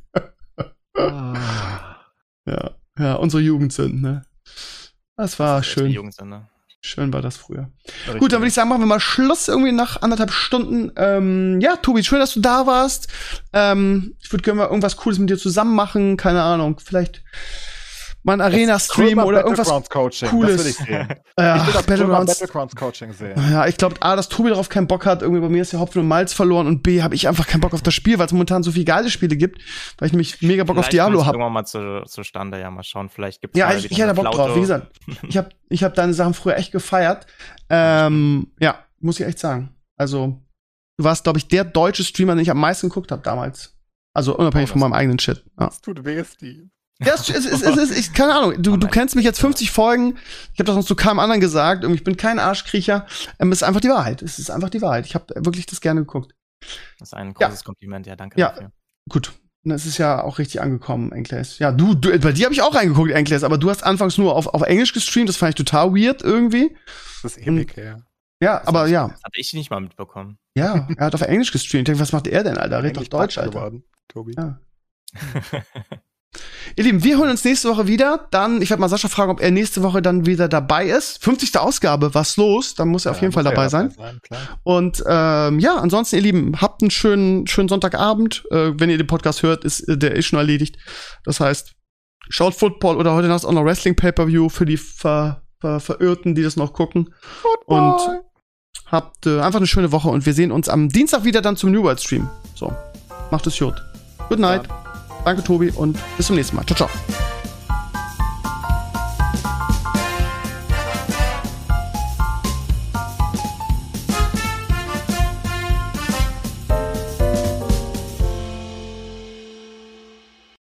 Ah. Ja, ja, unsere Jugendsünden, ne? Das war das ist echt die schön. Jugendsünde. Schön war das früher. Richtig. Gut, dann würde ich sagen, machen wir mal Schluss irgendwie nach anderthalb Stunden. Ähm, ja, Tobi, schön, dass du da warst. Ähm, ich würde gerne mal irgendwas Cooles mit dir zusammen machen. Keine Ahnung, vielleicht mal ein Arena-Stream Krömer oder irgendwas Battlegrounds Coaching, Cooles. Das will ich sehen. Äh, Ich will das Krömer Battlegrounds. Battlegrounds Coaching sehen. Ja, ich glaube, A, dass Tobi darauf keinen Bock hat. Irgendwie bei mir ist ja Hopfen und Malz verloren. Und B, habe ich einfach keinen Bock auf das Spiel, weil es momentan so viele geile Spiele gibt. Weil ich nämlich mega Bock auf Vielleicht Diablo kommt es habe. irgendwann mal zu, zustande, ja, mal schauen. Vielleicht gibt es Ja, ich, ich hätte Bock drauf. Wie gesagt, ich habe ich hab deine Sachen früher echt gefeiert. Ähm, ja, muss ich echt sagen. Also, du warst, glaube ich, der deutsche Streamer, den ich am meisten geguckt habe damals. Also unabhängig Oh, von das- meinem eigenen Shit. Ja, Das tut weh, Steve. ja es, es, es, es, es, ich, keine Ahnung, du, du kennst mich jetzt fünfzig Folgen. Ich habe das noch zu keinem anderen gesagt. Und ich bin kein Arschkriecher. Ähm, es ist einfach die Wahrheit. Es ist einfach die Wahrheit. Ich habe wirklich das gerne geguckt. Das ist ein Ja. großes Kompliment, ja, danke Ja. dafür. Gut. Und es ist ja auch richtig angekommen, Enkles. Ja, du, du bei dir habe ich auch reingeguckt, Enkles, aber du hast anfangs nur auf, auf Englisch gestreamt. Das fand ich total weird irgendwie. Das ist ewig her. Ja, Das aber hab ich- ja. Das habe ich nicht mal mitbekommen. Ja, er hat auf Englisch gestreamt. Ich denke, was macht er denn, Alter? Red doch Eigentlich Deutsch, Papa Alter. geworden, Tobi. Ja. Ihr Lieben, wir holen uns nächste Woche wieder. Dann, ich werde mal Sascha fragen, ob er nächste Woche dann wieder dabei ist. fünfzigste Ausgabe, was los? Dann muss er auf jeden Fall muss dabei ja sein. klar. Und ähm, ja, ansonsten, ihr Lieben, habt einen schönen, schönen Sonntagabend. Äh, wenn ihr den Podcast hört, ist äh, der ist schon erledigt. Das heißt, schaut Football oder heute Nacht auch noch Wrestling Pay-Per-View für die Ver, Ver, Verirrten, die das noch gucken. Und habt äh, einfach eine schöne Woche und wir sehen uns am Dienstag wieder dann zum New World Stream. So, macht es gut. Good night. Danke, Tobi, und bis zum nächsten Mal. Ciao, ciao.